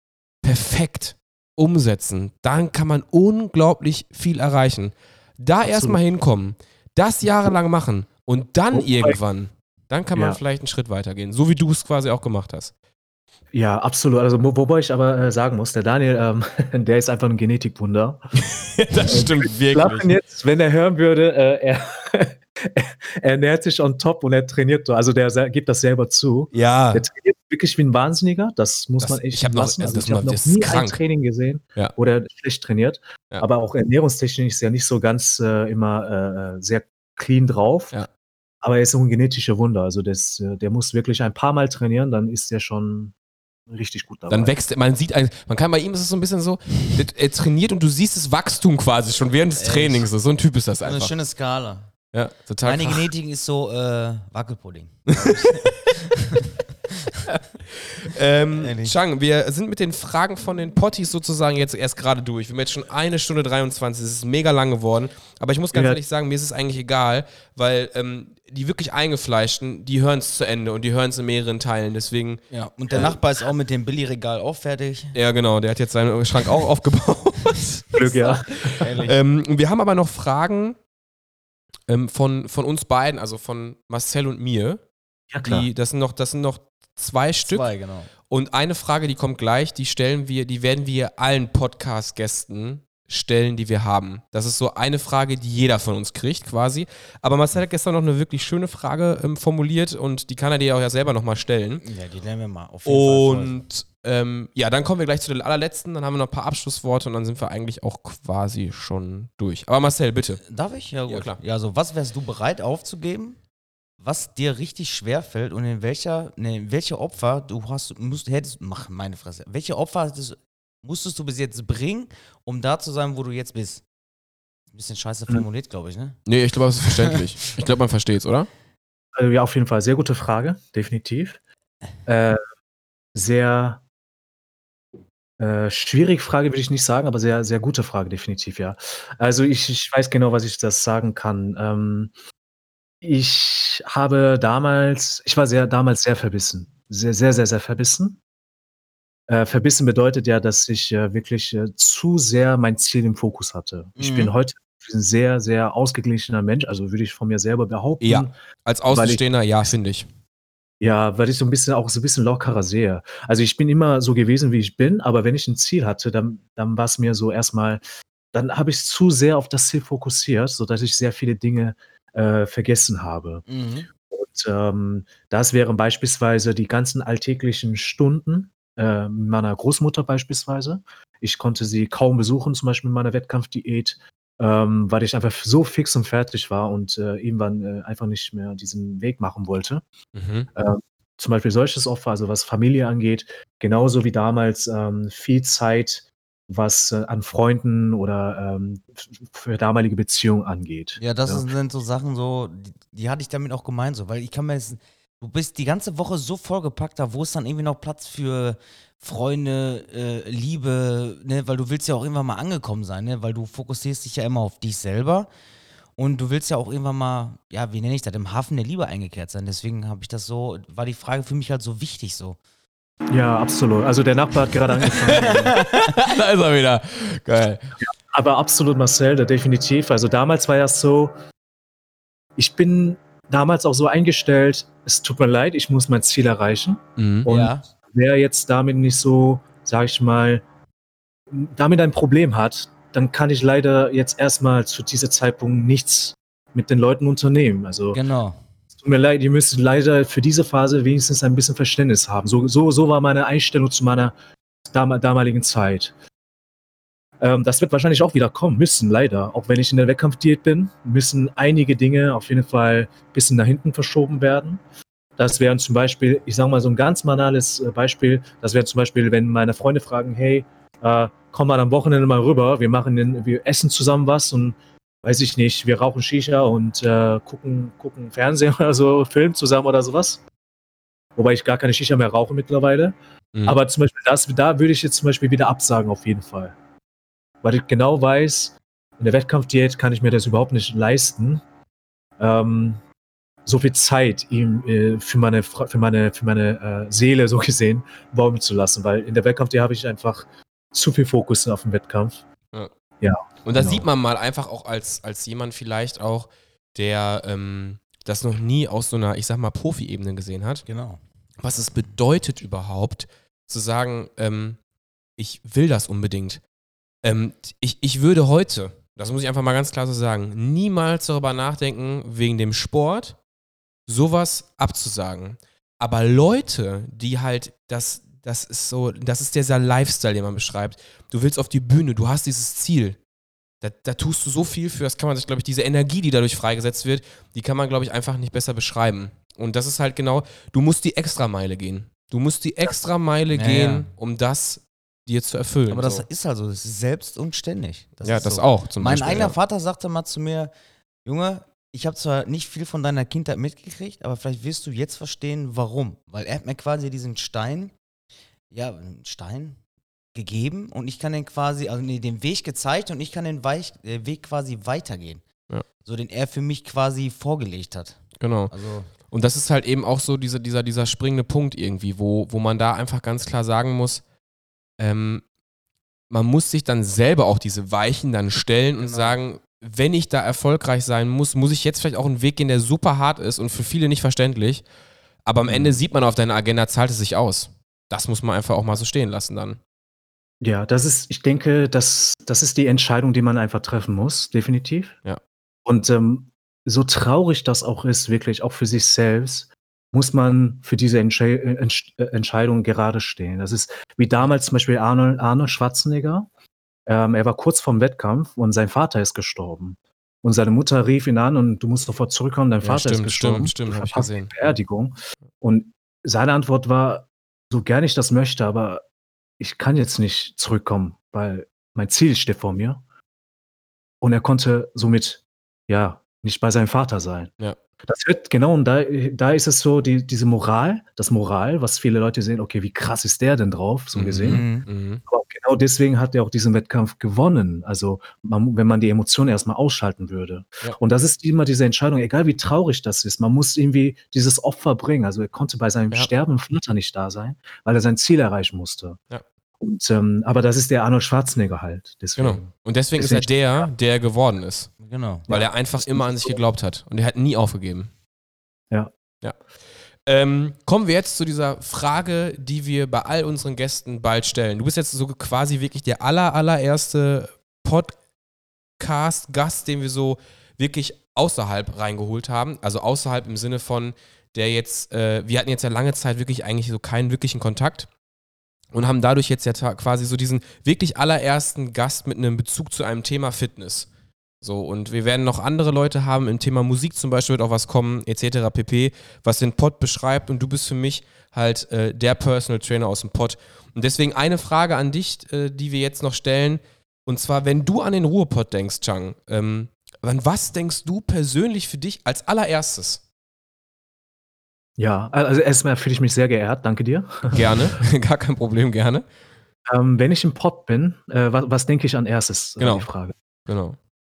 perfekt umsetzen. Dann kann man unglaublich viel erreichen. Da erstmal hinkommen, das jahrelang machen und dann irgendwann... Dann kann man vielleicht einen Schritt weitergehen, so wie du es quasi auch gemacht hast. Ja, absolut. Also, wobei ich aber sagen muss, der Daniel, der ist einfach ein Genetikwunder. Das stimmt wirklich. Lachen jetzt, wenn er hören würde, er ernährt sich on top und er trainiert so. Also, der gibt das selber zu. Ja. Der trainiert wirklich wie ein Wahnsinniger. Das muss man echt lassen. Ich habe noch nie ein Training gesehen, wo der schlecht trainiert. Ja. Aber auch ernährungstechnisch ist er nicht so ganz immer sehr clean drauf. Ja. Aber er ist so ein genetischer Wunder. Also der muss wirklich ein paar Mal trainieren, dann ist er schon richtig gut dabei. Dann wächst, man kann bei ihm, ist es so ein bisschen so, er trainiert und du siehst das Wachstum quasi schon während des Trainings. So ein Typ ist das einfach. Eine schöne Skala. Ja, total. Meine Genetik ist so Wackelpudding. Chang, wir sind mit den Fragen von den Potties sozusagen jetzt erst gerade durch. Wir haben jetzt schon 1 Stunde 23, es ist mega lang geworden. Aber ich muss ganz ehrlich sagen, mir ist es eigentlich egal, weil die wirklich Eingefleischten, die hören es zu Ende und die hören es in mehreren Teilen, deswegen... Ja, und der Nachbar ist auch mit dem Billigregal auch fertig. Ja, genau, der hat jetzt seinen Schrank auch aufgebaut. Glück, ja. Wir haben aber noch Fragen von uns beiden, also von Marcel und mir. Ja, klar. Das sind noch 2 Stück. 2, genau. Und eine Frage, die kommt gleich, die werden wir allen Podcast-Gästen stellen, die wir haben. Das ist so eine Frage, die jeder von uns kriegt, quasi. Aber Marcel hat gestern noch eine wirklich schöne Frage formuliert und die kann er dir auch ja selber nochmal stellen. Ja, die lernen wir mal. Auf jeden Fall. Und dann kommen wir gleich zu den allerletzten, dann haben wir noch ein paar Abschlussworte und dann sind wir eigentlich auch quasi schon durch. Aber Marcel, bitte. Darf ich? Ja, gut. Ja, klar. Ja, also was wärst du bereit aufzugeben, was dir richtig schwer fällt und welche Opfer meine Fresse, welche Opfer musstest du bis jetzt bringen, um da zu sein, wo du jetzt bist? Ein bisschen scheiße formuliert, glaube ich, ne? Nee, ich glaube, das ist verständlich. Ich glaube, man versteht es, oder? Also, ja, auf jeden Fall. Sehr gute Frage, definitiv. Sehr schwierige Frage würde ich nicht sagen, aber sehr, sehr gute Frage, definitiv, ja. Also ich weiß genau, was ich das sagen kann. Ich war damals sehr verbissen. Sehr, sehr, sehr, sehr verbissen. Verbissen bedeutet ja, dass ich wirklich zu sehr mein Ziel im Fokus hatte. Ich bin heute ein sehr, sehr ausgeglichener Mensch, also würde ich von mir selber behaupten. Ja, als Außenstehender, ja, finde ich. Ja, weil ich so ein bisschen lockerer sehe. Also, ich bin immer so gewesen, wie ich bin, aber wenn ich ein Ziel hatte, dann war's mir so erstmal, dann habe ich zu sehr auf das Ziel fokussiert, sodass ich sehr viele Dinge vergessen habe. Mhm. Und, das wären beispielsweise die ganzen alltäglichen Stunden, meiner Großmutter beispielsweise. Ich konnte sie kaum besuchen, zum Beispiel in meiner Wettkampfdiät, weil ich einfach so fix und fertig war und irgendwann einfach nicht mehr diesen Weg machen wollte. Mhm. Zum Beispiel solches Opfer, also was Familie angeht, genauso wie damals viel Zeit, was an Freunden oder für damalige Beziehungen angeht. Ja, sind so Sachen so, die hatte ich damit auch gemeint, so, weil ich kann mir jetzt, du bist die ganze Woche so vollgepackt, da wo ist dann irgendwie noch Platz für Freunde, Liebe, ne, weil du willst ja auch irgendwann mal angekommen sein, ne, weil du fokussierst dich ja immer auf dich selber und du willst ja auch irgendwann mal, ja, wie nenne ich das, im Hafen der Liebe eingekehrt sein, deswegen war die Frage für mich halt so wichtig so. Ja, absolut. Also der Nachbar hat gerade angefangen. Da ist er wieder. Geil. Aber absolut, Marcel, definitiv. Also damals war ja so, ich bin damals auch so eingestellt, es tut mir leid, ich muss mein Ziel erreichen. Mhm. Und Ja. wer jetzt damit nicht so, sag ich mal, damit ein Problem hat, dann kann ich leider jetzt erstmal zu diesem Zeitpunkt nichts mit den Leuten unternehmen. Also Genau. tut mir leid, ihr müsst leider für diese Phase wenigstens ein bisschen Verständnis haben. So war meine Einstellung zu meiner damaligen Zeit. Das wird wahrscheinlich auch wieder kommen müssen, leider. Auch wenn ich in der Wettkampfdiät bin, müssen einige Dinge auf jeden Fall ein bisschen nach hinten verschoben werden. Das wären zum Beispiel, ich sage mal so ein ganz banales Beispiel, das wäre zum Beispiel, wenn meine Freunde fragen, hey, komm mal am Wochenende mal rüber, wir essen zusammen was und weiß ich nicht, wir rauchen Shisha und gucken Fernsehen oder so, Film zusammen oder sowas. Wobei ich gar keine Shisha mehr rauche mittlerweile. Mhm. Aber zum Beispiel da würde ich jetzt zum Beispiel wieder absagen auf jeden Fall. Weil ich genau weiß, in der Wettkampfdiät kann ich mir das überhaupt nicht leisten, so viel Zeit ihm für meine Seele so gesehen baumeln zu lassen, weil in der Wettkampfdiät habe ich einfach zu viel Fokus auf den Wettkampf. Ja. Und da genau. sieht man mal einfach auch als jemand vielleicht auch, der das noch nie aus so einer, ich sag mal, Profi-Ebene gesehen hat. Genau. Was es bedeutet überhaupt, zu sagen, ich will das unbedingt. Ich würde heute, das muss ich einfach mal ganz klar so sagen, niemals darüber nachdenken, wegen dem Sport sowas abzusagen. Aber Leute, die halt, das ist dieser Lifestyle, den man beschreibt. Du willst auf die Bühne, du hast dieses Ziel. Da tust du so viel für, das kann man sich, glaube ich, diese Energie, die dadurch freigesetzt wird, die kann man, glaube ich, einfach nicht besser beschreiben. Und das ist halt genau, du musst die Extrameile gehen. Du musst die Extrameile gehen, um das dir zu erfüllen. Aber das ist also, das ist selbst und ständig. Das auch zum Beispiel. Mein eigener Vater sagte mal zu mir, Junge, ich habe zwar nicht viel von deiner Kindheit mitgekriegt, aber vielleicht wirst du jetzt verstehen, warum. Weil er hat mir quasi diesen Stein gegeben und ich kann den quasi, den Weg gezeigt und ich kann den Weg quasi weitergehen. so den er für mich quasi vorgelegt hat. Genau. Also und das ist halt eben auch so dieser springende Punkt irgendwie, wo man da einfach ganz klar sagen muss, man muss sich dann selber auch diese Weichen dann stellen und sagen, wenn ich da erfolgreich sein muss ich jetzt vielleicht auch einen Weg gehen, der super hart ist und für viele nicht verständlich, aber am Ende sieht man auf deiner Agenda, zahlt es sich aus. Das muss man einfach auch mal so stehen lassen dann. Ja, ich denke, das ist die Entscheidung, die man einfach treffen muss, definitiv. Ja. Und so traurig das auch ist, wirklich auch für sich selbst, muss man für diese Entscheidung gerade stehen. Das ist wie damals zum Beispiel Arnold Schwarzenegger. Er war kurz vorm Wettkampf und sein Vater ist gestorben. Und seine Mutter rief ihn an und du musst sofort zurückkommen, dein Vater ist gestorben. Stimmt, habe ich gesehen. Beerdigung. Und seine Antwort war, so gern ich das möchte, aber ich kann jetzt nicht zurückkommen, weil mein Ziel steht vor mir. Und er konnte somit, nicht bei seinem Vater sein. Ja. Das wird genau, und da ist es so, diese Moral, was viele Leute sehen, okay, wie krass ist der denn drauf, so gesehen. Aber auch genau deswegen hat er auch diesen Wettkampf gewonnen. Also, wenn man die Emotionen erstmal ausschalten würde. Ja. Und das ist immer diese Entscheidung, egal wie traurig das ist, man muss irgendwie dieses Opfer bringen. Also, er konnte bei seinem sterbenden Vater nicht da sein, weil er sein Ziel erreichen musste. Ja. Und, aber das ist der Arnold Schwarzenegger halt. Deswegen. Genau. Und deswegen ist er der geworden ist. Genau. Weil er einfach immer an sich geglaubt hat. Und er hat nie aufgegeben. Ja. Kommen wir jetzt zu dieser Frage, die wir bei all unseren Gästen bald stellen. Du bist jetzt so quasi wirklich der allererste Podcast-Gast, den wir so wirklich außerhalb reingeholt haben. Also außerhalb im Sinne von, wir hatten jetzt ja lange Zeit wirklich eigentlich so keinen wirklichen Kontakt. Und haben dadurch jetzt ja quasi so diesen wirklich allerersten Gast mit einem Bezug zu einem Thema Fitness. So, und wir werden noch andere Leute haben, im Thema Musik zum Beispiel wird auch was kommen, etc. pp., was den Pod beschreibt, und du bist für mich halt der Personal Trainer aus dem Pod. Und deswegen eine Frage an dich, die wir jetzt noch stellen, und zwar, wenn du an den Ruhrpott denkst, Chang, an was denkst du persönlich für dich als allererstes? Ja, also erstmal fühle ich mich sehr geehrt, danke dir. Gerne, gar kein Problem, gerne. Wenn ich im Pod bin, was denke ich an erstes? Genau. Die Frage. Genau.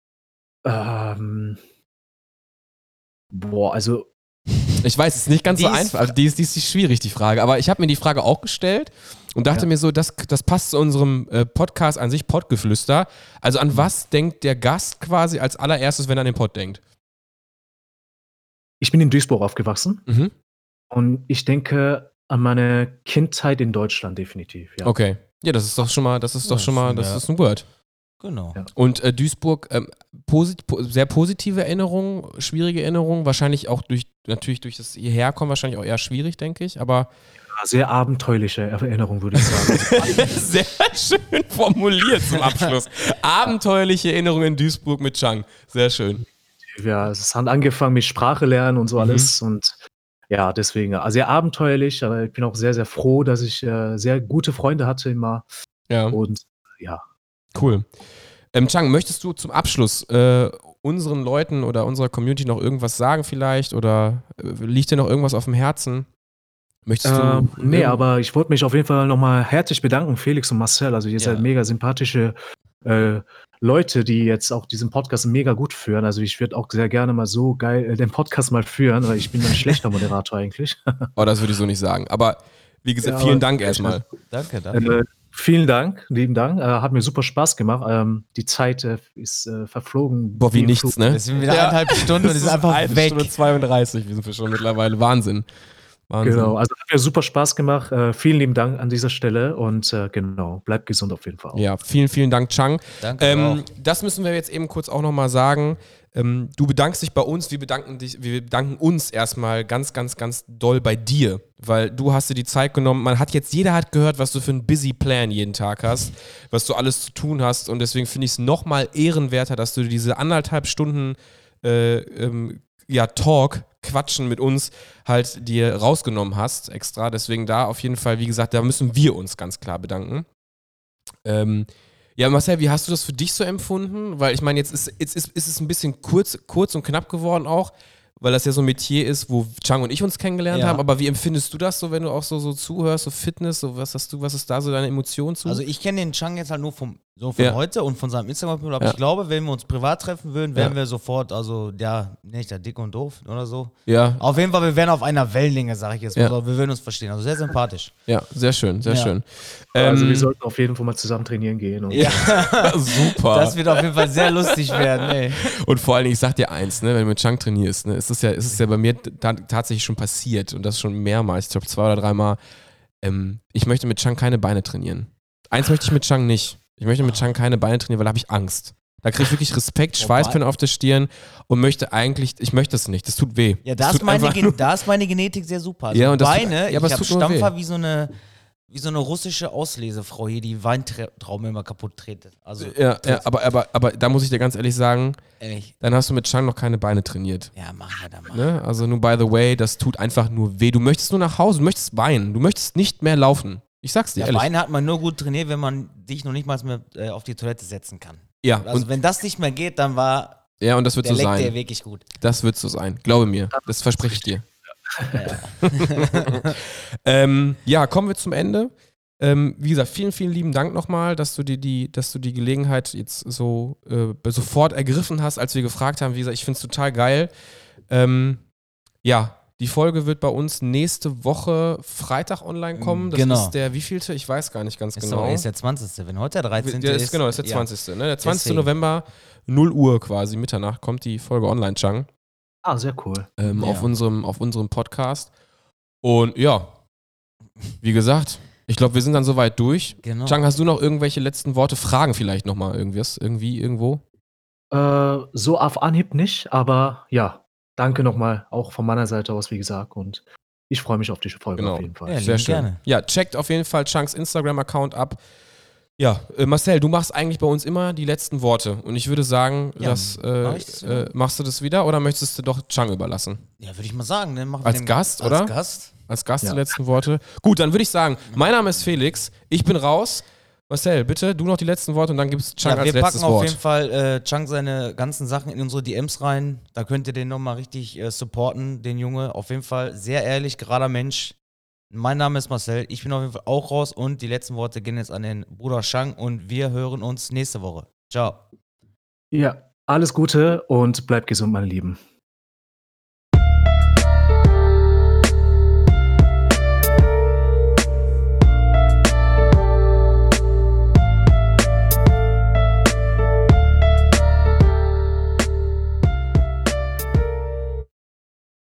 Also ich weiß, es ist nicht ganz so einfach. Also die ist schwierig, die Frage. Aber ich habe mir die Frage auch gestellt und dachte mir so, das passt zu unserem Podcast an sich, Poddgeflüster. Also an was denkt der Gast quasi als allererstes, wenn er an den Pod denkt? Ich bin in Duisburg aufgewachsen und ich denke an meine Kindheit in Deutschland definitiv. Ja. Okay. Ja, das ist ist ein Word. Genau. Ja. Und Duisburg, sehr positive Erinnerungen, schwierige Erinnerungen, wahrscheinlich auch durch das Hierherkommen wahrscheinlich auch eher schwierig, denke ich, aber sehr abenteuerliche Erinnerung, würde ich sagen. Sehr schön formuliert zum Abschluss. Abenteuerliche Erinnerungen in Duisburg mit Chang. Sehr schön. Ja, es hat angefangen mit Sprache lernen und so alles und ja, deswegen, also sehr abenteuerlich, aber ich bin auch sehr, sehr froh, dass ich sehr gute Freunde hatte immer. Ja. Und ja. Cool. Chang, möchtest du zum Abschluss unseren Leuten oder unserer Community noch irgendwas sagen vielleicht oder liegt dir noch irgendwas auf dem Herzen? Möchtest du? Nee, aber ich wollte mich auf jeden Fall nochmal herzlich bedanken, Felix und Marcel. Also ihr seid mega sympathische Leute, die jetzt auch diesen Podcast mega gut führen. Also ich würde auch sehr gerne mal so geil den Podcast mal führen, weil ich bin ein schlechter Moderator eigentlich. Oh, das würde ich so nicht sagen. Aber wie gesagt, vielen Dank erstmal. Danke. Vielen Dank, lieben Dank. Hat mir super Spaß gemacht. Die Zeit ist verflogen. Boah, wie nichts, ne? Das sind wieder 1,5 Stunden und ist einfach weg. 1 Stunde 32, wie sind wir schon mittlerweile. Wahnsinn. Genau, also hat mir super Spaß gemacht. Vielen lieben Dank an dieser Stelle und genau, bleibt gesund auf jeden Fall auch. Ja, vielen, vielen Dank, Chang. Danke das müssen wir jetzt eben kurz auch nochmal sagen. Du bedankst dich bei uns, wir bedanken uns erstmal ganz, ganz, ganz doll bei dir, weil du hast dir die Zeit genommen. Jeder hat gehört, was du für einen busy Plan jeden Tag hast, was du alles zu tun hast, und deswegen finde ich es nochmal ehrenwerter, dass du diese 1,5 Stunden Talk, Quatschen mit uns halt dir rausgenommen hast, extra. Deswegen da auf jeden Fall, wie gesagt, da müssen wir uns ganz klar bedanken. Ja, Marcel, wie hast du das für dich so empfunden? Weil ich meine, jetzt ist es ein bisschen kurz und knapp geworden auch, weil das ja so ein Metier ist, wo Chang und ich uns kennengelernt haben. Aber wie empfindest du das so, wenn du auch so zuhörst, so Fitness, so was ist da so deine Emotion zu? Also ich kenne den Chang jetzt halt nur vom So von heute und von seinem Instagram-Profil. Aber ich glaube, wenn wir uns privat treffen würden, wären wir sofort, also, nicht der dick und doof oder so. Ja. Auf jeden Fall, wir wären auf einer Wellenlänge, sag ich jetzt mal. Wir würden uns verstehen. Also sehr sympathisch. Ja, sehr schön, sehr schön. Also wir sollten auf jeden Fall mal zusammen trainieren gehen. Und super. Das wird auf jeden Fall sehr lustig werden, ey. Und vor allen Dingen, ich sag dir eins, ne, wenn du mit Chang trainierst, ne, ist es ja bei mir tatsächlich schon passiert und das schon mehrmals, ich glaube 2 oder 3 Mal. Ich möchte mit Chang keine Beine trainieren. Eins möchte ich mit Chang nicht. Ich möchte mit Chang keine Beine trainieren, weil da habe ich Angst. Da kriege ich wirklich Respekt, Schweißperlen auf der Stirn und ich möchte es nicht. Das tut weh. Ja, da ist meine Genetik sehr super. Also und Beine, ich habe Stampfer wie so eine russische Auslesefrau hier, die Weintrauben immer kaputt tretet. Also, aber da muss ich dir ganz ehrlich sagen, dann hast du mit Chang noch keine Beine trainiert. Ja, machen wir da mal. Ne? Also nur by the way, das tut einfach nur weh. Du möchtest nur nach Hause, du möchtest weinen, du möchtest nicht mehr laufen. Ich sag's dir ehrlich. Beine hat man nur gut trainiert, wenn man dich noch nicht mal mehr auf die Toilette setzen kann. Ja. Also wenn das nicht mehr geht, dann war und das wird so sein. der wirklich gut. Das wird so sein, glaube mir. Das verspreche ich dir. Kommen wir zum Ende. Wie gesagt, vielen, vielen lieben Dank nochmal, dass du die Gelegenheit jetzt so sofort ergriffen hast, als wir gefragt haben. Wie gesagt, ich finde es total geil. Die Folge wird bei uns nächste Woche Freitag online kommen. Das ist der wievielte? Ich weiß gar nicht ganz genau. Ist der 20. Wenn heute der 13. ist. Genau, das ist der 20. Ne? Der 20. November, 0 Uhr quasi, Mitternacht, kommt die Folge online, Chang. Ah, sehr cool. Auf unserem Podcast. Und wie gesagt, ich glaube, wir sind dann soweit durch. Genau. Chang, hast du noch irgendwelche letzten Worte? Fragen vielleicht nochmal irgendwo? So auf Anhieb nicht, aber danke nochmal, auch von meiner Seite aus, wie gesagt. Und ich freue mich auf die Folge auf jeden Fall. Ja, sehr schön. Gerne. Ja, checkt auf jeden Fall Changs Instagram-Account ab. Ja, Marcel, du machst eigentlich bei uns immer die letzten Worte. Und ich würde sagen, machst du das wieder oder möchtest du doch Chang überlassen? Ja, würde ich mal sagen. Ne? Als Gast, oder? Als Gast die letzten Worte. Gut, dann würde ich sagen, mein Name ist Felix, ich bin raus. Marcel, bitte, du noch die letzten Worte und dann gibt es Chang als letztes Wort. Wir packen auf jeden Fall Chang seine ganzen Sachen in unsere DMs rein. Da könnt ihr den nochmal richtig supporten, den Junge. Auf jeden Fall sehr ehrlich, gerader Mensch. Mein Name ist Marcel, ich bin auf jeden Fall auch raus und die letzten Worte gehen jetzt an den Bruder Chang und wir hören uns nächste Woche. Ciao. Ja, alles Gute und bleibt gesund, meine Lieben.